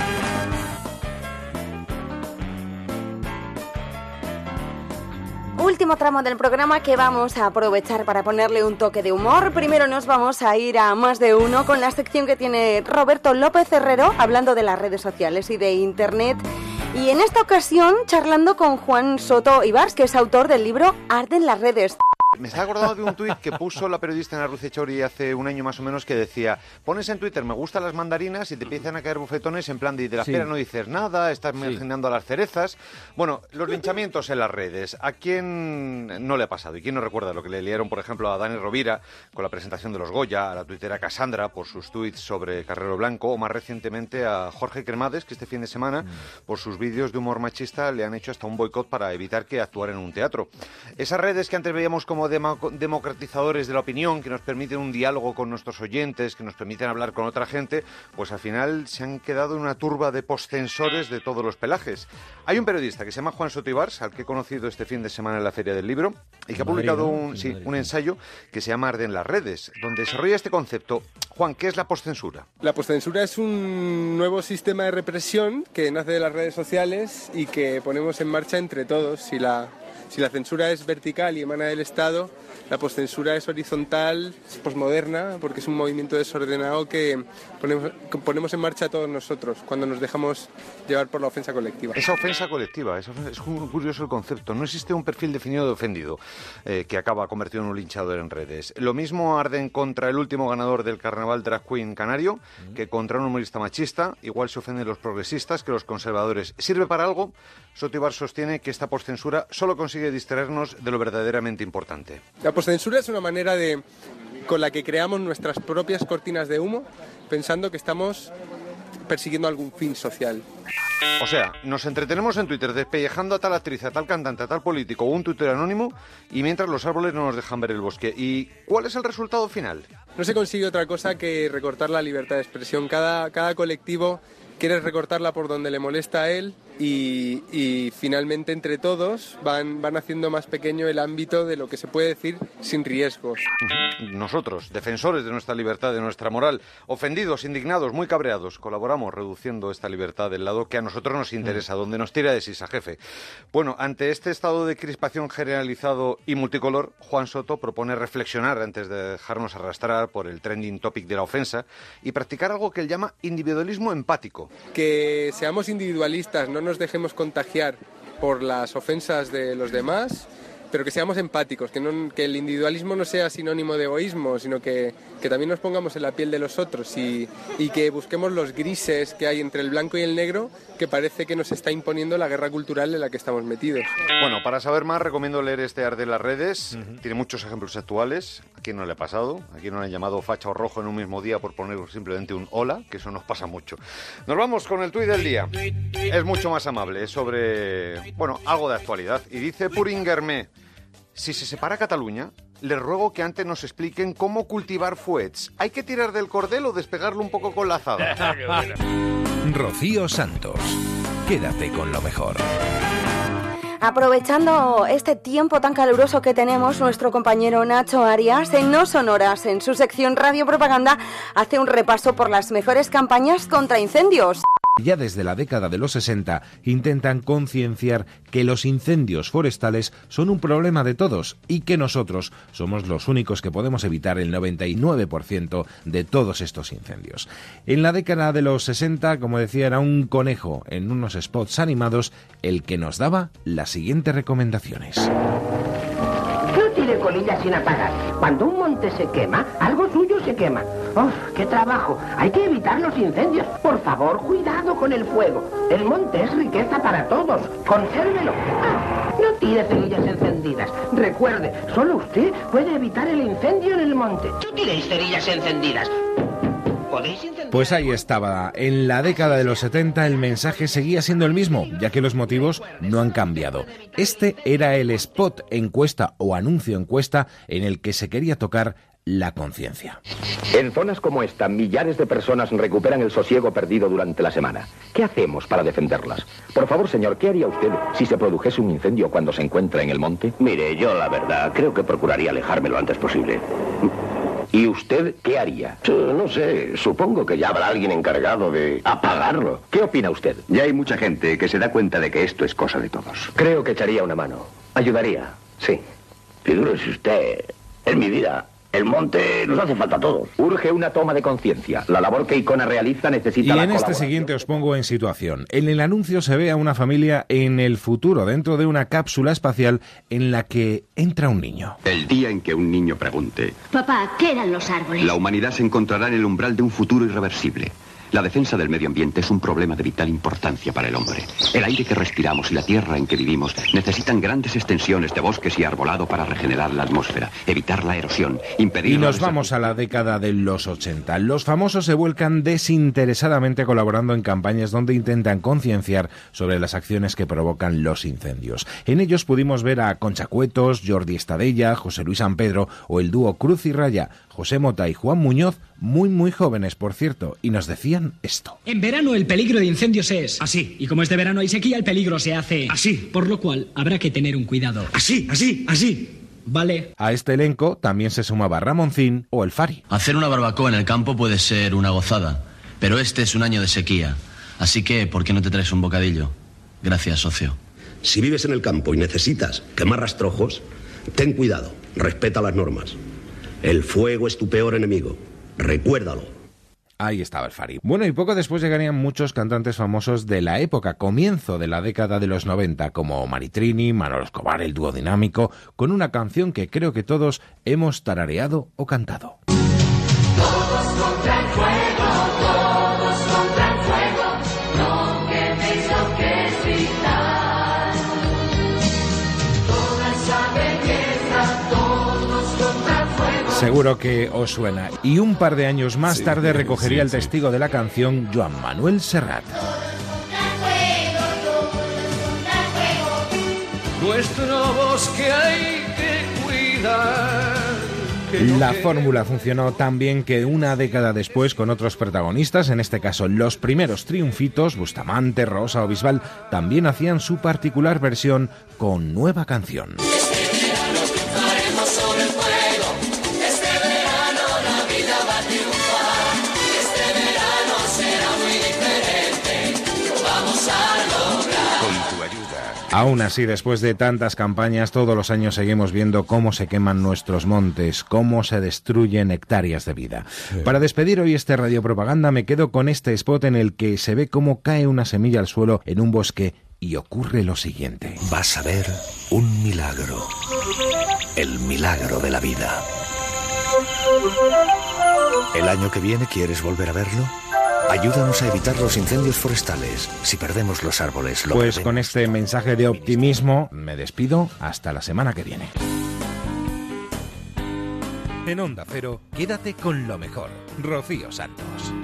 Último tramo del programa que vamos a aprovechar para ponerle un toque de humor. Primero nos vamos a ir a Más de Uno con la sección que tiene Roberto López Herrero hablando de las redes sociales y de Internet. Y en esta ocasión charlando con Juan Soto Ibars, que es autor del libro Arden las redes. Me estaba acordando de un tuit que puso la periodista Ana Ruth Echori hace un año más o menos que decía: pones en Twitter me gustan las mandarinas y te empiezan a caer bufetones en plan de, de la Sí. pera no dices nada, estás Sí. imaginando a las cerezas. Bueno, los linchamientos en las redes, ¿a quién no le ha pasado? ¿Y quién no recuerda lo que le liaron, por ejemplo, a Dani Rovira con la presentación de los Goya, a la tuitera Cassandra por sus tuits sobre Carrero Blanco, o más recientemente a Jorge Cremades, que este fin de semana, por sus vídeos de humor machista, le han hecho hasta un boicot para evitar que actuara en un teatro? Esas redes que antes veíamos como demo- democratizadores de la opinión, que nos permiten un diálogo con nuestros oyentes, que nos permiten hablar con otra gente, pues al final se han quedado en una turba de postcensores de todos los pelajes. Hay un periodista que se llama Juan Soto Ibars, al que he conocido este fin de semana en la Feria del Libro, y que ha En Madrid, publicado ¿no? un, En sí, Madrid. un ensayo que se llama Arden las redes, donde desarrolla este concepto. Juan, ¿qué es la postcensura? La postcensura es un nuevo sistema de represión que nace de las redes sociales y que ponemos en marcha entre todos. Si la, si la censura es vertical y emana del Estado, la postcensura es horizontal, es posmoderna, porque es un movimiento desordenado que ponemos, que ponemos en marcha todos nosotros cuando nos dejamos llevar por la ofensa colectiva. Esa ofensa colectiva, esa ofensa- es muy curioso el concepto. No existe un perfil definido de ofendido eh, que acaba convertido en un linchador en redes. Lo mismo arden contra el último ganador del carnaval drag queen canario que contra un humorista machista. Igual se ofenden los progresistas que los conservadores. ¿Sirve para algo? Soto Ibars sostiene que esta postcensura solo consigue distraernos de lo verdaderamente importante. La postcensura es una manera de, con la que creamos nuestras propias cortinas de humo, pensando que estamos persiguiendo algún fin social. O sea, nos entretenemos en Twitter despellejando a tal actriz, a tal cantante, a tal político o un tuitero anónimo, y mientras los árboles no nos dejan ver el bosque. ¿Y cuál es el resultado final? No se consigue otra cosa que recortar la libertad de expresión. Cada, cada colectivo quiere recortarla por donde le molesta a él y, y finalmente entre todos van, van haciendo más pequeño el ámbito de lo que se puede decir sin riesgos. Nosotros, defensores de nuestra libertad, de nuestra moral, ofendidos, indignados, muy cabreados, colaboramos reduciendo esta libertad del lado que a nosotros nos interesa, donde nos tira de sisa, jefe. Bueno, ante este estado de crispación generalizado y multicolor, Juan Soto propone reflexionar antes de dejarnos arrastrar por el trending topic de la ofensa y practicar algo que él llama individualismo empático. Que seamos individualistas, no nos dejemos contagiar por las ofensas de los demás, pero que seamos empáticos, que, no, que el individualismo no sea sinónimo de egoísmo, sino que, que también nos pongamos en la piel de los otros y, y que busquemos los grises que hay entre el blanco y el negro, que parece que nos está imponiendo la guerra cultural en la que estamos metidos. Bueno, para saber más recomiendo leer este Arde las redes. Tiene muchos ejemplos actuales. ¿A quién no le ha pasado? ¿A quién no le han llamado facha o rojo en un mismo día por poner simplemente un hola? Que eso nos pasa mucho. Nos vamos con el tuit del día. Es mucho más amable, es sobre, bueno, algo de actualidad. Y dice Puringerme: si se separa Cataluña, les ruego que antes nos expliquen cómo cultivar fuets. ¿Hay que tirar del cordel o despegarlo un poco con la azada? Rocío Santos. Quédate con lo mejor. Aprovechando este tiempo tan caluroso que tenemos, nuestro compañero Nacho Arias, en No Sonoras, en su sección Radio Propaganda, hace un repaso por las mejores campañas contra incendios. Ya desde la década de los sesenta intentan concienciar que los incendios forestales son un problema de todos y que nosotros somos los únicos que podemos evitar el noventa y nueve por ciento de todos estos incendios. En la década de los sesenta, como decía, era un conejo en unos spots animados el que nos daba las siguientes recomendaciones. ¿Qué tire colillas sin apagar? Cuando un monte se quema, algo suyo se quema. ¡Uf, qué trabajo! Hay que evitar los incendios. Por favor, cuidado con el fuego. El monte es riqueza para todos. Consérvelo. Ah, no tire cerillas encendidas. Recuerde, solo usted puede evitar el incendio en el monte. No tiréis cerillas encendidas. Pues ahí estaba. En la década de los setenta el mensaje seguía siendo el mismo, ya que los motivos no han cambiado. Este era el spot encuesta o anuncio encuesta en el que se quería tocar la conciencia. En zonas como esta, millares de personas recuperan el sosiego perdido durante la semana. ¿Qué hacemos para defenderlas? Por favor, señor, ¿qué haría usted si se produjese un incendio cuando se encuentra en el monte? Mire, yo la verdad creo que procuraría alejarme lo antes posible. ¿Y usted qué haría? No sé, supongo que ya habrá alguien encargado de apagarlo. ¿Qué opina usted? Ya hay mucha gente que se da cuenta de que esto es cosa de todos. Creo que echaría una mano. Ayudaría, sí. Figúrese usted, en mi vida, el monte nos hace falta a todos. Urge una toma de conciencia. La labor que Icona realiza necesita y la en este siguiente os pongo en situación. En el anuncio se ve a una familia en el futuro, dentro de una cápsula espacial en la que entra un niño. El día en que un niño pregunte: Papá, ¿qué eran los árboles? La humanidad se encontrará en el umbral de un futuro irreversible. La defensa del medio ambiente es un problema de vital importancia para el hombre. El aire que respiramos y la tierra en que vivimos necesitan grandes extensiones de bosques y arbolado para regenerar la atmósfera, evitar la erosión, impedir... Y nos vamos a la década de los ochenta. Los famosos se vuelcan desinteresadamente colaborando en campañas donde intentan concienciar sobre las acciones que provocan los incendios. En ellos pudimos ver a Concha Cuetos, Jordi Estadella, José Luis San Pedro o el dúo Cruz y Raya, José Mota y Juan Muñoz, muy muy jóvenes, por cierto, y nos decían esto. En verano el peligro de incendios es así, y como este verano hay sequía, el peligro se hace así, por lo cual habrá que tener un cuidado. Así, así, así. Vale. A este elenco también se sumaba Ramoncín o el Fari. Hacer una barbacoa en el campo puede ser una gozada, pero este es un año de sequía, así que ¿por qué no te traes un bocadillo? Gracias, socio. Si vives en el campo y necesitas quemar rastrojos, ten cuidado, respeta las normas. El fuego es tu peor enemigo. Recuérdalo. Ahí estaba el Fari. Bueno, y poco después llegarían muchos cantantes famosos de la época, comienzo de la década de los noventa, como Maritrini, Manolo Escobar, el dúo dinámico, con una canción que creo que todos hemos tarareado o cantado. Todos contra el fuego, todos contra el fuego, no queméis lo que es vital. Toda esa belleza, todos contra el fuego. Seguro que os suena. Y un par de años más Sí, tarde recogería sí, el sí. testigo de la canción Joan Manuel Serrat. Nuestro bosque hay que cuidar. La fórmula funcionó tan bien que una década después, con otros protagonistas, en este caso los primeros triunfitos, Bustamante, Rosa o Bisbal, también hacían su particular versión con nueva canción. Triunfaremos sobre el fuego. Este verano la vida va a triunfar. Este verano será muy diferente. Lo vamos a lograr. Con tu ayuda. Aún así, después de tantas campañas, todos los años seguimos viendo cómo se queman nuestros montes, cómo se destruyen hectáreas de vida. Para despedir hoy este Radio Propaganda, me quedo con este spot en el que se ve cómo cae una semilla al suelo en un bosque y ocurre lo siguiente. Vas a ver un milagro. El milagro de la vida. ¿El año que viene quieres volver a verlo? Ayúdanos a evitar los incendios forestales. Si perdemos los árboles, lo Pues perdemos. con este mensaje de optimismo me despido hasta la semana que viene. En Onda Cero, quédate con lo mejor. Rocío Santos.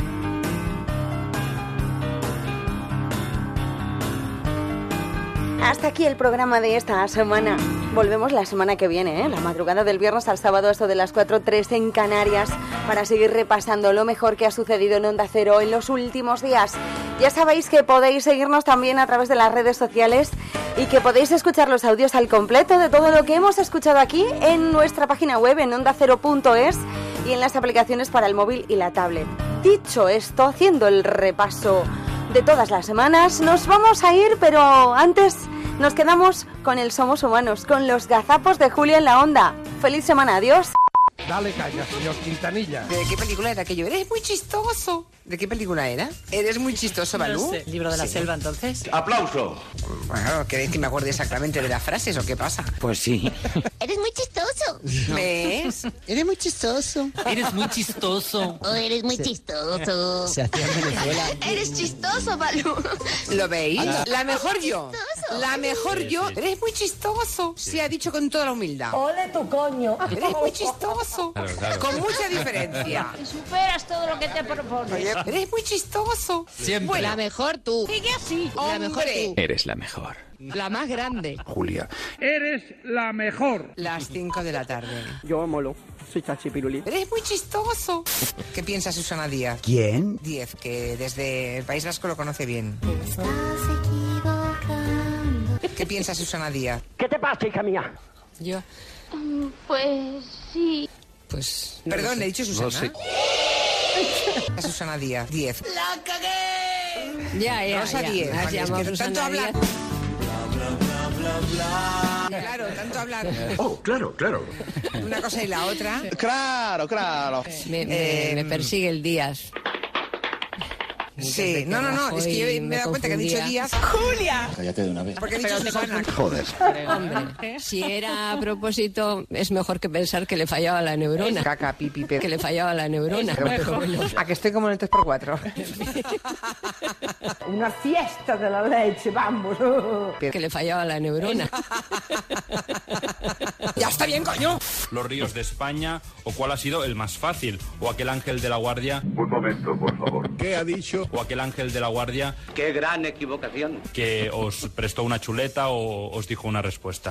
Hasta aquí el programa de esta semana. Volvemos la semana que viene, ¿eh? La madrugada del viernes al sábado, esto de las cuatro tres en Canarias, para seguir repasando lo mejor que ha sucedido en Onda Cero en los últimos días. Ya sabéis que podéis seguirnos también a través de las redes sociales y que podéis escuchar los audios al completo de todo lo que hemos escuchado aquí en nuestra página web en onda cero punto es y en las aplicaciones para el móvil y la tablet. Dicho esto, haciendo el repaso de todas las semanas. Nos vamos a ir, pero antes nos quedamos con el Somos Humanos, con los gazapos de Julia en la Onda. ¡Feliz semana! ¡Adiós! Dale caña, señor Quintanilla. ¿De qué película era aquello? Eres muy chistoso. ¿De qué película era? ¿Eres muy chistoso, Balú? No sé. ¿Libro de la Sí. selva, entonces? ¡Aplauso! Bueno, ¿queréis que me acuerde exactamente de las frases o qué pasa? Pues sí. Eres muy chistoso. ¿Ves? Eres muy chistoso. Eres muy chistoso. Oh, eres muy Se- chistoso. Se hacía en Venezuela. Eres chistoso, Balú. ¿Lo veis? Anda. La mejor yo. La mejor Sí, yo. sí. Eres muy chistoso. Se ha dicho con toda la humildad. Ole tu coño. Eres muy chistoso. Claro, claro. Con mucha diferencia. Superas todo lo que te propones. Eres muy chistoso. Siempre. Bueno, La mejor tú. Sigue así. La mejor tú. Eres la mejor. La más grande. Julia. Eres la mejor. Las cinco de la tarde. Yo molo. Soy Chachi Pirulí. Eres muy chistoso. ¿Qué piensa Susana Díaz? ¿Quién? Diez, que desde el País Vasco lo conoce bien. ¿Qué piensa Susana Díaz? ¿Qué te pasa, hija mía? Yo, Pues sí. pues... Perdón, ¿le he dicho Susana? No sé. A Susana Díaz. Diez. ¡La cagué! Ya, ya, Rosa ya. Díez. Has Vale, es llamado que a tanto Susana hablar... Díaz. Claro, tanto hablar Oh, claro, claro. de una cosa y la otra. Claro, claro. Me, me- me persigue el Díaz. Sí, no, no, no, es que yo me he dado cuenta que ha dicho Díaz. ¡Julia! Cállate de una vez. Porque he dicho Susana. Joder. Hombre, si era a propósito, es mejor que pensar que le fallaba la neurona. Caca, pipi, pe- que le fallaba la neurona. Pero bueno, a que estoy como en el tres por cuatro. Una fiesta de la leche, vamos. Que le fallaba la neurona. ¡Ya está bien, coño! Los ríos de España, o cuál ha sido el más fácil, o aquel ángel de la guardia. Un momento, por favor. ¿Qué ha dicho? O aquel ángel de la guardia ¡Qué gran equivocación! que os prestó una chuleta o os dijo una respuesta.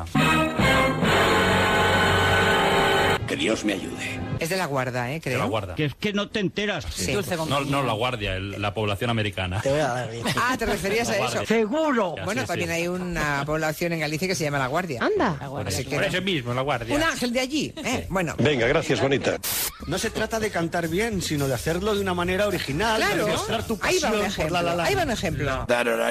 Que Dios me ayude. Es de la guarda, ¿eh? Creo. De la guardia. Que es que no te enteras. Sí. No, no la guardia, el- la población americana. Te voy a dar bien. Ah, ¿te referías a La eso? Guardia. ¡Seguro! Ya, Bueno, sí, también sí. hay una población en Galicia que se llama La Guardia. Anda. Así que- Por eso mismo, la guardia. Un ángel de allí, ¿eh? Bueno. Venga, gracias, bonita. No se trata de cantar bien, sino de hacerlo de una manera original. Claro. De demostrar tu Ahí va un pasión por ejemplo. la la la. Ahí va un ejemplo.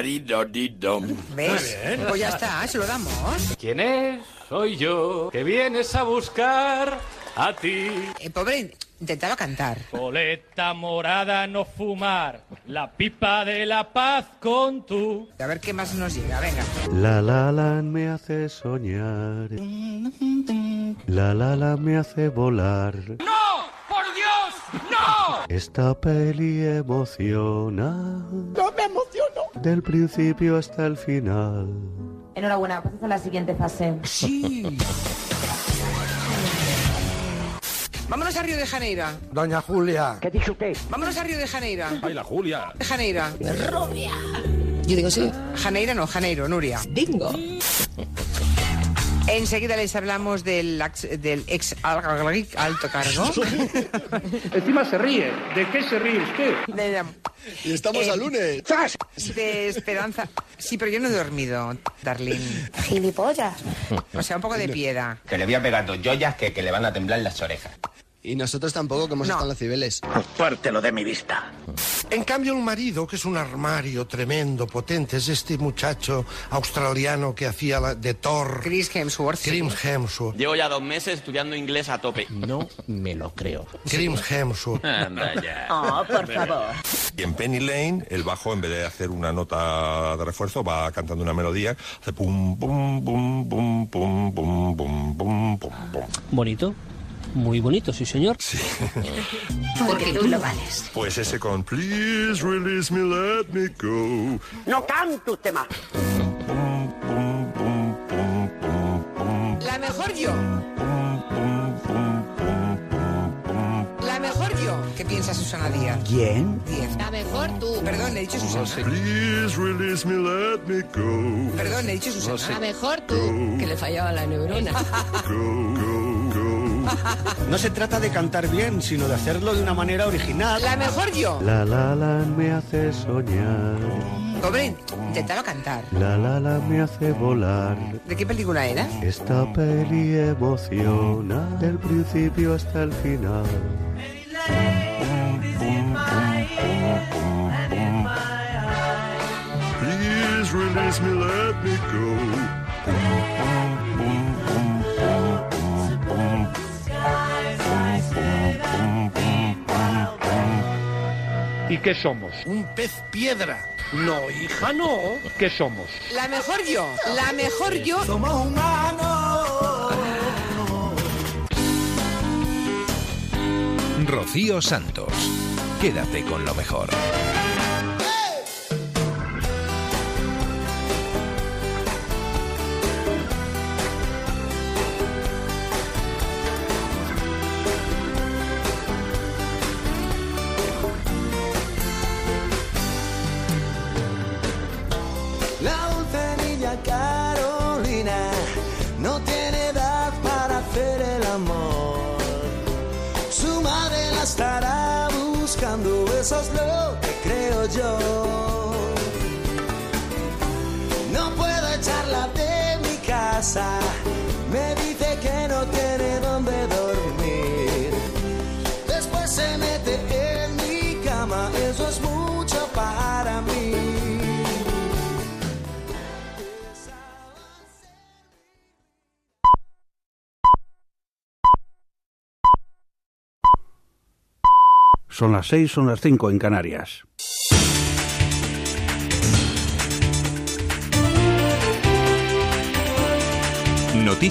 ¿Ves? Pues ya está, se lo damos. ¿Quién es? Soy yo, que vienes a buscar a ti. Eh, pobre, intentaba cantar. Boleta morada, no fumar, la pipa de la paz con tú. A ver qué más nos llega, venga. La la la me hace soñar. La la la me hace volar. ¡No! ¡Por Dios! ¡No! Esta peli emociona. No me emociono. Del principio hasta el final. Enhorabuena, pasas a la siguiente fase. Sí. Vámonos a Río de Janeiro. Doña Julia. ¿Qué dice usted? Vámonos a Río de Janeiro. ¡Ay, la Julia! De Janeiro. Rubia. Yo digo sí. Janeiro no, Janeiro, Nuria. Bingo. Enseguida les hablamos del, ax- del ex alto cargo. Encima se ríe. ¿De qué se ríe usted? De, la- Y estamos Eh, a lunes. de Esperanza. Sí, pero yo no he dormido, Darlene. Gilipollas. O sea, un poco de piedad. Que le voy a pegar dos joyas que, que le van a temblar las orejas. Y nosotros tampoco, que hemos No. estado en los Cibeles. Pártelo de mi vista. En cambio, el marido, que es un armario tremendo, potente, es este muchacho australiano que hacía la- de Thor. Chris Hemsworth. Chris Hemsworth. Llevo ya dos meses estudiando inglés a tope. No me lo creo. Chris Hemsworth. Anda ya. Oh, por favor. Y en Penny Lane, el bajo, en vez de hacer una nota de refuerzo, va cantando una melodía, hace pum, pum, pum, pum, pum, pum, pum, pum, pum, pum. Bonito. Muy bonito, sí, señor. Sí. Porque tú lo vales. Pues ese con Please release me, let me go. No canto usted más. Pum, pum, pum, pum, pum, pum, La mejor yo. pum, pum, pum, pum, pum, pum. La mejor yo. ¿Qué piensa Susana Díaz? ¿Quién? Diez. La mejor tú. Perdón, le he dicho Susana. Please release me, let me go. Perdón, le he dicho Susana. sé. La mejor tú. Que le fallaba la neurona. Go, go, go. No se trata de cantar bien, sino de hacerlo de una manera original. La mejor yo. La la la me hace soñar. Pobre, intentaba cantar. La la la me hace volar. ¿De qué película era? Esta peli emociona. Del principio hasta el final. Pum, pum, pum, pum, pum, pum. release me, let me go. ¿Y qué somos? Un pez piedra. No, hija, no. ¿Qué somos? La mejor yo, la mejor yo. Somos humanos. Rocío Santos. Quédate con lo mejor. La dulce niña Carolina no tiene edad para hacer el amor. Su madre la estará buscando, eso es lo que creo yo. No puedo echarla de mi casa, me dice que no tiene dónde dormir. Después se mete en mi cama, eso es mucho para mí. Son las seis, son las cinco en Canarias. Noticias.